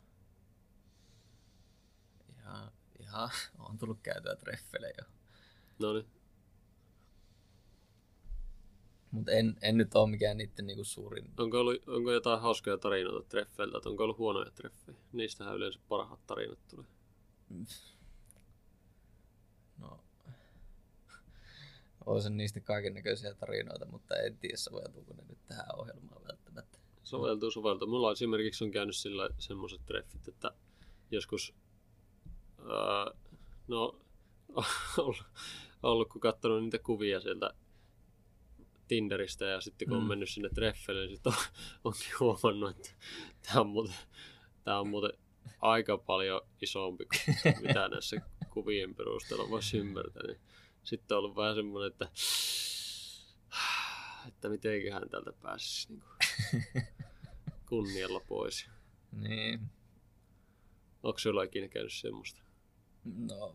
Ihan, ihan on tullut käytyä treffeille jo. No niin. Mutta en, en nyt ole mikään niitten niinku suurin. Onko, ollut, onko jotain hauskoja tarinoita treffeiltä? Onko ollut huonoja treffejä? Niistähän yleensä parhaat tarinat tulee. No, olisin niistä kaiken näköisiä tarinoita, mutta en tiedä soveltuuko ne nyt tähän ohjelmaan välttämättä. Soveltuu, soveltuu. Mulla esimerkiksi on käynyt sillä semmoiset treffit, että joskus ää, no ollut, ollut kun katsonut niitä kuvia sieltä Tinderistä ja sitten kun on Mm. mennyt sinne treffeille, niin sitten on, onkin huomannut, että tämä on muuten, tää on muuten aika paljon isompi kuin mitä näissä kuvien perusteella voisi ymmärtää. Niin sitten on ollut vähän semmoinen, että, että mitenköhän täältä pääsisi niin kuin kunnialla pois. Niin. Onko sinulla ikinä käynyt semmoista? No.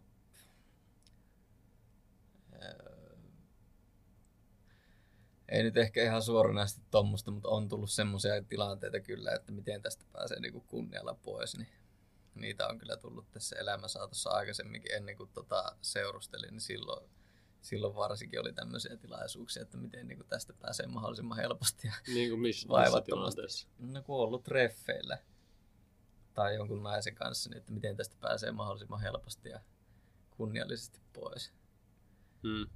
Ei nyt ehkä ihan suoranaisesti tommoista, mutta on tullut semmoisia tilanteita kyllä, että miten tästä pääsee niinku kunnialla pois. Niin niitä on kyllä tullut tässä elämänsaatossa aikaisemminkin ennen kuin tota seurustelin, niin silloin, silloin varsinkin oli tämmöisiä tilaisuuksia, että miten niinku tästä pääsee mahdollisimman helposti ja Niin kuin missä, missä vaivattomasti. tilanteessa? No kun on ollut treffeillä tai jonkun naisen kanssa, niin että miten tästä pääsee mahdollisimman helposti ja kunniallisesti pois. Hmm.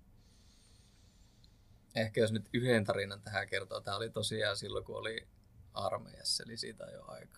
Ehkä jos nyt yhden tarinan tähän kertoo, tämä oli tosiaan silloin, kun oli armeijassa, eli siitä on jo aika.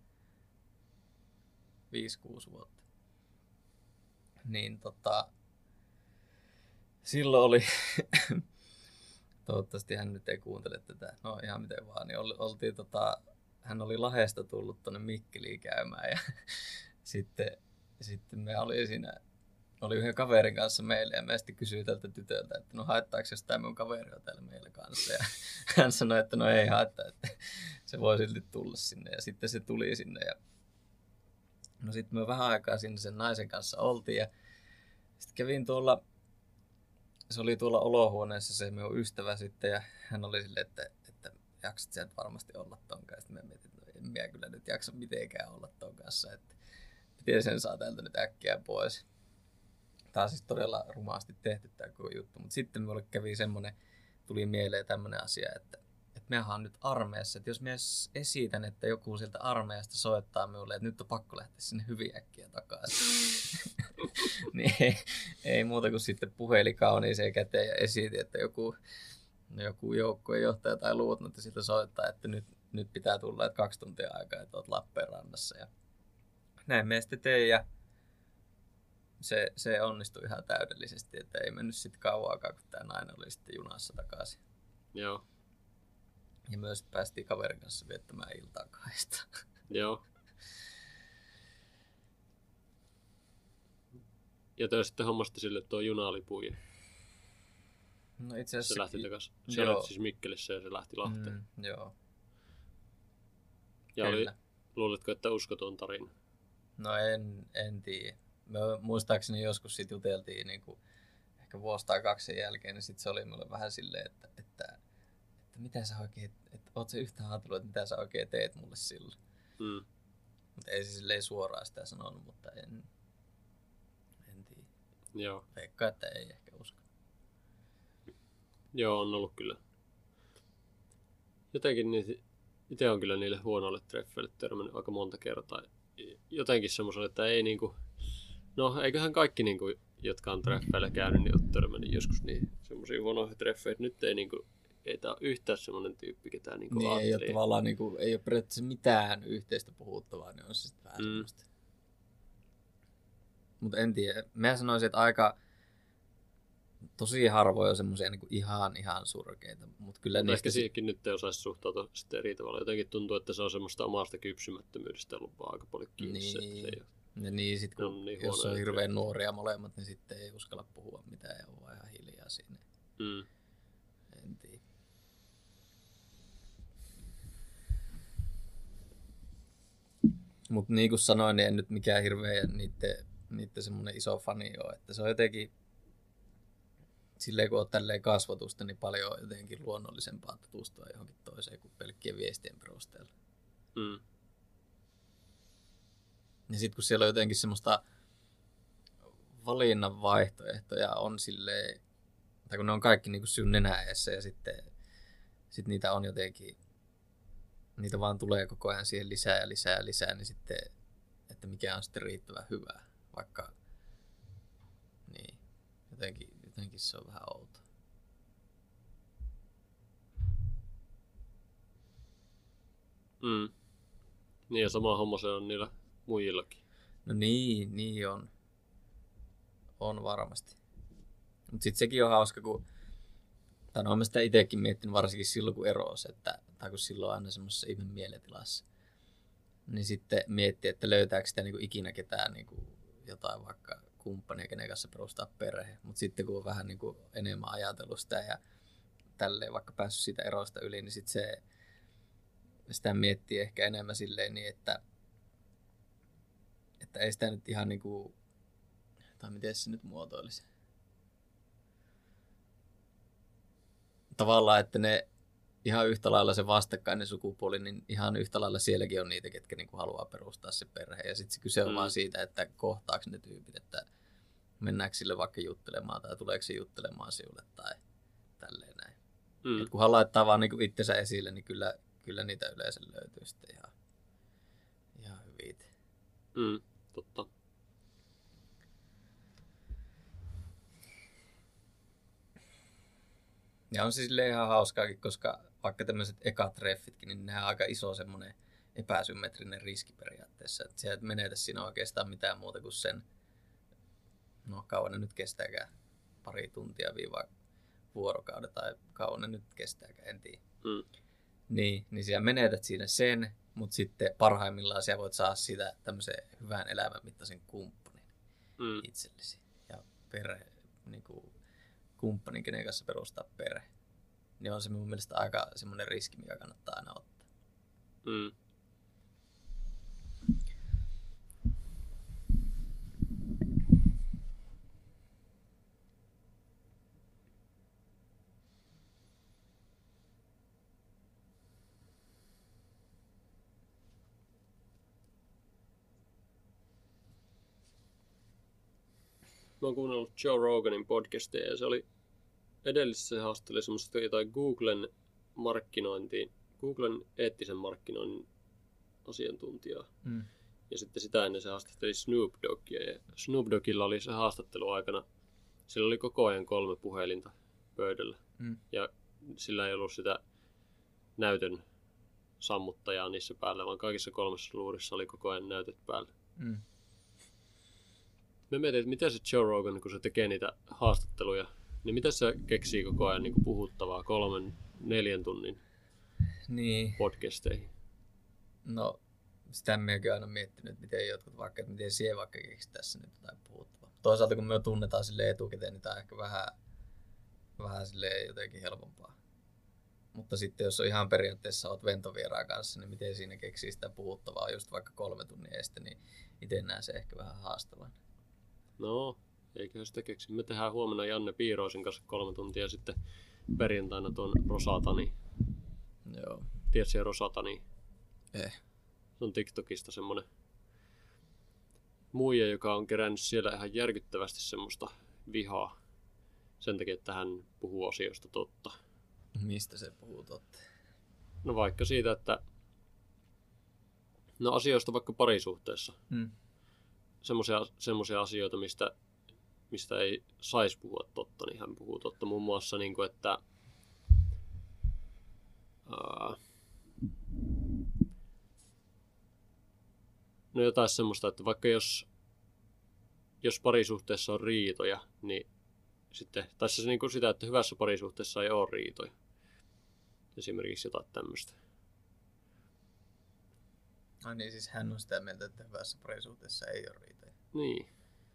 viisi kuusi vuotta. Niin tota, silloin oli, toivottavasti hän nyt ei kuuntele tätä, no ihan miten vaan, niin oltiin tota, hän oli Lahdesta tullut tuonne Mikkeliin käymään ja sitten, sitten me oli siinä, oli yhden kaverin kanssa meille ja me sitten kysyi tältä tytöltä, että no haittaako jostain mun kaveri on täällä meillä kanssa ja hän sanoi, että no ei haittaa, että se voi silti tulla sinne ja sitten se tuli sinne ja no sitten me vähän aikaa sinne sen naisen kanssa oltiin ja sitten kävin tuolla, se oli tuolla olohuoneessa se minun ystävä sitten ja hän oli silleen, että, että jaksat sä nyt varmasti olla ton kanssa. Sitten mä mietin, että no en minä kyllä nyt jaksa mitenkään olla ton kanssa, että miten sen saa täältä nyt äkkiä pois. Tämä on siis todella rumaasti tehty tämä koko juttu, mutta sitten minulle kävi semmoinen, tuli mieleen tämmöinen asia, että, että mehän on nyt armeijassa, että jos minä esitän, että joku sieltä armeijasta soittaa minulle, että nyt on pakko lähteä sinne hyvin äkkiä takaisin, niin ei, ei muuta kuin sitten puhelin kauniiseen käteen ja esitin, että joku, joku joukkueen johtaja tai luutnantti siltä soittaa, että nyt, nyt pitää tulla, että kaksi tuntia aikaa, että olet Lappeenrannassa. Ja näin me sitten tein ja se, se onnistui ihan täydellisesti, että ei mennyt sitten kauaakaan, kun tämä nainen oli sitten junassa takaisin. Joo. Ja myös päästiin kaverin kanssa viettämään iltaa kahdesta. Joo. Ja te sitten hommasitte sille tuo junalipun ja No itse asiassa se lähti takaisin. Se oli siis Mikkelissä ja se lähti Lahteen. Mm, joo. Ja oli, Kyllä. luuletko, että uskoton tarina? No en, en tiedä. Me muistaakseni joskus sit juteltiin niin kuin ehkä vuosi tai kaksi sen jälkeen, niin sit se oli mulle vähän silleen, että, että, että mitä sä oikein, että oot sä yhtään ajatellut, että mitä sä oikein teet mulle silloin. Mm. Mutta ei se silleen suoraan sitä sanonut, mutta en, en tiedä. Joo. Veikkaa, että ei ehkä usko. Joo, on ollut kyllä. Jotenkin niitä, itse on kyllä niille huonoille treffeille törmännyt aika monta kertaa. Jotenkin semmoiselle, että ei niinku, no eiköhän kaikki niinku, jotka on treffeillä käynyt, niin ole törmännyt joskus niin semmoisia huonoja treffeitä. Nyt ei niinku, ei tää ole yhtään semmoinen tyyppi, ketä niinku Niin ei ole ajattelee. tavallaan niinku, ei ole periaatteessa mitään yhteistä puhuttavaa, niin on se sitten vähän Mm. semmoista. Mutta en tiedä. Mä sanoisin, että aika tosi harvoin on semmoisia niinku ihan ihan surkeita, mutta kyllä Mutta niistä ehkä siihenkin nyt ei osaisi suhtautua sitten eri tavalla. Jotenkin tuntuu, että se on semmoista omasta kypsymättömyydestä ollut vaan aika paljon kiinni. Se, että se ei ole. Ja niin, sit kun on niin jos on huonoja hirveän treffejä. nuoria molemmat, niin sitten ei uskalla puhua mitään ja on vaan ihan hiljaa siinä. Mm. En tiedä. Mutta niin kuin sanoin, niin en nyt mikään hirveä niitten, niitten semmoinen iso fani ole. Että se on jotenkin, silleen kun on tälleen kasvatusta, niin paljon on jotenkin luonnollisempaa tutustua johonkin toiseen kuin pelkkien viestien perusteella. Mm. Ja sitten kun siellä on jotenkin semmoista valinnan vaihtoehtoja on silleen, tai kun ne on kaikki niin kuin sinun nenäessä ja sitten sit niitä on jotenkin, niitä vaan tulee koko ajan siihen lisää ja lisää ja lisää, niin sitten, että mikä on sitten riittävän hyvä, vaikka niin, jotenkin, jotenkin se on vähän outo. Mm. Niin ja sama homma se on niillä muillakin. No niin, niin on. On varmasti. Mutta sitten sekin on hauska, kun Tai no olen sitä itsekin miettinyt varsinkin silloin, kun erosi, että, tai kun silloin on aina semmoisessa ihme mielitilassa. Niin sitten miettii, että löytääkö sitä niin kuin ikinä ketään niin kuin jotain vaikka kumppania, kenen kanssa perustaa perhe. Mutta sitten kun on vähän niin kuin enemmän ajatellut sitä ja tälleen vaikka päässyt siitä erosta yli, niin sitten se, sitä miettii ehkä enemmän silleen niin, että, että ei sitä nyt ihan niin kuin, tai miten se nyt muotoilisi. Tavallaan, että ne ihan yhtä lailla se vastakkainen sukupuoli, niin ihan yhtä lailla sielläkin on niitä, ketkä niin kuin haluaa perustaa se perhe. Ja sitten se kyse on mm. vaan siitä, että kohtaako ne tyypit, että mennäänkö sille vaikka juttelemaan tai tuleeko se juttelemaan sinulle tai tälleen näin. Mm. Et kunhan laittaa vaan niin kuin itsensä esille, niin kyllä, kyllä niitä yleensä löytyy sitten ihan, ihan hyvin. Mm, totta. Ja on se silleen ihan hauskaakin, koska vaikka tämmöiset ekat treffitkin, niin nehän on aika iso semmoinen epäsymmetrinen riski periaatteessa. Että sä et menetä siinä oikeastaan mitään muuta kuin sen, no kauan ne nyt kestääkään, pari tuntia viiva vuorokauden tai kauan ne nyt kestääkään, en tiedä. Mm. Niin, niin sä menetät siinä sen, mutta sitten parhaimmillaan sä voit saada siitä tämmöisen hyvän elämän mittaisen kumppanin mm. itsellesi. Ja perhe, niin kuin kumppanin, kenen kanssa perustaa perhe. Niin on se mun mielestä aika semmoinen riski, mikä kannattaa aina ottaa. Mm. Mä oon kuunnellut Joe Roganin podcastia ja se oli edellisessä haastatteli semmoista jotain Googlen markkinointiin, Googlen eettisen markkinoinnin asiantuntijaa. Mm. Ja sitten sitä ennen se haastatteli Snoop Doggia ja Snoop Doggilla oli se haastattelu aikana, sillä oli koko ajan kolme puhelinta pöydällä. Mm. Ja sillä ei ollut sitä näytön sammuttajaa niissä päällä, vaan kaikissa kolmessa luurissa oli koko ajan näytöt päällä. Mm. Mä mietin, että mitä se Joe Rogan, kun se tekee niitä haastatteluja, niin mitä se keksii koko ajan niin kuin puhuttavaa kolmen, neljän tunnin niin. podcasteihin? No, sitä minäkin aina miettinyt, että miten jotkut vaikka, että miten siihen vaikka keksi tässä nyt jotain puhuttavaa. Toisaalta kun me tunnetaan sille etukäteen, niin tämä on ehkä vähän, vähän silleen jotenkin helpompaa. Mutta sitten jos on ihan periaatteessa olet ventovieraan kanssa, niin miten siinä keksii sitä puhuttavaa just vaikka kolme tunnin estä, niin itse näen se ehkä vähän haastavan. No, eiköhän sitä keksi. Me tehdään huomenna Janne Piiroisen kanssa kolme tuntia sitten perjantaina tuon Rosatani. Joo. Tiedätkö se Rosatani? Eh. Se on TikTokista semmonen muija, joka on kerännyt siellä ihan järkyttävästi semmoista vihaa. Sen takia, että hän puhuu asioista totta. Mistä se puhuu totta? No vaikka siitä, että no asioista vaikka parisuhteessa. Hmm. Semmoisia, semmoisia asioita, mistä, mistä ei saisi puhua totta, niin hän puhuu totta. Muun muassa, niin kuin, että ää, no jotain semmoista, että vaikka jos, jos parisuhteessa on riitoja, niin sitten, tai se niin kuin sitä, että hyvässä parisuhteessa ei ole riitoja. Esimerkiksi jotain tämmöistä. No niin, siis hän on sitä mieltä, että hyvässä parisuhteessa ei ole riitoja. Niin.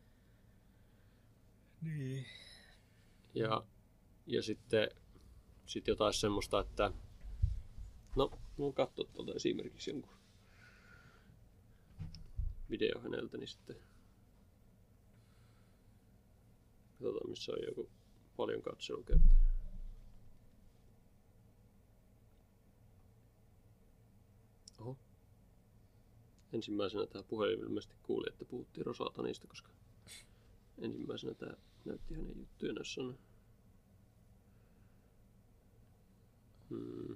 Niin. Ja, ja sitten sit jotain semmoista, että no, voin katsoa tuolta esimerkiksi jonkun video häneltä, niin sitten katsotaan, missä on joku paljon katselukertaa. Oho. Ensimmäisenä tämä puhelin ilmeisesti kuuli, että puhuttiin Rosatanista, koska ensimmäisenä tämä näytti hänen juttujen jossain. Hmm.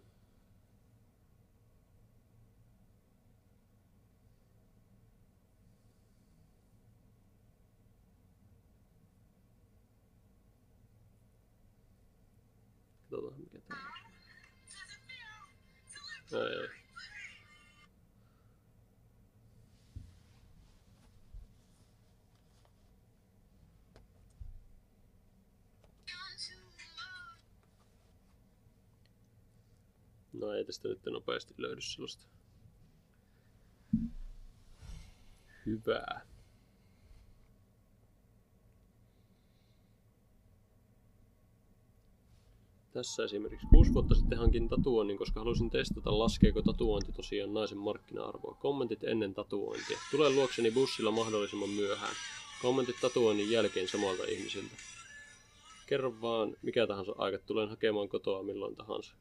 Katsotaan mikä tää on. Ei, ei. No ei tästä nyt nopeasti löydy sellaista hyvää. Tässä esimerkiksi kuusi vuotta sitten hankin tatuoinnin, koska halusin testata, laskeeko tatuointi tosiaan naisen markkina-arvoa. Kommentit ennen tatuointia. Tulen luokseni bussilla mahdollisimman myöhään. Kommentit tatuoinnin jälkeen samalta ihmisiltä. Kerro vaan mikä tahansa aika. Tulen hakemaan kotoa milloin tahansa.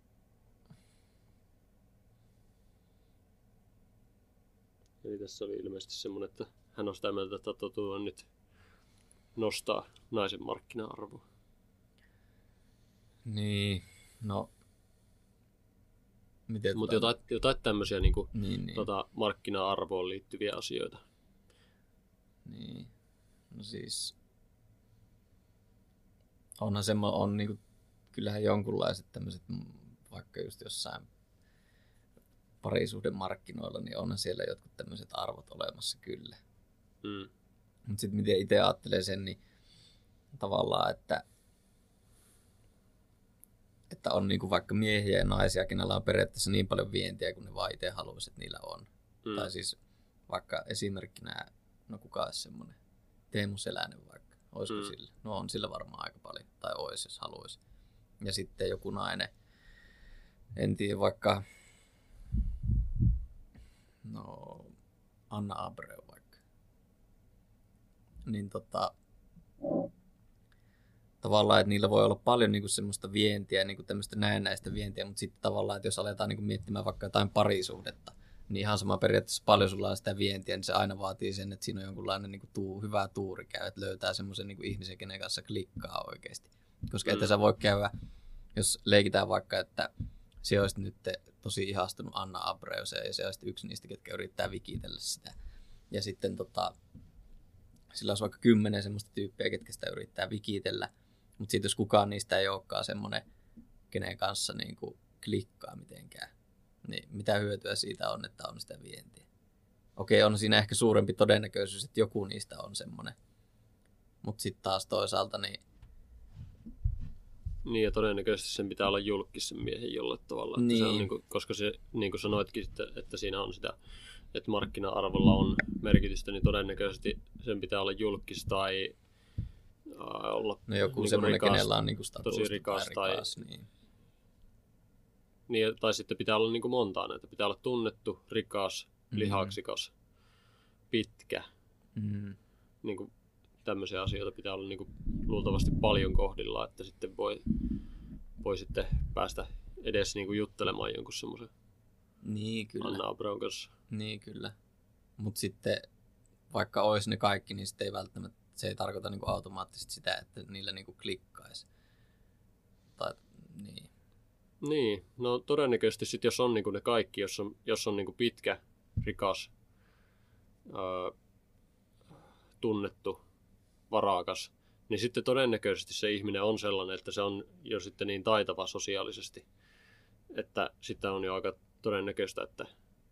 Eli tässä oli ilmeisesti semmoinen, että hän on sitä mieltä, että tatuoinnit nostaa naisen markkina-arvoa. Niin, no... Mutta jotain, jotain tämmöisiä niin kuin, niin, niin. Tota, markkina-arvoon liittyviä asioita. Niin, no siis... Onhan semmoinen, on niinku, kyllähän jonkunlaiset tämmöiset, vaikka just jossain parisuhdemarkkinoilla, niin onhan siellä jotkut tämmöiset arvot olemassa kyllä. Mm. Mutta sitten miten itse ajattelee sen, niin tavallaan, että että on niinku vaikka miehiä ja naisia, kenellä on periaatteessa niin paljon vientiä, kun ne vaan itse haluaisi, että niillä on. Mm. Tai siis vaikka esimerkkinä, no kuka olisi semmoinen, Teemu Selänen vaikka, olisiko mm. sillä? No on sillä varmaan aika paljon, tai olisi, jos haluaisi. Ja sitten joku nainen, en tiedä, vaikka, no Anna Abreu vaikka. Niin tota... Tavallaan, että niillä voi olla paljon niinku semmoista vientiä, niinku tämmöistä näennäistä vientiä, mutta sitten tavallaan, että jos aletaan niinku miettimään vaikka jotain parisuhdetta, niin ihan sama periaatteessa paljon sulla on sitä vientiä, niin se aina vaatii sen, että siinä on jonkunlainen niinku tuu, hyvä tuuri käy, että löytää semmoisen niinku ihmisen, kenen kanssa klikkaa oikeasti. Koska mm. että sä voi käydä, jos leikitään vaikka, että se olisi nyt tosi ihastunut Anna Abreuseen ja se olisi yksi niistä, ketkä yrittää vikitellä sitä. Ja sitten tota, sillä olisi vaikka kymmenen semmoista tyyppiä, ketkä sitä yrittää vikitellä. Mutta sitten jos kukaan niistä ei olekaan semmoinen, kenen kanssa niin kuin klikkaa mitenkään, niin mitä hyötyä siitä on, että on sitä vientiä? Okei, on siinä ehkä suurempi todennäköisyys, että joku niistä on semmoinen. Mutta sitten taas toisaalta niin... Niin ja todennäköisesti sen pitää olla julkis sen miehen jollain tavalla. Että niin. Se on niin kuin, koska se, niin kuin sanoitkin, että, että siinä on sitä, että markkina-arvolla on merkitystä, niin todennäköisesti sen pitää olla julkis tai... olla no joku niin semmoinen, rikas, kenellä on niin statusta tosi rikas, tai rikas. Tai, niin. Niin, tai sitten pitää olla niin kuin montaa näitä. Pitää olla tunnettu, rikas, mm-hmm. lihaksikas, pitkä. Mm-hmm. Niin kuin tämmöisiä asioita pitää olla niin kuin luultavasti paljon kohdilla, että sitten voi, voi sitten päästä edes niin kuin juttelemaan jonkun semmoisen niin, kyllä. Anna Abreun kanssa. Niin kyllä. Mutta sitten vaikka olisi ne kaikki, niin sitten ei välttämättä se ei tarkoita niinku automaattisesti sitä, että niillä niinku klikkaisi. Tai, niin. Niin, no todennäköisesti sit jos on niinku ne kaikki, jos on, jos on niinku pitkä, rikas, ää, tunnettu, varakas, niin sitten todennäköisesti se ihminen on sellainen, että se on jo sitten niin taitava sosiaalisesti, että sitten on jo aika todennäköistä, että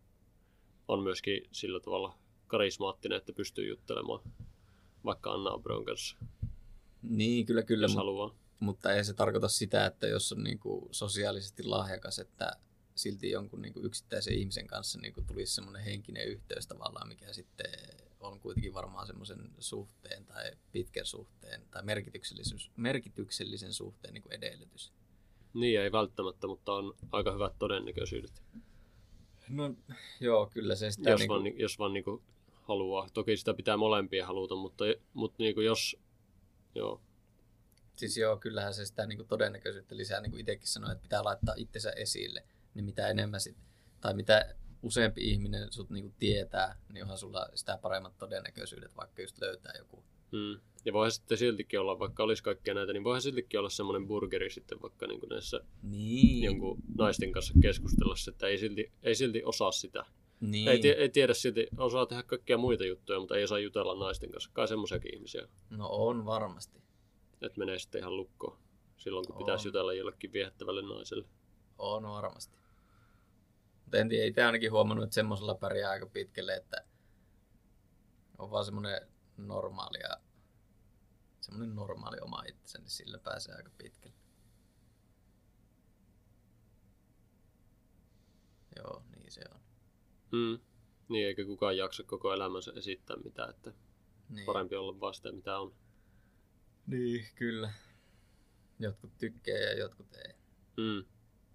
on myöskin sillä tavalla karismaattinen, että pystyy juttelemaan vaikka Anna Abreun kanssa. Niin, kyllä, kyllä. Jos haluaa. Mutta ei se tarkoita sitä, että jos on niinku sosiaalisesti lahjakas, että silti jonkun niinku yksittäisen ihmisen kanssa niinku tulisi semmoinen henkinen yhteys tavallaan, mikä sitten on kuitenkin varmaan semmoisen suhteen tai pitkän suhteen tai merkityksellisen suhteen niinku edellytys. Niin, ei välttämättä, mutta on aika hyvät todennäköisyydet. No joo, kyllä se sitä... Jos niinku... vaan, jos vaan niinku haluaa. Toki sitä pitää molempia haluta, mutta, mutta niinku jos... Joo. Siis joo, kyllähän se sitä niinku todennäköisyyttä lisää, niin kuin itsekin sanoin, että pitää laittaa itsensä esille. Niin mitä enemmän sit, tai mitä useampi ihminen sut niinku tietää, niin onhan sulla sitä paremmat todennäköisyydet, vaikka just löytää joku. Hmm. Ja voihan sitten siltikin olla, vaikka olisi kaikkea näitä, niin voihan siltikin olla semmoinen burgeri sitten vaikka niinku näissä niin. jonkun naisten kanssa keskustella, että ei silti, ei silti osaa sitä. Niin. Ei, tie, ei tiedä silti, osaa tehdä kaikkia muita juttuja, mutta ei osaa jutella naisten kanssa. Kai semmoisiakin ihmisiä. No on varmasti. Että menee sitten ihan lukkoon silloin, kun on. pitäisi jutella jollekin viehättävälle naiselle. On varmasti. Mutta en tiedä, itse ainakin huomannut, että semmoisella pärjää aika pitkälle, että on vaan semmoinen normaali ja semmoinen normaali oma itsensä, niin sillä pääsee aika pitkälle. Joo, niin se on. Mm. Niin, eikä kukaan jaksa koko elämänsä esittää mitään, että Niin. parempi olla vaan sitä, mitä on. Niin, kyllä. Jotkut tykkää ja jotkut ei. Mm.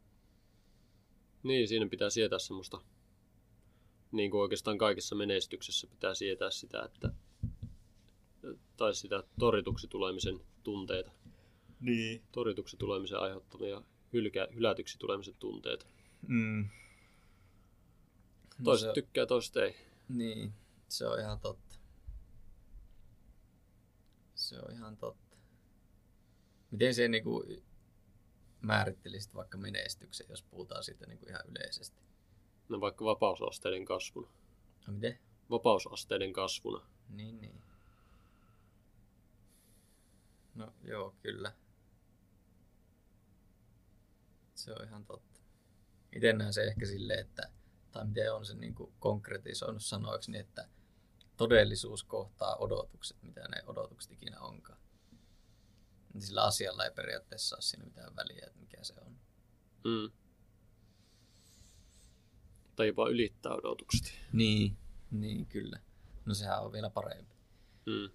Niin, siinä pitää sietää semmoista, niin kuin oikeastaan kaikessa menestyksessä pitää sietää sitä, että tai sitä torituksi tulemisen tunteita. Niin. Torituksi tulemisen aiheuttamia hylkä, hylätyksi tulemisen tunteita. Mm. Toiset no se, tykkää, toiset ei. Niin, se on ihan totta. Se on ihan totta. Miten se niinku määrittelisit vaikka menestyksen, jos puhutaan siitä niinku ihan yleisesti? No vaikka vapausasteiden kasvuna. No miten? Vapausasteiden kasvuna. Niin, niin. No joo, kyllä. Se on ihan totta. Itse näen se ehkä silleen, että, tai miten on se niinku konkretisoinut sanoiksi, niin että todellisuus kohtaa odotukset, mitä ne odotukset ikinä onkaan. Niin sillä asialla ei periaatteessa ole siinä mitään väliä, että mikä se on. Mm. Tai jopa ylittää odotukset. Niin, niin kyllä. No sehän on vielä parempi. Mm.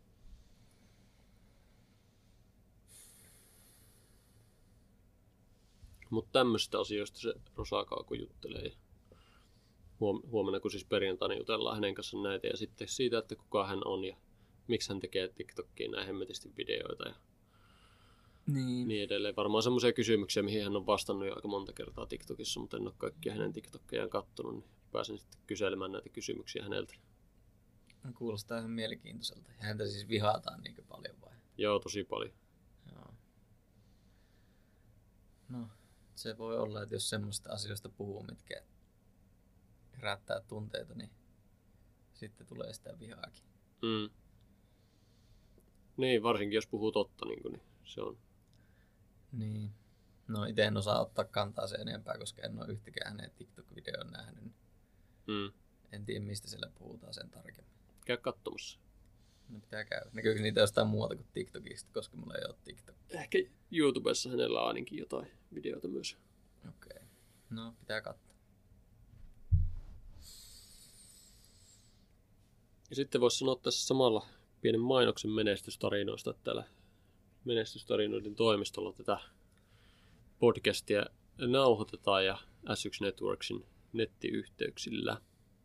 Mutta tämmöisistä asioista se Rosakaaku juttelee. Huom- huomenna, kun siis perjantaina jutellaan hänen kanssaan näitä ja sitten siitä, että kuka hän on ja miksi hän tekee TikTokiin näin hemmetisti videoita ja Niin. niin edelleen. Varmaan semmoisia kysymyksiä, mihin hän on vastannut jo aika monta kertaa TikTokissa, mutta en ole kaikkia hänen TikTokkejaan kattonut, niin pääsen sitten kyselemään näitä kysymyksiä häneltä. Kuulostaa ihan mielenkiintoiselta. Ja häntä siis vihataan niinkö paljon vai? Joo, tosi paljon. Joo. No, se voi olla, että jos semmoista asioista puhuu, mitkä herättää tunteita, niin sitten tulee sitä vihaakin. Mm. Niin, varsinkin jos puhuu totta, niin, kuin, niin se on. Niin. No itse en osaa ottaa kantaa sen enempää, koska en ole yhtäkään hänen TikTok-videon nähnyt. Mm. En tiedä, mistä siellä puhutaan sen tarkemmin. Käy katsomassa. No pitää käydä. Näkyykö niitä jostain muuta kuin TikTokista, koska mulla ei ole TikTok. Ehkä YouTubessa hänellä on ainakin jotain videoita myös. Okei. Okay. No, pitää katsoa. Ja sitten voisi sanoa tässä samalla pienen mainoksen menestystarinoista, että täällä menestystarinoiden toimistolla tätä podcastia nauhoitetaan ja S yksi Networksin nettiyhteyksillä.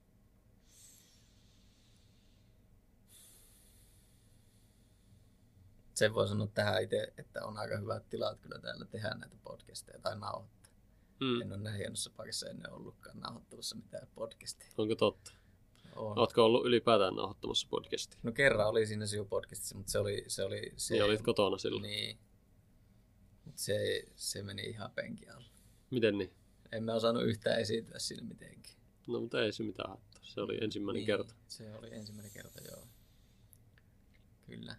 Sen voi sanoa tähän itse, että on aika hyvät tilat kyllä täällä tehdä näitä podcasteja tai nauhoittaa. Mm. En ole näin hienossa paikassa ennen ollutkaan nauhoittamassa mitään podcastia. Onko totta? On. Oletko ollut ylipäätään nauhoittamassa podcastia? No kerran oli siinä Siu podcastissa, mutta se oli... Se oli se, Niin olit kotona silloin. Niin. Mutta se, se meni ihan penkin alla. Miten niin? En mä osannut yhtään esiintyä siinä mitenkään. No mutta ei se mitään haittaa. Se oli ensimmäinen niin, kerta. Se oli ensimmäinen kerta, joo. Kyllä.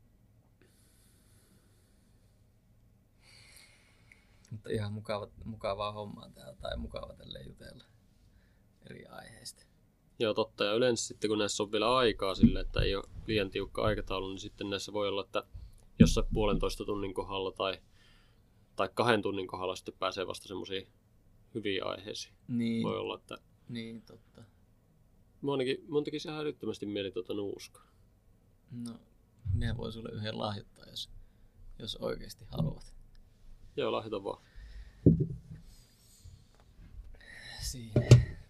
Mutta ihan mukava, mukavaa hommaa täällä, tai mukava tälleen jutella eri aiheista. Joo, totta. Ja yleensä sitten kun näissä on vielä aikaa sille, että ei ole liian tiukka aikataulu, niin sitten näissä voi olla, että jossain puolentoista tunnin kohdalla tai, tai kahden tunnin kohdalla sitten pääsee vasta semmoisiin hyviin aiheisiin. Niin, Voi olla, että niin totta. Mä ainakin, mun tekisi ihan älyttömästi mieli tuota nuuskaa. No, minä voin sulle yhden lahjoittaa, jos, jos oikeasti haluat. Joo, lahjoita vaan. Siinä.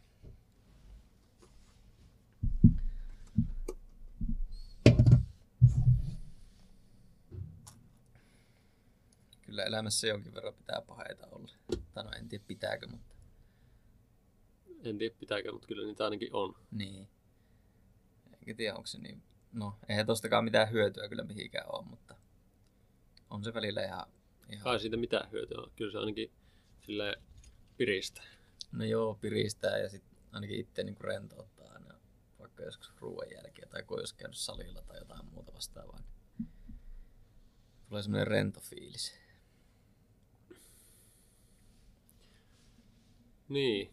Kyllä elämässä jonkin verran pitää paheita olla. Tai no en tiedä pitääkö, mutta En tiedä pitääkö, mutta kyllä niitä ainakin on. niin. Enkä tiedä onko se niin. No, eihän tostakaan mitään hyötyä kyllä mihinkään ole, mutta on se välillä ihan... ihan... Kai siitä mitään hyötyä on. Kyllä se ainakin silleen piristää. No joo, piristää ja sitten ainakin itse niin rentouttaa aina vaikka joskus ruoan jälkeen tai kun olisi käynyt salilla tai jotain muuta vastaavaa. Niin tulee semmoinen rento fiilis. Niin.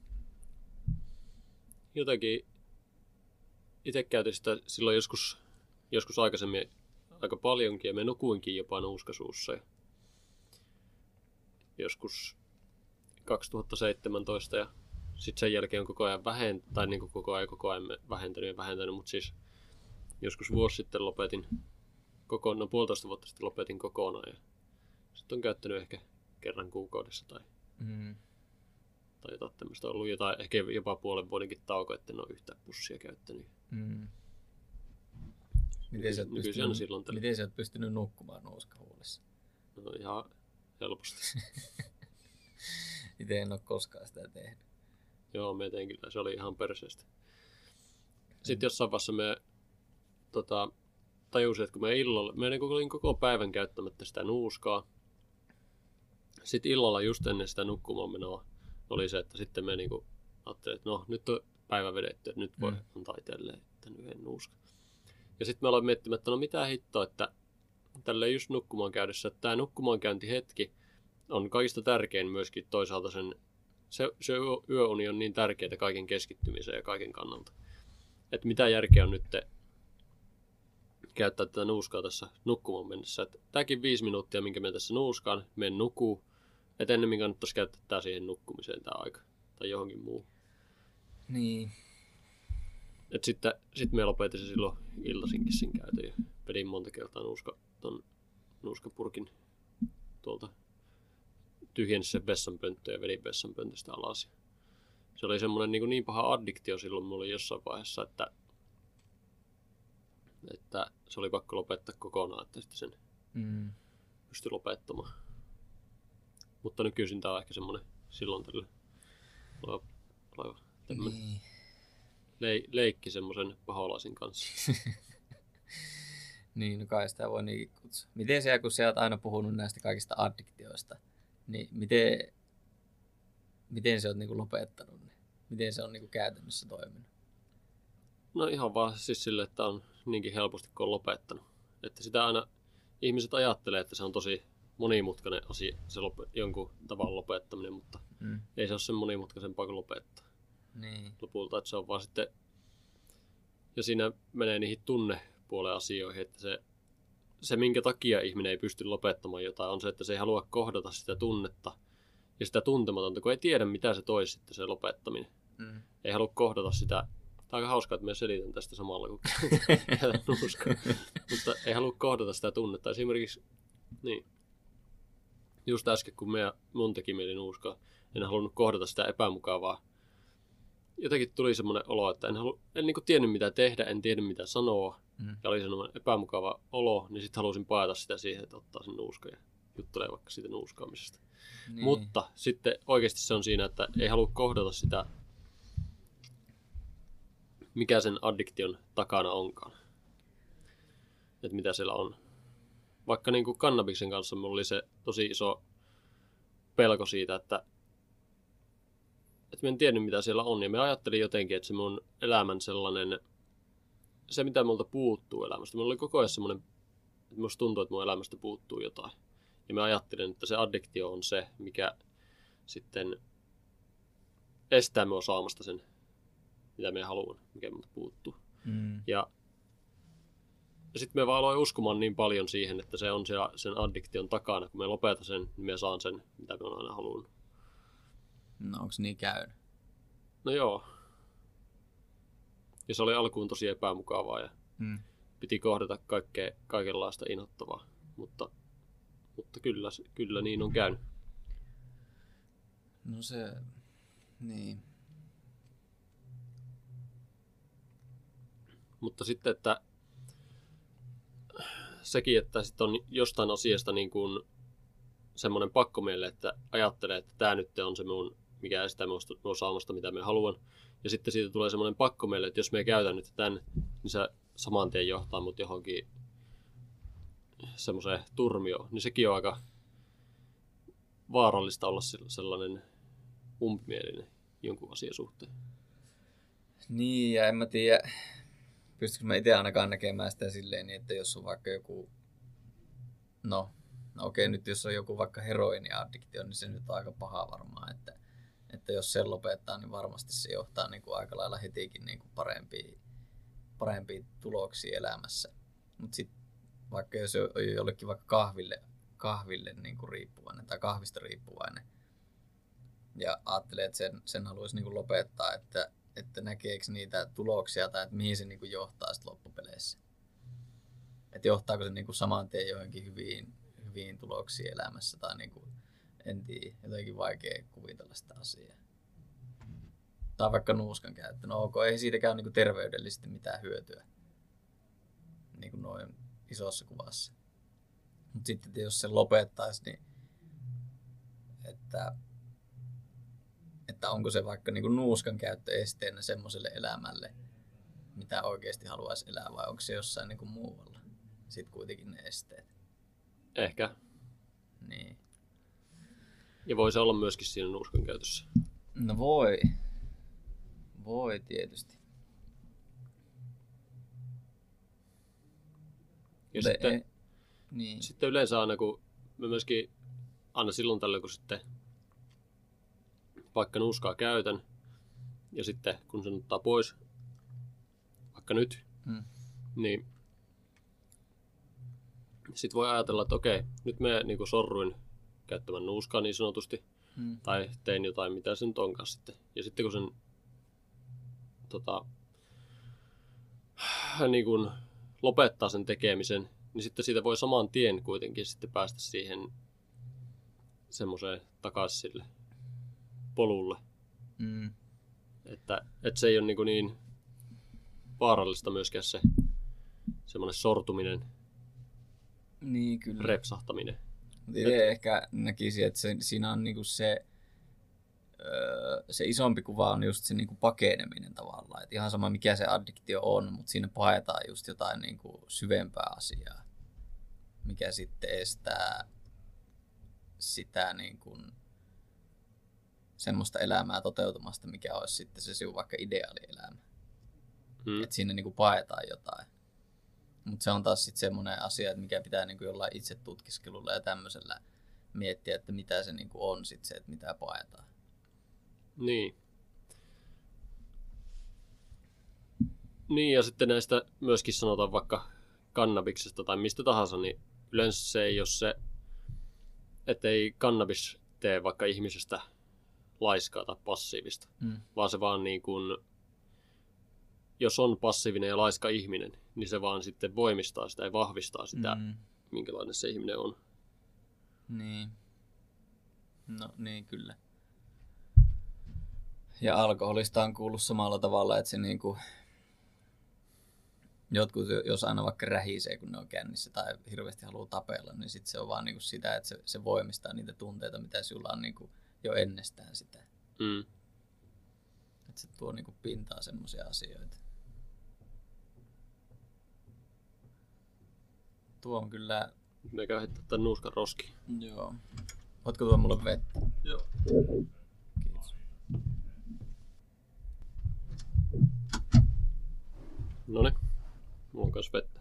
Jotenkin itse käytin sitä silloin joskus, joskus aikaisemmin aika paljonkin ja me nukuinkin jopa nuuskasuussa. Ja joskus kaksituhattaseitsemäntoista ja sitten sen jälkeen on koko ajan vähentänyt, tai niin kuin koko ajan koko ajan vähentänyt ja vähentänyt, mutta siis joskus vuosi sitten lopetin, koko, no puolitoista vuotta sitten lopetin kokonaan ja sitten on käyttänyt ehkä kerran kuukaudessa tai, Mm. tai jotain tämmöistä. On ollut jotain, ehkä jopa puolen vuodenkin tauko, että en ole yhtään pussia käyttänyt. Mm. Miten sä, oot Nykyisin aina silloin pystynyt, tällä. miten sä oot pystynyt nukkumaan nuuskahuulessa? No ihan helposti. Itse en ole koskaan sitä tehnyt. Joo, me tein kyllä. Se oli ihan perseestä. Sitten jossain vaiheessa me tota, tajusin, että kun me illalla, me olin koko päivän käyttämättä sitä nuuskaa. Sitten illalla just ennen sitä nukkumaan menoa oli se, että sitten me niinku ajattelin, että no nyt on päivä vedetty, että nyt voi Mm. antaa itselleen tämän yhden nuuskan. Ja sitten me aloin miettimään, että no mitä hittoa, että tälleen just nukkumaan käydessä, että tämä nukkumaankäyntihetki on kaikista tärkein myöskin toisaalta sen, se, se yöuni on niin tärkeää kaiken keskittymiseen ja kaiken kannalta. Että mitä järkeä on nyt käyttää tätä nuuskaa tässä nukkumaan mennessä. Että tämäkin viisi minuuttia, minkä me tässä nuuskaan, menen nukuu. Että ennemmin kannattaisi käyttää tämä siihen nukkumiseen tämä aika. Tai johonkin muuhun. Niin. Että sitten sit me lopetin se silloin iltaisinkin sen käytön. Ja vedin monta kertaa nuuska, ton nuuskapurkin tuolta. Tyhjensin sen vessanpönttöön ja vedin vessanpöntöstä alas. Se oli semmoinen niin, niin paha addiktio silloin mulla jossain vaiheessa, että, että se oli pakko lopettaa kokonaan, että sitten sen Mm. pystyi lopettamaan. Mutta nykyisin tää on ehkä semmoinen silloin tällä oleva, oleva tämmönen Niin. lei, leikki semmoisen paholaisin kanssa. Niin, no kai sitä voi niinkin kutsua. Miten se, kun sä oot aina puhunut näistä kaikista addiktioista, niin miten, miten sä oot niinku lopettanut ne? Miten se on niinku käytännössä toiminut? No ihan vaan siis sille, että on niinkin helposti kuin on lopettanut. Että sitä aina ihmiset ajattelee, että se on tosi monimutkainen asia, se lop- jonkun tavan lopettaminen, mutta Mm. ei se ole sen monimutkaisempaa kuin lopettaa Niin. lopulta. Että se on vaan sitten, ja siinä menee niihin tunnepuolen asioihin, että se, se minkä takia ihminen ei pysty lopettamaan jotain on se, että se ei halua kohdata sitä tunnetta ja sitä tuntematonta, kun ei tiedä mitä se toisi sitten se lopettaminen. Mm. Ei halua kohdata sitä. Tämä on aika hauskaa, että mä selitän tästä samalla kuin nuuskaa. Mutta ei halua kohdata sitä tunnetta. Esimerkiksi, niin, just äsken kun me, mun teki mieli nuuskaa, en halunnut kohdata sitä epämukavaa. Jotenkin tuli semmoinen olo, että en, halu, en niin kuin tiennyt mitä tehdä, en tiennyt mitä sanoa. Mm. Ja oli semmoinen epämukava olo, niin sitten halusin paeta sitä siihen, että ottaa sen nuuskan ja juttelee vaikka siitä nuuskaamisesta. Niin. Mutta sitten oikeasti se on siinä, että ei halua kohdata sitä, mikä sen addiktion takana onkaan. Että mitä siellä on. Vaikka niin kuin kannabiksen kanssa mulla oli se tosi iso pelko siitä, että, että mä en tiennyt mitä siellä on. Ja mä ajattelin jotenkin, että se mun elämän sellainen, se mitä multa puuttuu elämästä. Mulla oli koko ajan semmoinen, että musta tuntuu, että mun elämästä puuttuu jotain. Ja mä ajattelin, että se addiktio on se, mikä sitten estää mua saamasta sen, mitä me haluan, mikä minulta puuttuu. Mm. Ja, ja sitten me vaan aloin uskomaan niin paljon siihen, että se on siellä sen addiktion takana. Kun me lopetan sen, niin me saan sen, mitä me on aina halunnut. No onks niin käynyt? No joo. Ja se oli alkuun tosi epämukavaa ja Mm. piti kohdata kaikkea, kaikenlaista inhottavaa. Mutta, mutta kyllä, kyllä niin on käynyt. No se, niin. Mutta sitten, että sekin, että sitten on jostain asiasta niin kuin semmoinen pakko meille, että ajattelee, että tämä nyt on se mun, mikä estää minua saamasta, mitä me haluan. Ja sitten siitä tulee semmoinen pakko meille, että jos me käytän nyt tämän, niin se saman tien johtaa mut johonkin semmoiseen turmioon. Niin sekin on aika vaarallista olla sellainen umpimielinen jonkun asian suhteen. Niin, ja en mä tiedä, pystykö mä itse ainakaan näkemään sitä silleen, niin että jos on vaikka joku, no, no okei, nyt jos on joku vaikka heroiniaddiktio, niin se nyt on aika paha varmaan, että, että jos sen lopettaa, niin varmasti se johtaa niin kuin aika lailla hetikin niin kuin parempiin, parempiin tuloksiin elämässä. Mutta sitten vaikka jos on jollekin vaikka kahville, kahville niin kuin riippuvainen tai kahvista riippuvainen, ja ajattelee, että sen, sen haluaisi niin kuin lopettaa, että, että näkeekö niitä tuloksia tai että mihin se niin kuin johtaa sitten loppupeleissä. Että johtaako se niin kuin saman tien johonkin hyviin, hyviin tuloksiin elämässä tai niin kuin, en tiedä, jotenkin vaikea kuvitella sitä asiaa. Tai vaikka nuuskan käyttö. No ok, ei siitäkään niin kuin terveydellisesti mitään hyötyä niin kuin noin isossa kuvassa. Mutta sitten jos se lopettaisi, niin että, että onko se vaikka niin kuin nuuskan käyttö esteenä semmoiselle elämälle, mitä oikeasti haluaisi elää, vai onko se jossain niin kuin muualla? Sitten kuitenkin ne esteet. Ehkä. Niin. Ja voi se olla myöskin siinä nuuskan käytössä. No voi. Voi tietysti. Ja Mutta sitten, ei, niin. sitten yleensä aina, kun mä myöskin aina silloin tällöin, kun sitten vaikka nuuskaa käytän, ja sitten kun sen ottaa pois, vaikka nyt, Hmm. niin sitten voi ajatella, että okei, nyt mä niin kuin sorruin käyttämään nuuskaa niin sanotusti, Hmm. tai tein jotain, mitä se nyt onkaan sitten. Ja sitten kun sen tota, niin kuin lopettaa sen tekemisen, niin sitten siitä voi saman tien kuitenkin sitten päästä siihen semmoiseen takaisin sille polulle. Hmm. Että, että se ei ole niin, kuin niin vaarallista myöskään se semmoinen sortuminen, Niin kyllä. repsahtaminen. Itse ehkä näkisin, että se, siinä on niinku se, öö, se isompi kuva on just se niinku pakeneminen tavallaan. Et ihan sama mikä se addiktio on, mutta siinä paetaan just jotain niinku syvempää asiaa, mikä sitten estää sitä niinku semmoista elämää toteutumasta, mikä olisi sitten se sinun vaikka ideaalielämä. Hmm. Että siinä niinku paetaan jotain. Mutta se on taas sitten semmoinen asia, että mikä pitää niinku jollain itse tutkiskelulla ja tämmöisellä miettiä, että mitä se niinku on sitten se, että mitä paetaan. Niin. Niin, ja sitten näistä myöskin sanotaan vaikka kannabiksesta tai mistä tahansa, niin yleensä se ei ole se, että ei kannabis tee vaikka ihmisestä laiskaa tai passiivista, Mm. vaan se vaan niin kuin, jos on passiivinen ja laiska ihminen, niin se vaan sitten voimistaa sitä ja vahvistaa sitä, Mm. minkälainen se ihminen on. Niin. No niin, kyllä. Ja alkoholista on kuullut samalla tavalla, että se niinku, jotkut, jos aina vaikka rähisee, kun ne on kännissä tai hirveästi haluaa tapella, niin sit se on vaan niinku sitä, että se, se voimistaa niitä tunteita, mitä sulla on niinku jo ennestään sitä. Mm. Että se tuo niinku pintaan semmoisia asioita. Tuo on kyllä... Me käy heittää tämän nuuskan roskiin. Joo. Voitko tuoda mulle vettä? Joo. Kiitos. Noniin, mulla on kans vettä.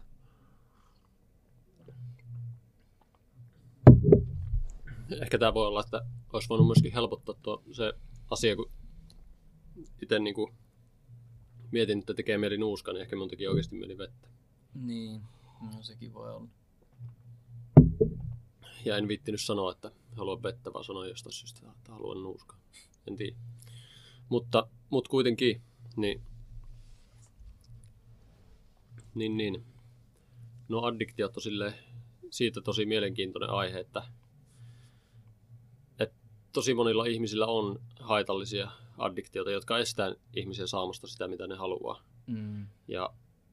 Ehkä tää voi olla, että olisi voinut myöskin helpottaa tuo se asia, kun itse niinku mietin, että tekee mieli nuuskaa, niin ehkä mun teki oikeasti mieli vettä. Niin, no sekin voi olla. Ja en viittinyt sanoa, että haluan vettä, vaan sanoin jostain syystä, että haluan nuuskaa. En tiedä. Mutta, mutta kuitenkin, niin, niin, niin. No addiktiot on silleen, siitä tosi mielenkiintoinen aihe, että, että tosi monilla ihmisillä on haitallisia addiktioita, jotka estää ihmisiä saamasta sitä, mitä ne haluaa. Mm. Ja,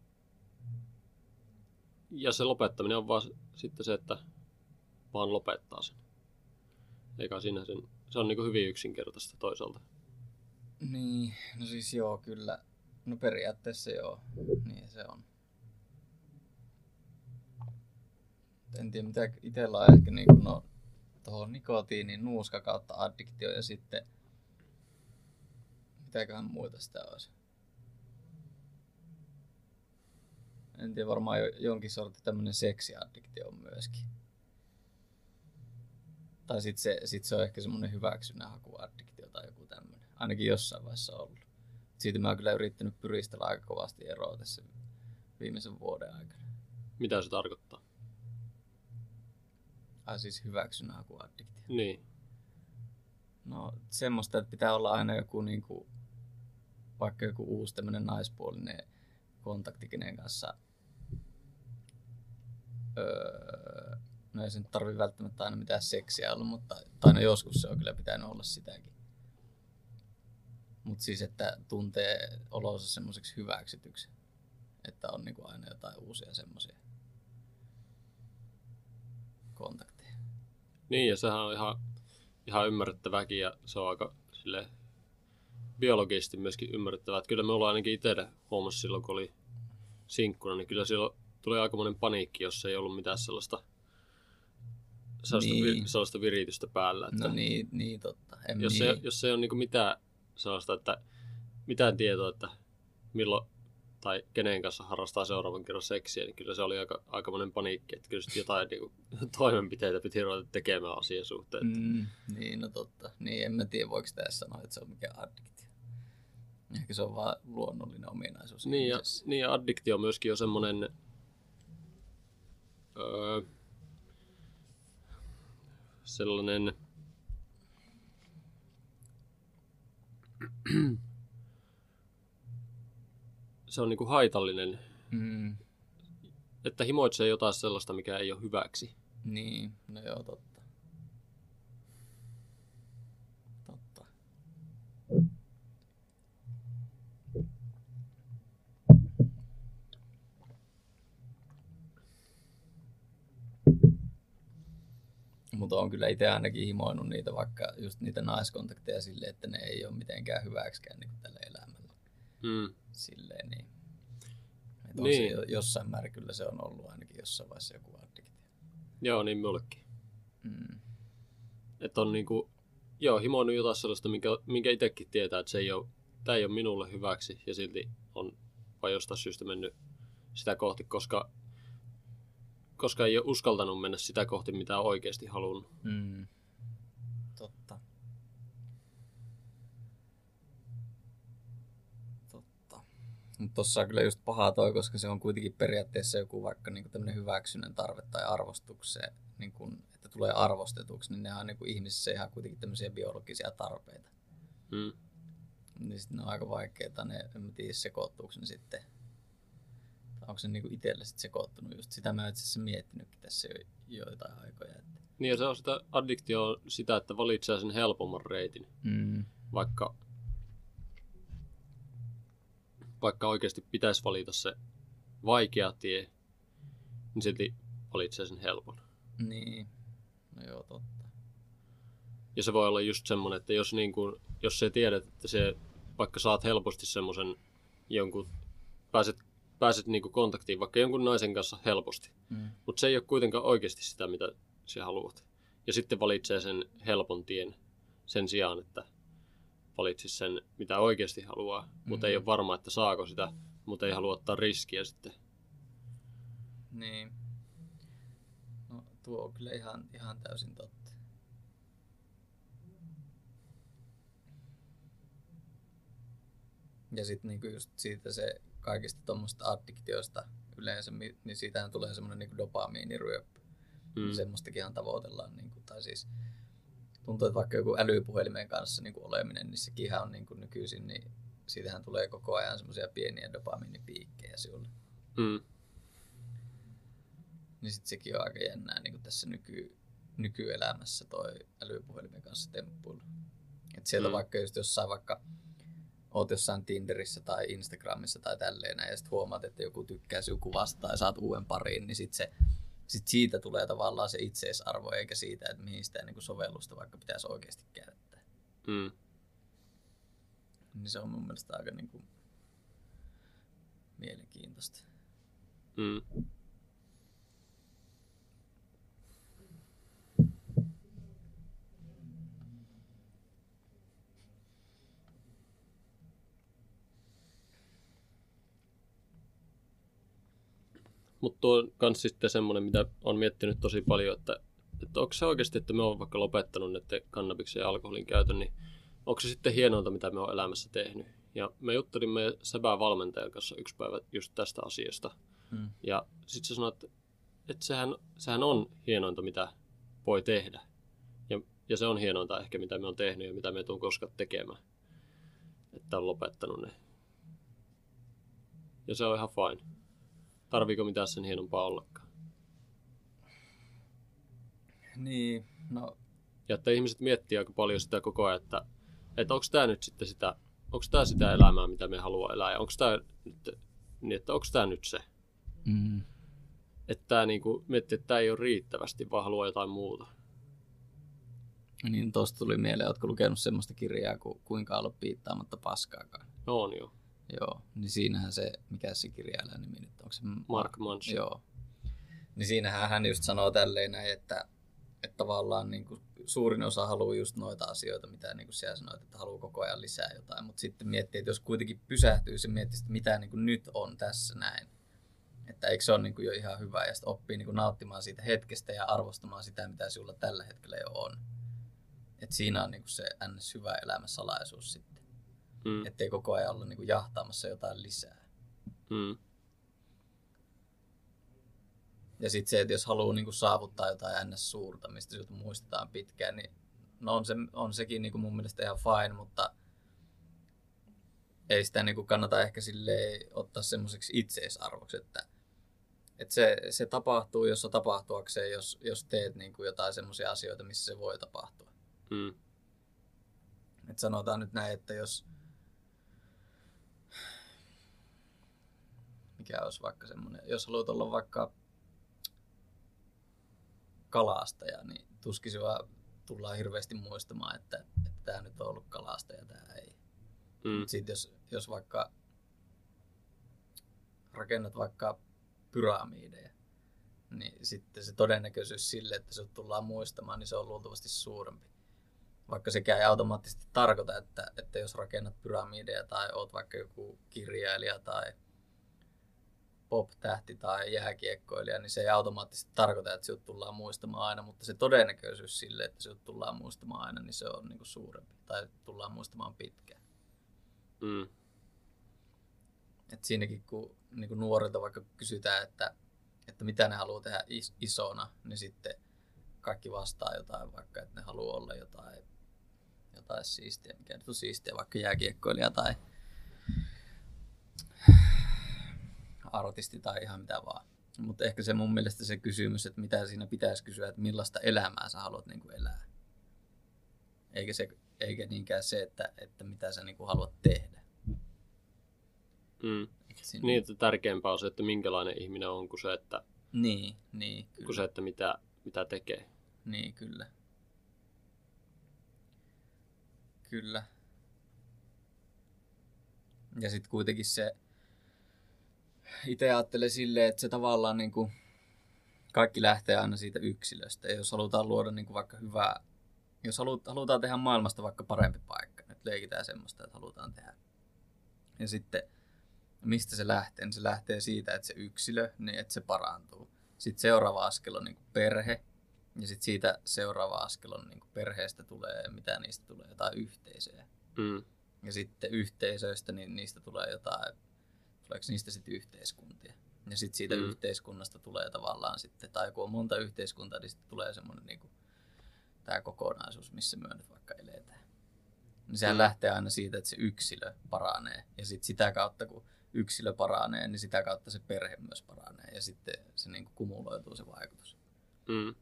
ja se lopettaminen on vaan sitten se, että vaan lopettaa sen. Eikä siinä sen, se on niin kuin hyvin yksinkertaista toisaalta. Niin, no siis joo, kyllä. No periaatteessa joo, niin se on. En tiedä mitä itsellä on ehkä niin kuin no, tuohon nikotiiniin, nuuska kautta addiktio ja sitten mitäköhän muita sitä olisi. En tiedä, varmaan jo, jonkin sortin tämmönen seksiaddiktio on myöskin. Tai sit se, sit se on ehkä semmonen hyväksynnän hakuaddiktio tai joku tämmönen. Ainakin jossain vaiheessa ollut. Siitä mä oon kyllä yrittänyt pyristellä aika kovasti eroa tässä viimeisen vuoden aikana. Mitä se tarkoittaa? Ai siis hyväksynnän hakuaddiktio. Niin. No semmoista, että pitää olla aina joku niinku, vaikka joku uusi tämmönen naispuolinen kontakti, kenen kanssa öö, no ei se nyt tarvii välttämättä aina mitään seksiä olla, mutta aina joskus se on kyllä pitänyt olla sitäkin. Mutta siis, että tuntee olonsa semmoiseksi hyväksytyksi, että on niinku aina jotain uusia semmoisia kontakteja. Niin, ja sehän on ihan, ihan ymmärrettäväkin, ja se on aika silleen biologisesti myöskin ymmärrettävää. Että kyllä me ollaan ainakin itselle huomassa silloin, kun oli sinkkuna, niin kyllä silloin tuli aikamoinen paniikki, jos ei ollut mitään sellaista, sellaista, niin. vi, sellaista viritystä päällä. Että No niin, niin totta. En jos, niin. ei, jos ei ole niin mitään sellaista, että mitään tietoa, että milloin tai kenen kanssa harrastaa seuraavan kerran seksiä, niin kyllä se oli aika, aikamoinen paniikki, että kyllä jotain niin kuin, toimenpiteitä piti ruveta tekemään asian suhteen. Mm, niin, no totta. Niin, en mä tiedä, voiko tässä sanoa, että se on mikään addiktio. Ehkä se on vaan luonnollinen ominaisuus. Niin ja, niin ja addiktio myöskin on semmoinen öö, sellainen se on niinku haitallinen, Mm, että himoitsee jotain sellaista, mikä ei ole hyväksi. niin, no joo, totta. Totta. Mutta on kyllä itse ainakin himoinut niitä, vaikka just niitä naiskontakteja silleen, että ne ei ole mitenkään hyväksikään niin tällä elämällä. Mm. Silleen niin. Et on Niin. se jo- jossain määrin kyllä se on ollut ainakin jossain vaiheessa joku addiktio. Joo, niin mullekin. Mm. Että on niinku, joo, himoinut jotain sellaista, minkä, minkä itsekin tietää, että se ei ole, tää ei ole minulle hyväksi, ja silti on vai jostain syystä mennyt sitä kohti, koska, koska ei ole uskaltanut mennä sitä kohti, mitä on oikeasti halunnut. Mm. Totta. Totta. Mutta tossa on kyllä just paha toi, koska se on kuitenkin periaatteessa joku vaikka niinku tämmönen hyväksynnän tarve tai arvostukseen, niinku, että tulee arvostetuksi, niin ne on niinku ihmisissä ihan kuitenkin tämmöisiä biologisia tarpeita. Mm. Niin sitten ne on aika vaikeita, ne, en mä tiedä sekoittuuko ne sitten, tai onko se niinku itselle sitten sekoittunut just sitä, mä oon itse asiassa miettinytkin tässä jo, joitain aikoja. Että... Niin ja se on sitä, addiktio on sitä, että valitsee sen helpomman reitin, Mm. vaikka, vaikka oikeasti pitäisi valita se vaikea tie, niin silti valitsee sen helpon. Niin, no joo, totta. Ja se voi olla just semmoinen, että jos, niin kuin, jos sä tiedät, että se, vaikka saat helposti semmoisen jonkun, pääset, pääset niin kuin kontaktiin vaikka jonkun naisen kanssa helposti, Mm. mutta se ei ole kuitenkaan oikeasti sitä, mitä sä haluat. Ja sitten valitsee sen helpon tien sen sijaan, että valitsisi sen, mitä oikeasti haluaa, mm-hmm. mutta ei ole varma, että saako sitä, mutta ei halua ottaa riskiä sitten. Niin. No tuo on kyllä ihan, ihan täysin totta. Ja sitten niinku just siitä se kaikista tuommoista addiktioista yleensä, mi- niin siitähän tulee semmoinen niinku dopamiiniryöppy. Mm. Semmoistakinhan tavoitellaan. Niinku, tai siis tuntuu, että vaikka joku älypuhelimen kanssa niinku oleminen, niin sekinhän on niinku nykyisin, niin siitähän tulee koko ajan semmoisia pieniä dopamiinipiikkejä sinulle. Mm. Niin sit sekin on aika jännää niinku tässä nyky, nykyelämässä toi älypuhelimen kanssa temppuilu. Et sieltä mm. vaikka just jossain vaikka oot jossain Tinderissä tai Instagramissa tai tälleen ja sit huomaat, että joku tykkää sinun kuvasta ja saat uuden pariin, niin sit, se, sit siitä tulee tavallaan se itseisarvo eikä siitä, että mihin sitä niinku sovellusta vaikka pitäisi oikeasti käyttää. Mm. Niin se on mun mielestä aika niinku mielenkiintoista. Mm. Mutta tuo on myös sitten semmoinen, mitä on miettinyt tosi paljon, että, että onko se oikeasti, että me on vaikka lopettanut näiden kannabiksen ja alkoholin käytön, niin onko se sitten hienointa, mitä me on elämässä tehnyt. Ja me juttelimme Sebää valmentajan kanssa yksi päivä just tästä asiasta. Hmm. Ja sitten se sanoi, että, että sehän, sehän on hienointa, mitä voi tehdä. Ja Ja se on hienointa ehkä, mitä me on tehnyt ja mitä me tuun koskaan tekemään. Että on lopettanut ne. Ja se on ihan fine. Tarviiko mitään sen hienompaa ollakaan? Niin, no... Ja että ihmiset miettii aika paljon sitä koko ajan, että, että onko tämä nyt sitten sitä, onko tämä sitä elämää, mitä me haluaa elää, ja onko tämä nyt, niin että onko tämä nyt se. Mm. Että tämä niinku, miettii, että tämä ei ole riittävästi, vaan haluaa jotain muuta. Niin tosta tuli mieleen, ootko lukenut semmoista kirjaa kuin Kuinka olla piittaamatta paskaakaan? No on jo. Joo, niin siinähän se, mikä se kirjailijan nimi nyt, onko se Mark Manson. Joo. Niin siinähän hän just sanoo tälleen näin, että, että tavallaan niin kuin suurin osa haluaa just noita asioita, mitä niin kuin siellä sanoit, että haluaa koko ajan lisää jotain, mutta sitten miettii, että jos kuitenkin pysähtyy, se miettii, että mitä niin kuin nyt on tässä näin. Että eikö se ole niin kuin jo ihan hyvä ja sitten oppii niin kuin nauttimaan siitä hetkestä ja arvostamaan sitä, mitä sinulla tällä hetkellä jo on. Että siinä on niin kuin se ns. Hyvä elämän salaisuus sitten. Mm. Ettei koko ajan olla niin kuin jahtaamassa jotain lisää. Mm. Ja sitten se, että jos haluaa niin kuin saavuttaa jotain ns. Suurta, mistä sinut muistetaan pitkään, niin no on, se, on sekin niin kuin mun mielestä ihan fine, mutta ei sitä niin kuin kannata ehkä silleen ottaa semmoiseksi itseisarvoksi, että, että se, se tapahtuu, jos se tapahtuakseen, jos, jos teet niin kuin jotain semmoisia asioita, missä se voi tapahtua. Mm. Et sanotaan nyt näin, että jos mikä olisi vaikka semmoinen, jos haluat olla vaikka kalastaja, niin tuskin sinua tullaan hirveästi muistamaan, että, että tämä nyt on ollut kalastaja, tämä ei. Mm. Sitten jos, jos vaikka rakennat vaikka pyramideja, niin sitten se todennäköisyys sille, että se tullaan muistamaan, niin se on luultavasti suurempi. Vaikka sekään ei automaattisesti tarkoita, että, että jos rakennat pyramideja tai oot vaikka joku kirjailija tai pop-tähti tai jääkiekkoilija, niin se ei automaattisesti tarkoita, että sinut tullaan muistamaan aina, mutta se todennäköisyys sille, että sinut tullaan muistamaan aina, niin se on niin kuin suurempi tai tullaan muistamaan pitkään. Mm. Et siinäkin kun niin kuin nuorilta vaikka kysytään, että, että mitä ne haluaa tehdä is- isona, niin sitten kaikki vastaa jotain, vaikka että ne haluaa olla jotain, jotain siistiä, mikä nyt on siistiä, vaikka jääkiekkoilija tai artisti tai ihan mitä vaan. Mutta ehkä se mun mielestä se kysymys, että mitä siinä pitäisi kysyä, että millaista elämää sä haluat niin kuin elää. Eikä, se, eikä niinkään se, että, että mitä sä niin kuin haluat tehdä. Mm. Niin, että tärkeämpää on se, että minkälainen ihminen on, kuin se, että, niin, niin, kuin se, että mitä, mitä tekee. Niin, kyllä. Kyllä. Ja sitten kuitenkin se, itse ajattelen silleen, että se tavallaan niin kuin kaikki lähtee aina siitä yksilöstä. Ja jos halutaan luoda niin kuin vaikka hyvää, jos halutaan tehdä maailmasta vaikka parempi paikka, nyt leikitään semmoista, että halutaan tehdä. Ja sitten mistä se lähtee? Niin se lähtee siitä, että se yksilö, niin että se parantuu. Sitten seuraava askel on niin kuin perhe. Ja sitten siitä seuraava askel on niin kuin perheestä tulee, mitä niistä tulee, jotain yhteisöjä. Mm. Ja sitten yhteisöistä, niin niistä tulee jotain, tuleeko niistä sitten yhteiskuntia. Ja sitten siitä mm. yhteiskunnasta tulee tavallaan sitten, tai kun on monta yhteiskuntaa, niin sitten tulee semmoinen niin kuin tämä kokonaisuus, missä me nyt vaikka eletään. Niin sehän mm. lähtee aina siitä, että se yksilö paranee. Ja sitten sitä kautta, kun yksilö paranee, niin sitä kautta se perhe myös paranee. Ja sitten se niin kuin kumuloituu se vaikutus. Mm.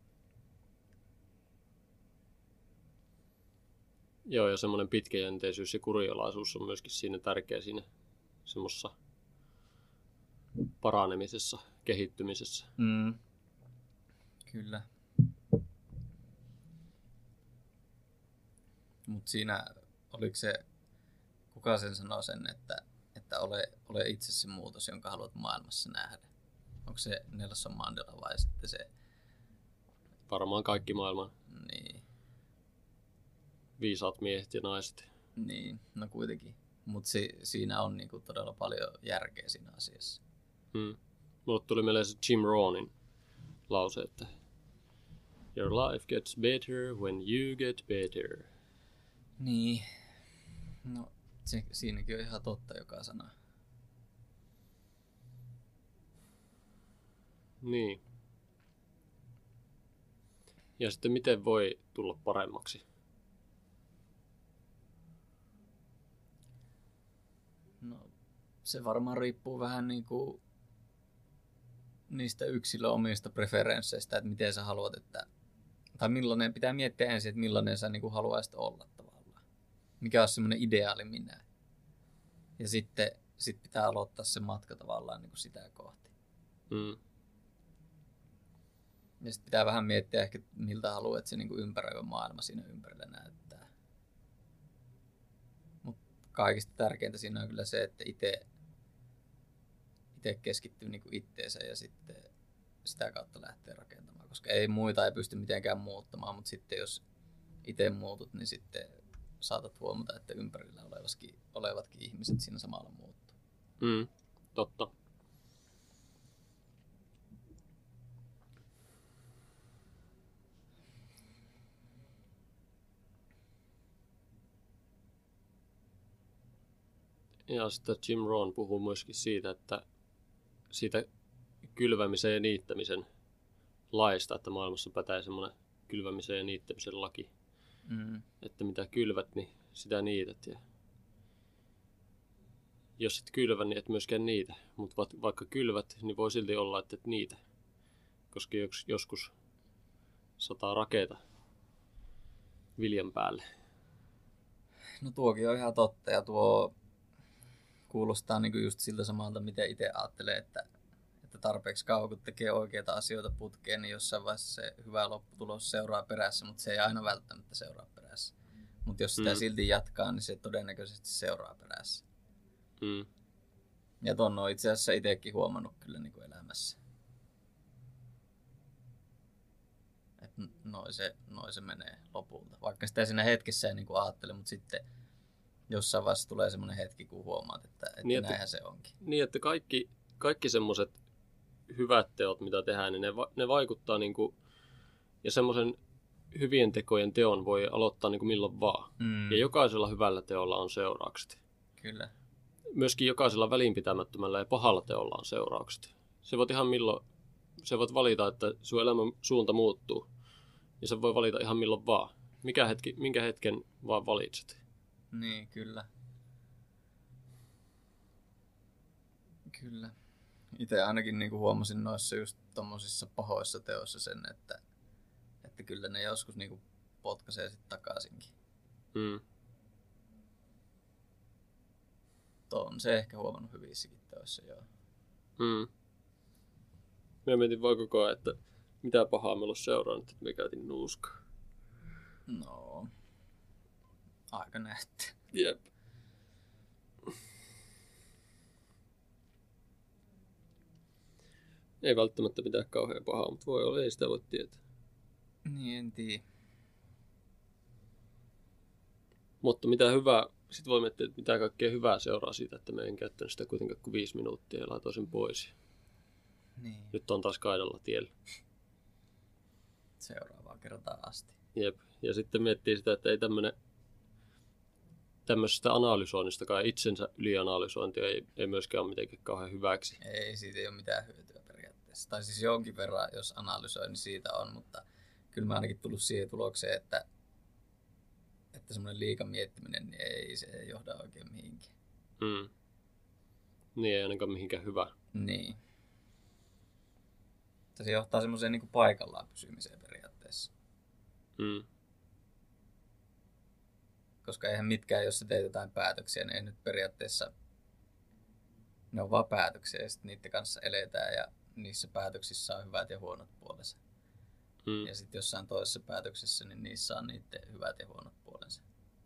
Joo, ja semmoinen pitkäjänteisyys ja kuriolaisuus on myöskin siinä tärkeä siinä semmoisessa paranemisessa, kehittymisessä. Mm. Kyllä. Mutta siinä, oliko se, kuka sen sanoi sen, että, että ole, ole itse se muutos, jonka haluat maailmassa nähdä? Onko se Nelson Mandela vai sitten se? Varmaan kaikki maailman. Niin. Viisaat miehet ja naiset. Niin, no kuitenkin. Mutta si, siinä on niinku todella paljon järkeä siinä asiassa. Hmm. Mulle tuli mieleen se Jim Rohnin lause, että your life gets better when you get better. Niin. No, se, siinäkin on ihan totta joka sana. Niin. Ja sitten miten voi tulla paremmaksi? No, se varmaan riippuu vähän niin kuin niistä yksilön omista preferensseistä, että miten sä haluat, että tai millainen, pitää miettiä ensin, että millainen sä niin kuin haluaisit olla tavallaan. Mikä on semmoinen ideaali minä. Ja sitten sit pitää aloittaa se matka tavallaan niin kuin sitä kohti. Mm. Ja sitten pitää vähän miettiä ehkä, miltä haluat, että se niin kuin ympäröivä maailma siinä ympärillä näyttää. Mutta kaikista tärkeintä siinä on kyllä se, että itse itse keskittyy niin kuin itteensä ja sitten sitä kautta lähtee rakentamaan. Koska ei muita ei pysty mitenkään muuttamaan, mutta sitten jos itse muutut, niin sitten saatat huomata, että ympärillä olevatkin ihmiset siinä samalla muuttuu. Mm, totta. Ja sitten Jim Rohn puhuu myöskin siitä, että siitä kylvämisen ja niittämisen laista, että maailmassa pätee semmoinen kylvämisen ja niittämisen laki. Mm. Että mitä kylvät, niin sitä niität. Ja jos et kylvä, niin et myöskään niitä. Mutta vaikka kylvät, niin voi silti olla, että et niitä. Koska joskus sataa rakeita viljan päälle. No tuokin on ihan totta ja tuo kuulostaa niinku just siltä samalta, miten itse ajattelee, että, että tarpeeksi kauan kun tekee oikeita asioita putkeen, niin jossain vaiheessa se hyvä lopputulos seuraa perässä, mutta se ei aina välttämättä seuraa perässä. Mutta jos sitä Mm. silti jatkaa, niin se todennäköisesti seuraa perässä. Mm. Ja ton on itse asiassa itsekin huomannut kyllä niinku elämässä. Että noin se, noi se menee lopulta. Vaikka sitä siinä hetkessä ei niinku ajattele, mutta sitten jossain vaiheessa tulee semmoinen hetki, kun huomaat, että, että Niin, että- näinhän se onkin. Niin, että kaikki, kaikki semmoiset hyvät teot, mitä tehdään, niin ne, va- ne vaikuttaa niinku, ja semmoisen hyvien tekojen teon voi aloittaa niinku milloin vaan. Mm, Ja jokaisella hyvällä teolla on seuraukset. kyllä. Myöskin jokaisella välinpitämättömällä ja pahalla teolla on seuraukset. Se voit ihan milloin, se voit valita, että sun elämän suunta muuttuu. Ja se voi valita ihan milloin vaan. Mikä hetki, minkä hetken vaan valitset. Niin, kyllä. Kyllä. Itse ainakin niinku huomasin noissa just tommosissa pahoissa teoissa sen, että, että kyllä ne joskus niinku potkaisee sit takaisinkin. Mm. Tuo on se ehkä huomannut hyvissäkin teoissa, joo. Mm. Mä mietin vaan koko ajan, että mitä pahaa meillä on seurannut, että me käytin nuuskaa. No, aika näyttää. Jep. Ei välttämättä mitään kauhean pahaa, mutta voi olla, ei sitä voi tietää. Niin, en tiedä. Mutta mitä hyvää, sit voi miettiä, että mitä kaikkea hyvää seuraa siitä, että me en käyttänyt sitä kuitenkaan kuin viisi minuuttia ja laitoin sen pois. Niin, Nyt on taas kaidalla tiellä. seuraavaan kertaan asti. Jep. Ja sitten miettii sitä, että ei tämmönen, tämmöisestä analysoinnistakaan itsensä ylianalysointi ei, ei myöskään ole mitenkään kauhean hyväksi. Ei, siitä ei ole mitään hyötyä periaatteessa. Tai siis jonkin verran, jos analysoi, niin siitä on, mutta kyllä mä ainakin tullut siihen tulokseen, että, että semmoinen liika miettiminen, niin ei se ei johda oikein mihinkään. Mm. Niin ei ainakaan mihinkään hyvä. Niin. Että se johtaa semmoiseen niin kuin paikallaan pysymiseen periaatteessa. Mm. Koska eihän mitkään, jos sä teet jotain päätöksiä, niin ei nyt periaatteessa, ne on vaan päätöksiä ja sitten niiden kanssa eletään ja niissä päätöksissä on hyvät ja huonot puolensa. Mm. Ja sitten jossain toisessa päätöksessä, niin niissä on niiden hyvät ja huonot puolensa.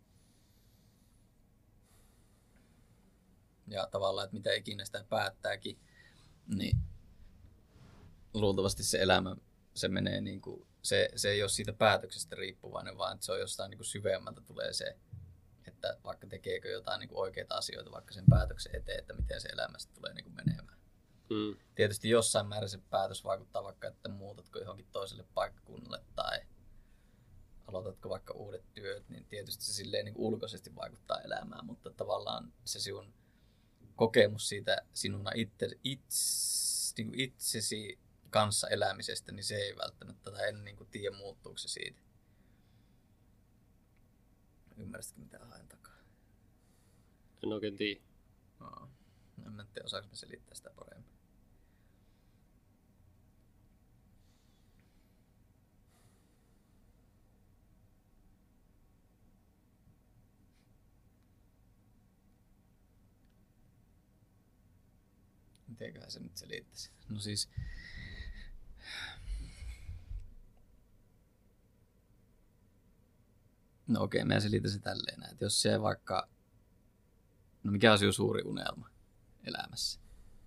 Ja tavallaan, että mitä ikinä sitä päättääkin, niin luultavasti se elämä, se menee niin kuin, se, se ei ole siitä päätöksestä riippuvainen, vaan että se on jostain niin kuin syvemmältä tulee se, että vaikka tekeekö jotain niin kuin oikeita asioita vaikka sen päätöksen eteen, että miten se elämästä tulee niin kuin menemään. Mm. Tietysti jossain määrin se päätös vaikuttaa vaikka, että muutatko johonkin toiselle paikkakunnalle tai aloitatko vaikka uudet työt, niin tietysti se silleen niin kuin ulkoisesti vaikuttaa elämään, mutta tavallaan se sinun kokemus siitä sinuna itse, itse, niin kuin itsesi kanssa elämisestä, niin se ei välttämättä, tai en niin kuin tiedä muuttuuko se siitä. Ymmärsitkö mitä haen takaa? En oikein tiedä. No, en mä tiedä, osaanko mä selittää sitä paremmin. Mitenköhän se nyt selittäisi? No siis... No okei, mä selitän se tälleen, että jos se vaikka... No mikä on sinun suuri unelma elämässä?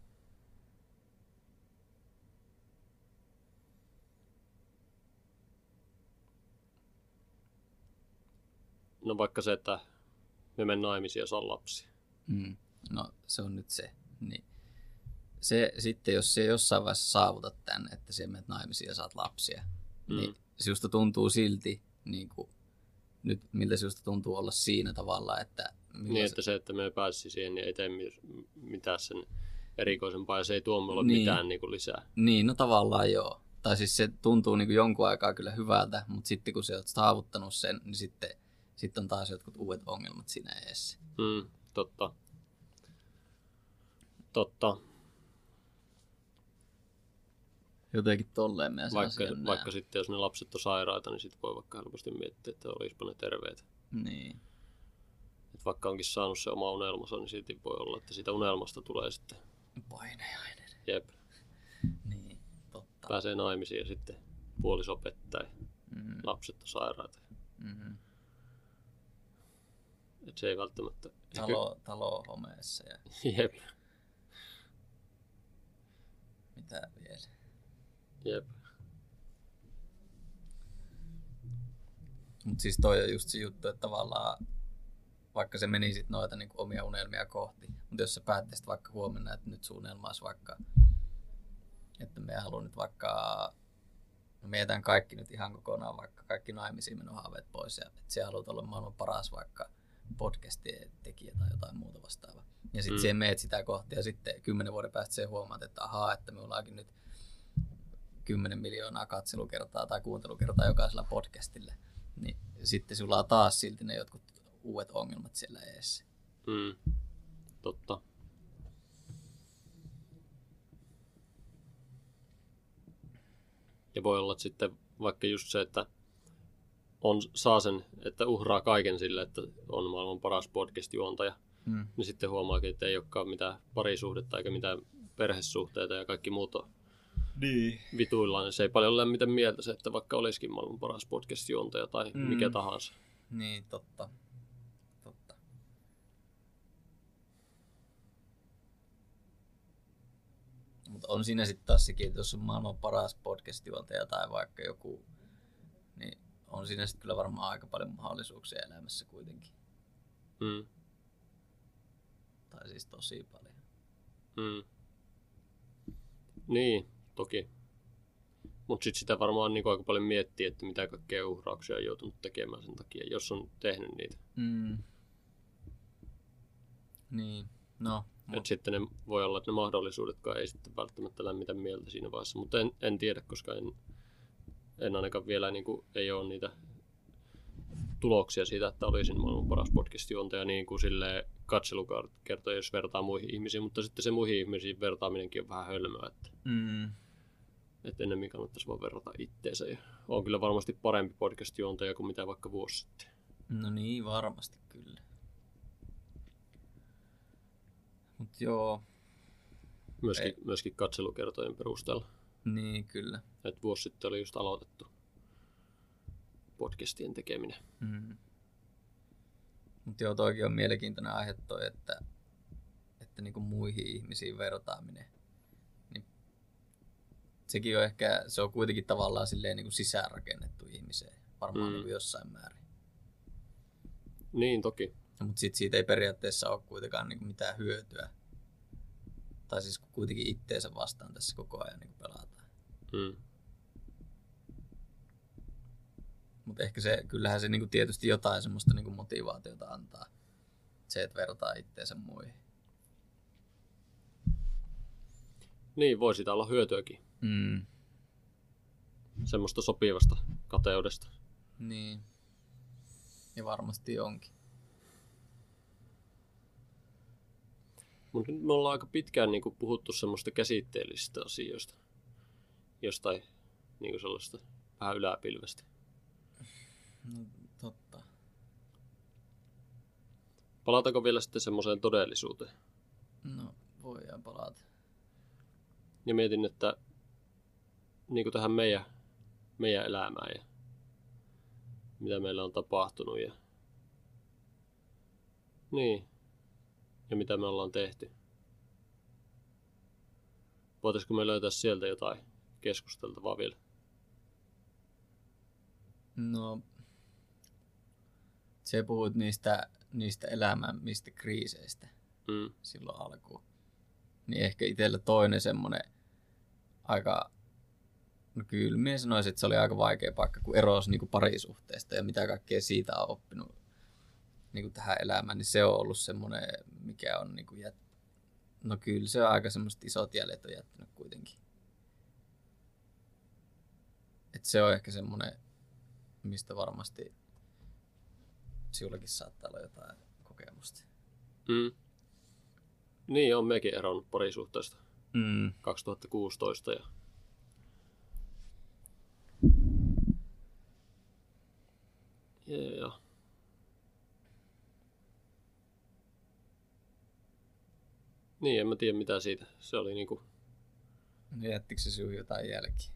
No vaikka se, että me menen naimisiin ja saan lapsia. Mm. No se on nyt se. Niin. Se sitten, jos se jossain vaiheessa saavutat tämän, että siellä menet naimisiin ja saat lapsia, mm. niin sinusta tuntuu silti, niin kuin, nyt miltä sinusta tuntuu olla siinä tavalla, että... Niin, että se, että me pääsisi siihen, niin ei tee mitään sen erikoisempaa, ja se ei tuo mulle niin. mitään niin kuin lisää. Niin, no tavallaan joo. Tai siis se tuntuu niin kuin jonkun aikaa kyllä hyvältä, mutta sitten kun sä oot saavuttanut sen, niin sitten, sitten on taas jotkut uudet ongelmat siinä edessä. Mm, totta. Totta. Jotenkin tolleen meidän vaikka, vaikka sitten, jos ne lapset on sairaita, niin sitten voi vaikka helposti miettiä, että olisipa ne terveitä. Niin. Et vaikka onkin saanut se oma unelmansa, niin silti voi olla, että siitä unelmasta tulee sitten painajainen. Jep. Niin, totta. Pääsee naimisiin ja sitten puoliso pettää, mm-hmm. lapset on sairaita. Mm-hmm. Et se ei välttämättä... Talo, talo homeessa ja... Jep. Mitä vielä? Jep. Mut siis toi on just se juttu, että tavallaan vaikka se menisit noita niin kuin omia unelmia kohti, mutta jos sä päättäisit vaikka huomenna, että nyt sun unelma olisi vaikka, että me haluan nyt vaikka, no me jätän kaikki nyt ihan kokonaan, vaikka kaikki naimisiin menohaaveet pois ja että sä haluat olla maailman paras vaikka podcastien tekijä tai jotain muuta vastaavaa. Ja sitten mm. siihen meet sitä kohti ja sitten kymmenen vuoden päästä se huomaat, että ahaa, että minulla onkin nyt kymmenen miljoonaa katselukertaa tai kuuntelukertaa jokaisella podcastille. Niin sitten sulla on taas silti ne jotkut uudet ongelmat siellä eessä. Mm. Totta. Ja voi olla, että sitten vaikka just se, että on, saa sen, että uhraa kaiken sille, että on maailman paras podcast-juontaja, mm. niin sitten huomaakin, että ei olekaan mitään parisuhdetta eikä mitään perhesuhteita ja kaikki muut on niin vituillaan. Niin se ei paljon lämmitä mieltä se, että vaikka olisikin maailman paras podcast-juontaja tai mm. mikä tahansa. Niin, totta. totta. Mutta on siinä sitten taas sekin, että jos on maailman paras podcast-juontaja tai vaikka joku, niin on siinä sitten kyllä varmaan aika paljon mahdollisuuksia elämässä kuitenkin. Mm. Tai siis tosi paljon. Mm. Niin, toki. Mutta sitten sitä varmaan niin aika paljon miettii, että mitä kaikkea uhrauksia on joutunut tekemään sen takia, jos on tehnyt niitä. Mm. Niin, no. Et sitten ne voi olla, että ne mahdollisuudetkaan ei sitten välttämättä lämmitä mieltä siinä vaiheessa, mutta en, en tiedä, koska en, en ainakaan vielä niin kuin, ei ole niitä tuloksia siitä, että olisin maailman paras podcast-juontaja niin kuin silleen katselukertoja, jos vertaa muihin ihmisiin, mutta sitten se muihin ihmisiin vertaaminenkin on vähän hölmöä, että, mm. että ennemmin kannattaisi vaan verrata itteensä. Ja on kyllä varmasti parempi podcast-juontaja kuin mitä vaikka vuosi sitten. No niin, varmasti kyllä. Mut joo. Myöskin, myöskin katselukertojen perusteella. Niin, kyllä. Et vuosi sitten oli just aloitettu podcastien tekeminen. Mm. Mutta joo, toikin on mielenkiintoinen aihe toi, että, että niinku muihin ihmisiin vertaaminen. Niin sekin on ehkä, se on kuitenkin tavallaan silleen niinku sisäänrakennettu ihmiseen, varmaan mm. niinku jossain määrin. Niin, toki. Mutta sitten siitä ei periaatteessa ole kuitenkaan niinku mitään hyötyä. Tai siis kuitenkin itteensä vastaan tässä koko ajan niinku pelataan. Mm. Mutta ehkä se, kyllähän se niinku tietysti jotain semmoista niinku motivaatiota antaa. Se, että vertaa itteensä muihin. Niin, voi sitä olla hyötyäkin. Mm. Semmoista sopivasta kateudesta. Niin. Ja varmasti onkin. Mutta nyt me ollaan aika pitkään niin kuin puhuttu semmoista käsitteellisistä asioista. Jostain niin kuin sellaista vähän yläpilvestä. No totta. Palataanko vielä sitten semmoiseen todellisuuteen? No voidaan palata. Ja mietin, että niin kuin tähän meidän, meidän elämään ja mitä meillä on tapahtunut ja niin. Ja mitä me ollaan tehty. Voitaisiko me löytää sieltä jotain keskusteltavaa vielä? No, se puhuit niistä, niistä elämän mistä kriiseistä Mm. silloin alkuun. Niin ehkä itsellä toinen semmonen aika, no kyllä minä sanoisin, että se oli aika vaikea paikka, kun erosi niinku parisuhteesta ja mitä kaikkea siitä on oppinut niinku tähän elämään, niin se on ollut semmoinen, mikä on niinku jät... No kyllä se on aika semmoiset isot jäljet on jättänyt kuitenkin. Et se on ehkä semmoinen, mistä varmasti sinullakin saattaa olla jotain kokemusta. Mm. Niin on mekin eronnut parisuhteesta Mm. kaksituhattakuusitoista ja ja, ja. Niin, en mä tiedä mitä siitä. Se oli niinku No jättikö se sinun jotain jälkiä?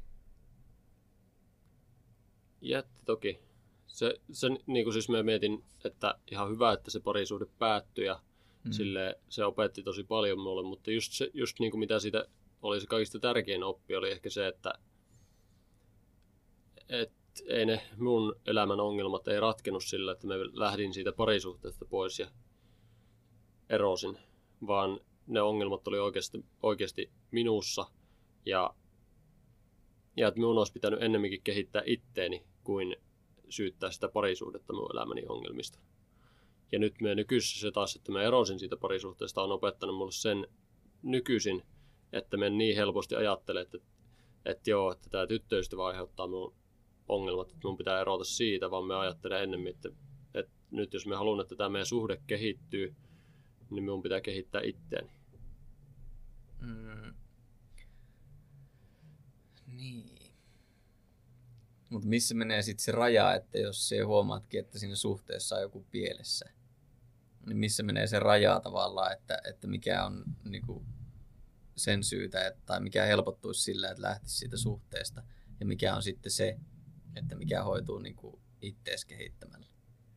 jätti toki. Se, se niinku siis mä mietin, että ihan hyvä, että se parisuhde päättyi ja Mm. sille se opetti tosi paljon mulle, mutta just, se, just niin kuin mitä siitä oli se kaikista tärkein oppi oli ehkä se, että et ei ne mun elämän ongelmat ei ratkennut sillä, että mä lähdin siitä parisuhteesta pois ja erosin, vaan ne ongelmat oli oikeasti, oikeasti minussa ja, ja että minun olisi pitänyt ennemminkin kehittää itteeni kuin syyttää sitä parisuhdetta mun elämäni ongelmista. Ja nyt me nykyisessä se taas, että mä erosin siitä parisuhteesta, on opettanut mulle sen nykyisin, että mä en niin helposti ajattele, että, että joo, että tämä tyttöystävä aiheuttaa mun ongelmat, että mun pitää erota siitä, vaan mä ajattelen ennemmin, että, että nyt jos mä haluan, että tämä meidän suhde kehittyy, niin mun pitää kehittää itteeni. Mm. Niin. Mutta missä menee sitten se raja, että jos se huomaatkin, että siinä suhteessa on joku pielessä, niin missä menee se raja tavallaan, että, että mikä on niinku sen syytä, että, tai mikä helpottuisi sillä, että lähtisi siitä suhteesta, ja mikä on sitten se, että mikä hoituu niinku ittees kehittämällä.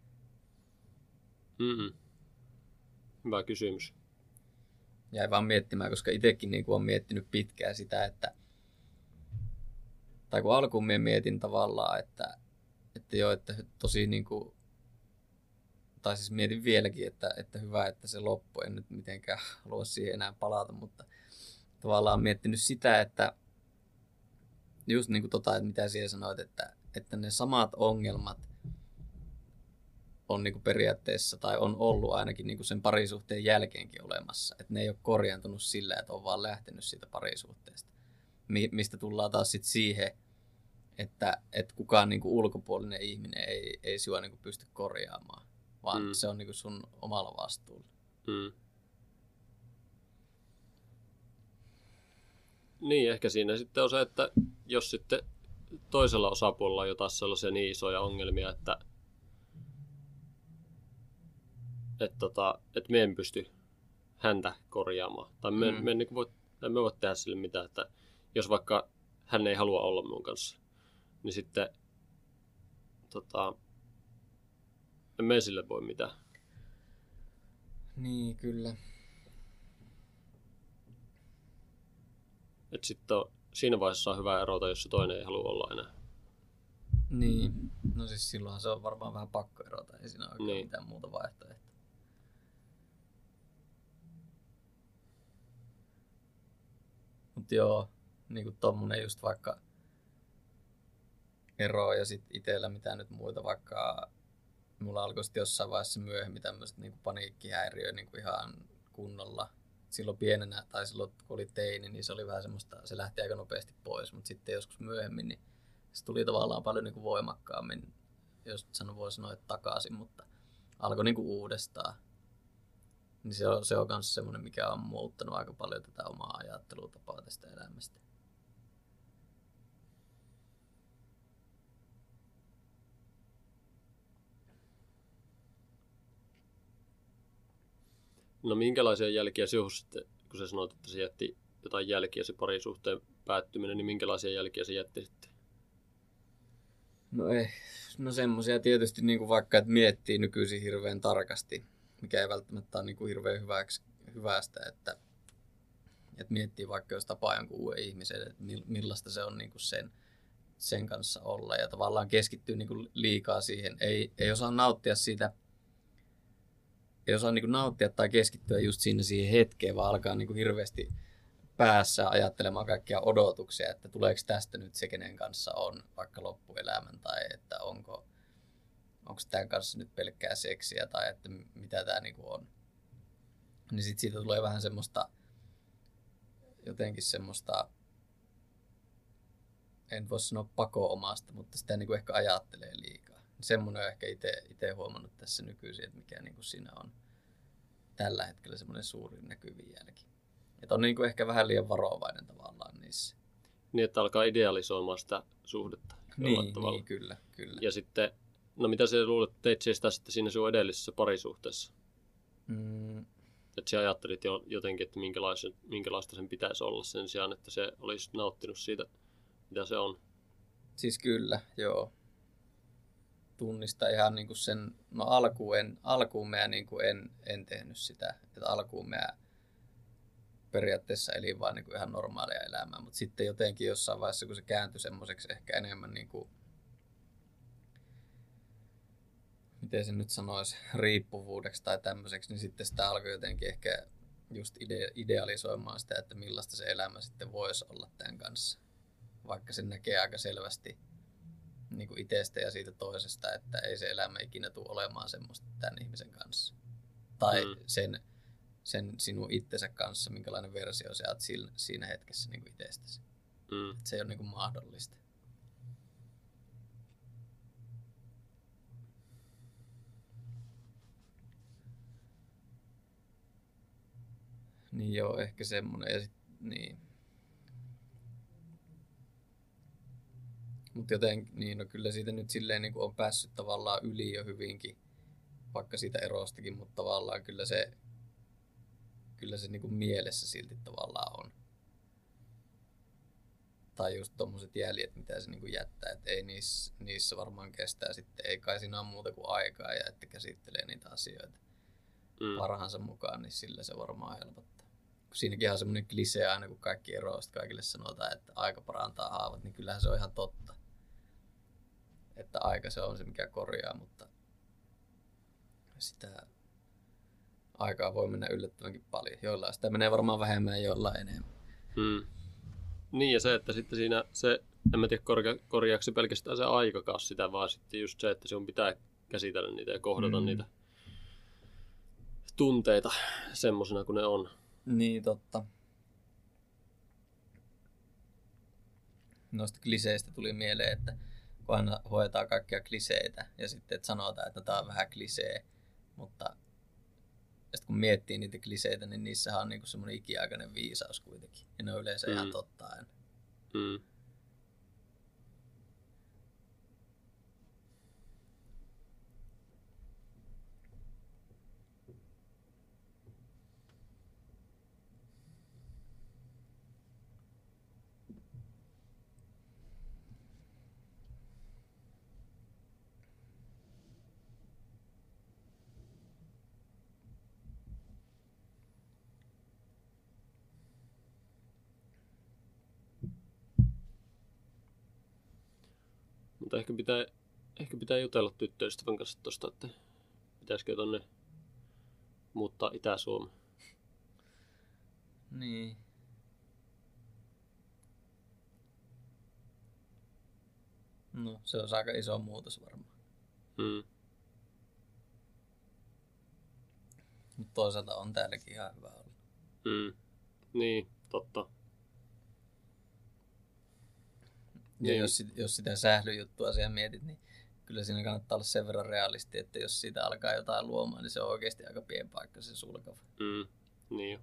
Mm-mm. Hyvä kysymys. Jäi vaan miettimään, koska itsekin niinku on miettinyt pitkään sitä, että tai kun alkuun minä mietin tavallaan, että, että joo, että tosi niinku, tai siis mietin vieläkin, että, että hyvä, että se loppui, en nyt mitenkään halua siihen enää palata, mutta tavallaan olen miettinyt sitä, että just niin kuin tota, että mitä siellä sanoit, että, että ne samat ongelmat on niin kuin periaatteessa, tai on ollut ainakin niin kuin sen parisuhteen jälkeenkin olemassa, että ne ei ole korjaantunut sillä, että on vaan lähtenyt siitä parisuhteesta. Mistä tullaan taas sit siihen, että, että kukaan niin kuin ulkopuolinen ihminen ei, ei sinua niin kuin pysty korjaamaan, vaan mm. se on niin kuin sun omalla vastuulla. Mm. Niin, ehkä siinä sitten on se, että jos sitten toisella osapuolella on jotain sellaisia niin isoja ongelmia, että että tota, et me en pysty häntä korjaamaan. Tai me, mm. me, en, niin voi, me voi tehdä sille mitään, että jos vaikka hän ei halua olla mun kanssa, niin sitten tota, en me sille voi mitään. Niin, kyllä. Et sitten on, siinä vaiheessa on hyvä erota, jos se toinen ei halua olla enää. Niin, no siis silloinhan se on varmaan vähän pakko erota, ei siinä oikein niin. mitään muuta vaihtoehtoa. Mut joo, niinku tommonen just vaikka ero ja sit itellä mitä nyt muita, vaikka mulla alkoi sitten jossain vaiheessa myöhemmin tämmöset niinku paniikkihäiriö niinku ihan kunnolla silloin pienenä tai silloin kun oli teini, niin se oli vähän semmoista, se lähti aika nopeasti pois, mutta sitten joskus myöhemmin, niin se tuli tavallaan paljon niin kuin voimakkaammin, jos sanon, voi sanoa, että takaisin, mutta alkoi niin kuin uudestaan. Niin se on, se on myös semmoinen, mikä on muuttanut aika paljon tätä omaa ajattelutapaa tästä elämästä. No minkälaisia jälkiä sinussa sitten, kun sä sanoit, että se jätti jotain jälkiä se parisuhteen päättyminen, niin minkälaisia jälkiä se jätti sitten? No ei, no semmoisia tietysti niin kuin vaikka, että miettii nykyisin hirveän tarkasti, mikä ei välttämättä ole niin kuin hirveän hyväksi, hyvästä, että, että miettii vaikka jos tapaa jonkun uuden ihmisen, että millaista se on niin kuin sen, sen kanssa olla ja tavallaan keskittyy niin kuin liikaa siihen, ei, ei osaa nauttia siitä, ei osaa niin kuin nauttia tai keskittyä just siinä siihen hetkeen, vaan alkaa niin kuin hirveästi päässä ajattelemaan kaikkia odotuksia, että tuleeko tästä nyt se, kenen kanssa on vaikka loppuelämän, tai että onko, onko tämän kanssa nyt pelkkää seksiä, tai että mitä tämä niinku on. Niin sitten siitä tulee vähän semmoista, jotenkin semmoista, en voi sanoa pako-omasta, mutta sitä niinku ehkä ajattelee liikaa. Semmoinen on ehkä itse huomannut tässä nykyisin, että mikä niinku siinä on tällä hetkellä semmoinen suurin näkyvin jälki. Että on niinku ehkä vähän liian varovainen tavallaan niissä. Niin, että alkaa idealisoimaan sitä suhdetta. Niin, niin, kyllä, kyllä. Ja sitten, no mitä sä luulet, teit sä sitä sitten siinä sun edellisessä parisuhteessa? Mm. Että sä ajattelit jo jotenkin, että minkälaista sen pitäisi olla sen sijaan, että se olisi nauttinut siitä, mitä se on. Siis kyllä, joo. Tunnista ihan niinku sen, no alkuun, en, alkuun mä niinku en, en tehnyt sitä. Että alkuun mä periaatteessa elin vaan niinku ihan normaalia elämää, mutta sitten jotenkin jossain vaiheessa, kun se kääntyi semmoiseksi ehkä enemmän niinku, miten se nyt sanoisi, riippuvuudeksi tai tämmöiseksi, niin sitten sitä alkoi jotenkin ehkä just ide- idealisoimaan sitä, että millaista se elämä sitten voisi olla tämän kanssa. Vaikka se näkee aika selvästi niin kuin itsestä ja siitä toisesta, että ei se elämä ikinä tule olemaan semmoista tämän ihmisen kanssa. Tai mm. sen, sen sinun itsensä kanssa, minkälainen versio sä oot siinä hetkessä niin kuin itsestäsi. Mm. Se ei ole niin kuin mahdollista. Niin joo, ehkä semmoinen. Ja sit, niin. Mutta joten, niin no kyllä siitä nyt silleen niin kuin on päässyt tavallaan yli jo hyvinkin, vaikka siitä erostakin, mutta tavallaan kyllä se, kyllä se niin kuin mielessä silti tavallaan on. Tai just tommoset jäljet, mitä se niin kuin jättää, että ei niissä, niissä varmaan kestää sitten, ei kai siinä ole muuta kuin aikaa ja että käsittelee niitä asioita mm. parhaansa mukaan, niin sillä se varmaan helpottaa. Kun siinäkin on semmoinen klisee aina, kun kaikki eroaa, kaikille sanotaan, että aika parantaa haavat, niin kyllähän se on ihan totta. Että aika se on se, mikä korjaa, mutta sitä aikaa voi mennä yllättävänkin paljon. Joillain sitä menee varmaan vähemmän ja joillain enemmän. Hmm. Niin ja se, että sitten siinä se, en mä tiedä korja, korjaako se pelkästään se aikakaan sitä, vaan sitten just se, että sinun pitää käsitellä niitä ja kohdata hmm. niitä tunteita semmosena kuin ne on. Niin, totta. Noista kliseistä tuli mieleen, että kun aina hoetaan kaikkia kliseitä ja sitten että sanotaan, että tämä on vähän klisee, mutta sitten kun miettii niitä kliseitä, niin niissähän on niinku semmoinen ikiaikainen viisaus kuitenkin. Ja ne on yleensä mm. ihan totta aina. Mm. Mutta ehkä pitää, ehkä pitää jutella tyttöystävän kanssa tuosta, että pitäisikö tonne muuttaa Itä-Suomeen. Niin. No, se on aika iso muutos varmaan. Hmm. Mutta toisaalta on täälläkin ihan hyvä olla. Mm. Niin, totta. Ja Niin. jos, sit- jos sitä sählyjuttua siellä mietit, niin kyllä siinä kannattaa olla sen verran realisti, että jos siitä alkaa jotain luomaan, niin se on oikeasti aika pieni paikka se sulkava. Mm. Niin.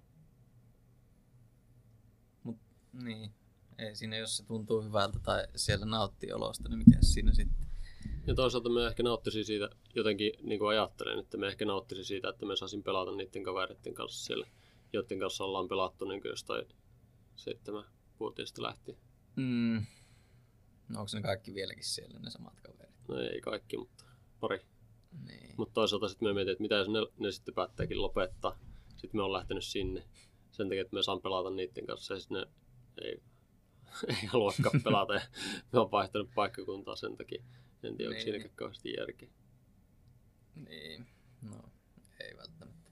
Mut niin, ei siinä, jos se tuntuu hyvältä tai siellä nauttii olosta, niin mikä siinä sitten? Ja toisaalta me ehkä nauttisin siitä, jotenkin niin kuin ajattelen, että me ehkä nauttisin siitä, että me saisin pelata niiden kavereiden kanssa siellä, joiden kanssa ollaan pelattu niin kuin jostain seitsemänvuotiaasta lähtien. Mm. No onko ne kaikki vieläkin siellä, ne samat kaverit? No ei kaikki, mutta pari. Niin. Mutta toisaalta sitten me mietin, että mitä jos ne, ne sitten päättääkin lopettaa. Sitten me on lähtenyt sinne sen takia, että me saan pelata niiden kanssa ja sitten ne ei, ei haluakaan pelata. Ja me on vaihtanut paikkakuntaa sen takia. En tiedä, onko Niin. siinäkään kauheasti järkeä. Niin, no ei välttämättä.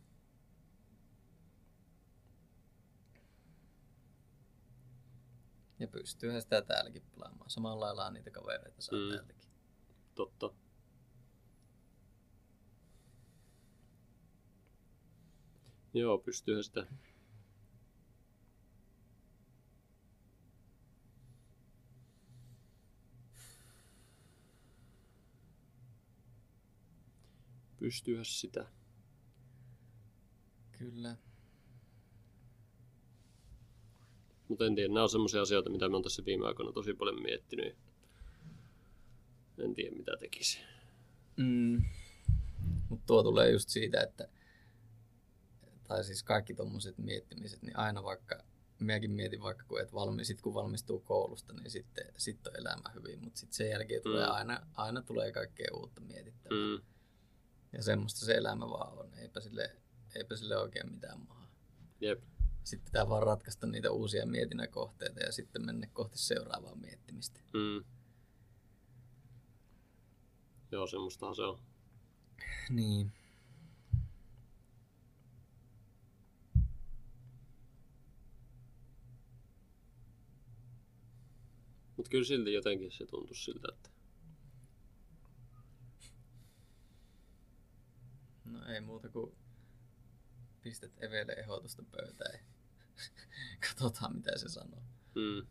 Ja pystyyhän sitä täälläkin pelaamaan. Samalla lailla niitä kavereita saa Mm. täältäkin. Totta. Joo, pystyyhän sitä. Pystyyhän sitä. Kyllä. Mutta en tiedä, nämä on semmoisia asioita, mitä mä oon tässä viime aikoina tosi paljon miettinyt. En tiedä, mitä tekisi. Mm. Mutta tuo tulee just siitä, että tai siis kaikki tommoset miettimiset, niin aina vaikka, minäkin mietin vaikka, kun, et valmi, sit kun valmistuu koulusta, niin sitten sit on elämä hyvin, mutta sitten sen jälkeen tulee Mm. aina, aina tulee kaikkea uutta mietittävää. Mm. Ja semmoista se elämä vaan on, eipä sille, eipä sille oikein mitään mahaa. Jep. Sitten pitää vaan ratkaista niitä uusia mietinnän kohteita ja sitten mennä kohti seuraavaa miettimistä. Mm. Joo, semmoistahan se on. Niin. Mutta kyllä silti jotenkin se tuntuu siltä, että No ei muuta kuin pistät Evelle ehdotusta pöytään ja katsotaan mitä se sanoo. mm.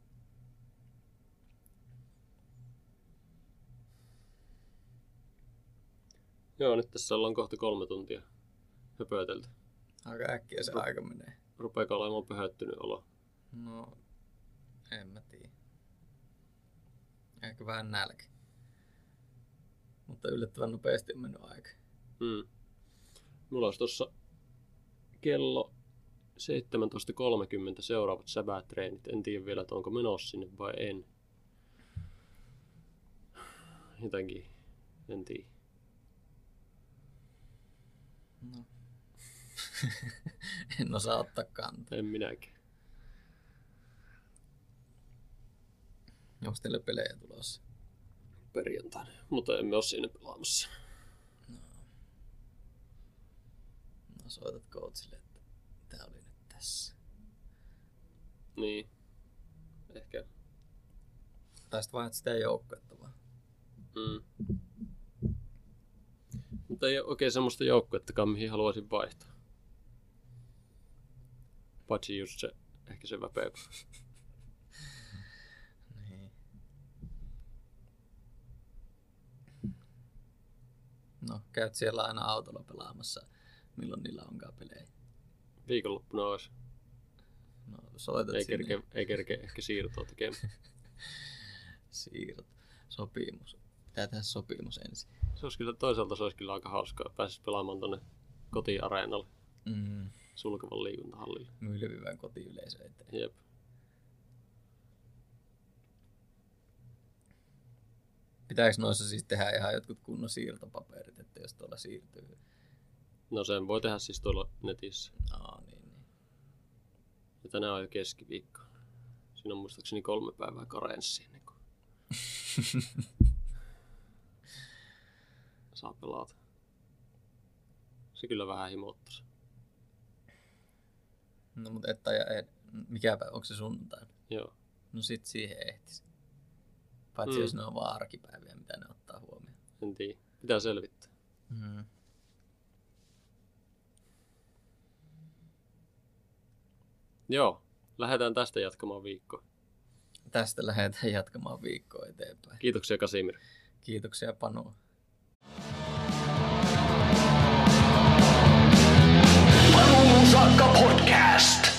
Joo, nyt tässä ollaan kohta kolme tuntia höpötelty. Aika äkkiä se aika menee. Rupeeko olemaan pöhöttynyt olo? No, en mä tiedä. Ehkä vähän nälkä. Mutta yllättävän nopeasti on mennyt aika. Mm. Mulla olisi tuossa kello seitsemäntoista kolmekymmentä seuraavat säbätreenit. En tiedä vielä, että onko menossa sinne vai en. Jotenkin, en tiedä. No. En osaa ottaa kantaa. En minäkin. Onko teille pelejä tulossa? Perjantaina, mutta emme ole siinä pelaamassa. No soitat coachille, että tää oli nyt tässä. Niin, ehkä. Tai sit vaihdat sitä joukkuetta vaan. Mm. Mutta ei ole oikein semmoista joukkuettakaan, mihin haluaisin vaihtaa. Paitsi just se, ehkä se väpeä. Niin. No, käyt siellä aina autolla pelaamassa, milloin niillä onkaan pelejä. Viikonloppuna olisi. No, soitat Ei sinne. kerke, ei kerke ehkä siirtoa tekemään. Siirrot. Sopimus. Pitää tehdä sopimus ensin. Se olisi kyllä, toisaalta se olisi kyllä aika hauskaa. Pääsis pelaamaan tonne kotiareenalle Mm. sulkevan liikuntahallille. Mylvivän kotiyleisö eteen. Jep. Pitääkö noissa siis tehdä ihan jotkut kunnon siirtopaperit, että jos tuolla siirtyy? No sen voi tehdä siis tuolla netissä. Aa, niin, niin. Ja tänään on jo keskiviikko. Siinä on muistaakseni kolme päivää karenssia ennen kuin saa pelata. Se kyllä vähän himouttaa. No mutta et ja et, mikä päivä, onko se sunnuntai? Joo. No sit siihen ehtisi. Paitsi Mm. jos ne on vaan arkipäiviä, mitä ne ottaa huomioon. En tiedä. Pitää selvittää. Mm. Joo, lähdetään tästä jatkamaan viikkoa. Tästä lähdetään jatkamaan viikkoa eteenpäin. Kiitoksia Kasimir. Kiitoksia Panu. Panuun saakka podcast.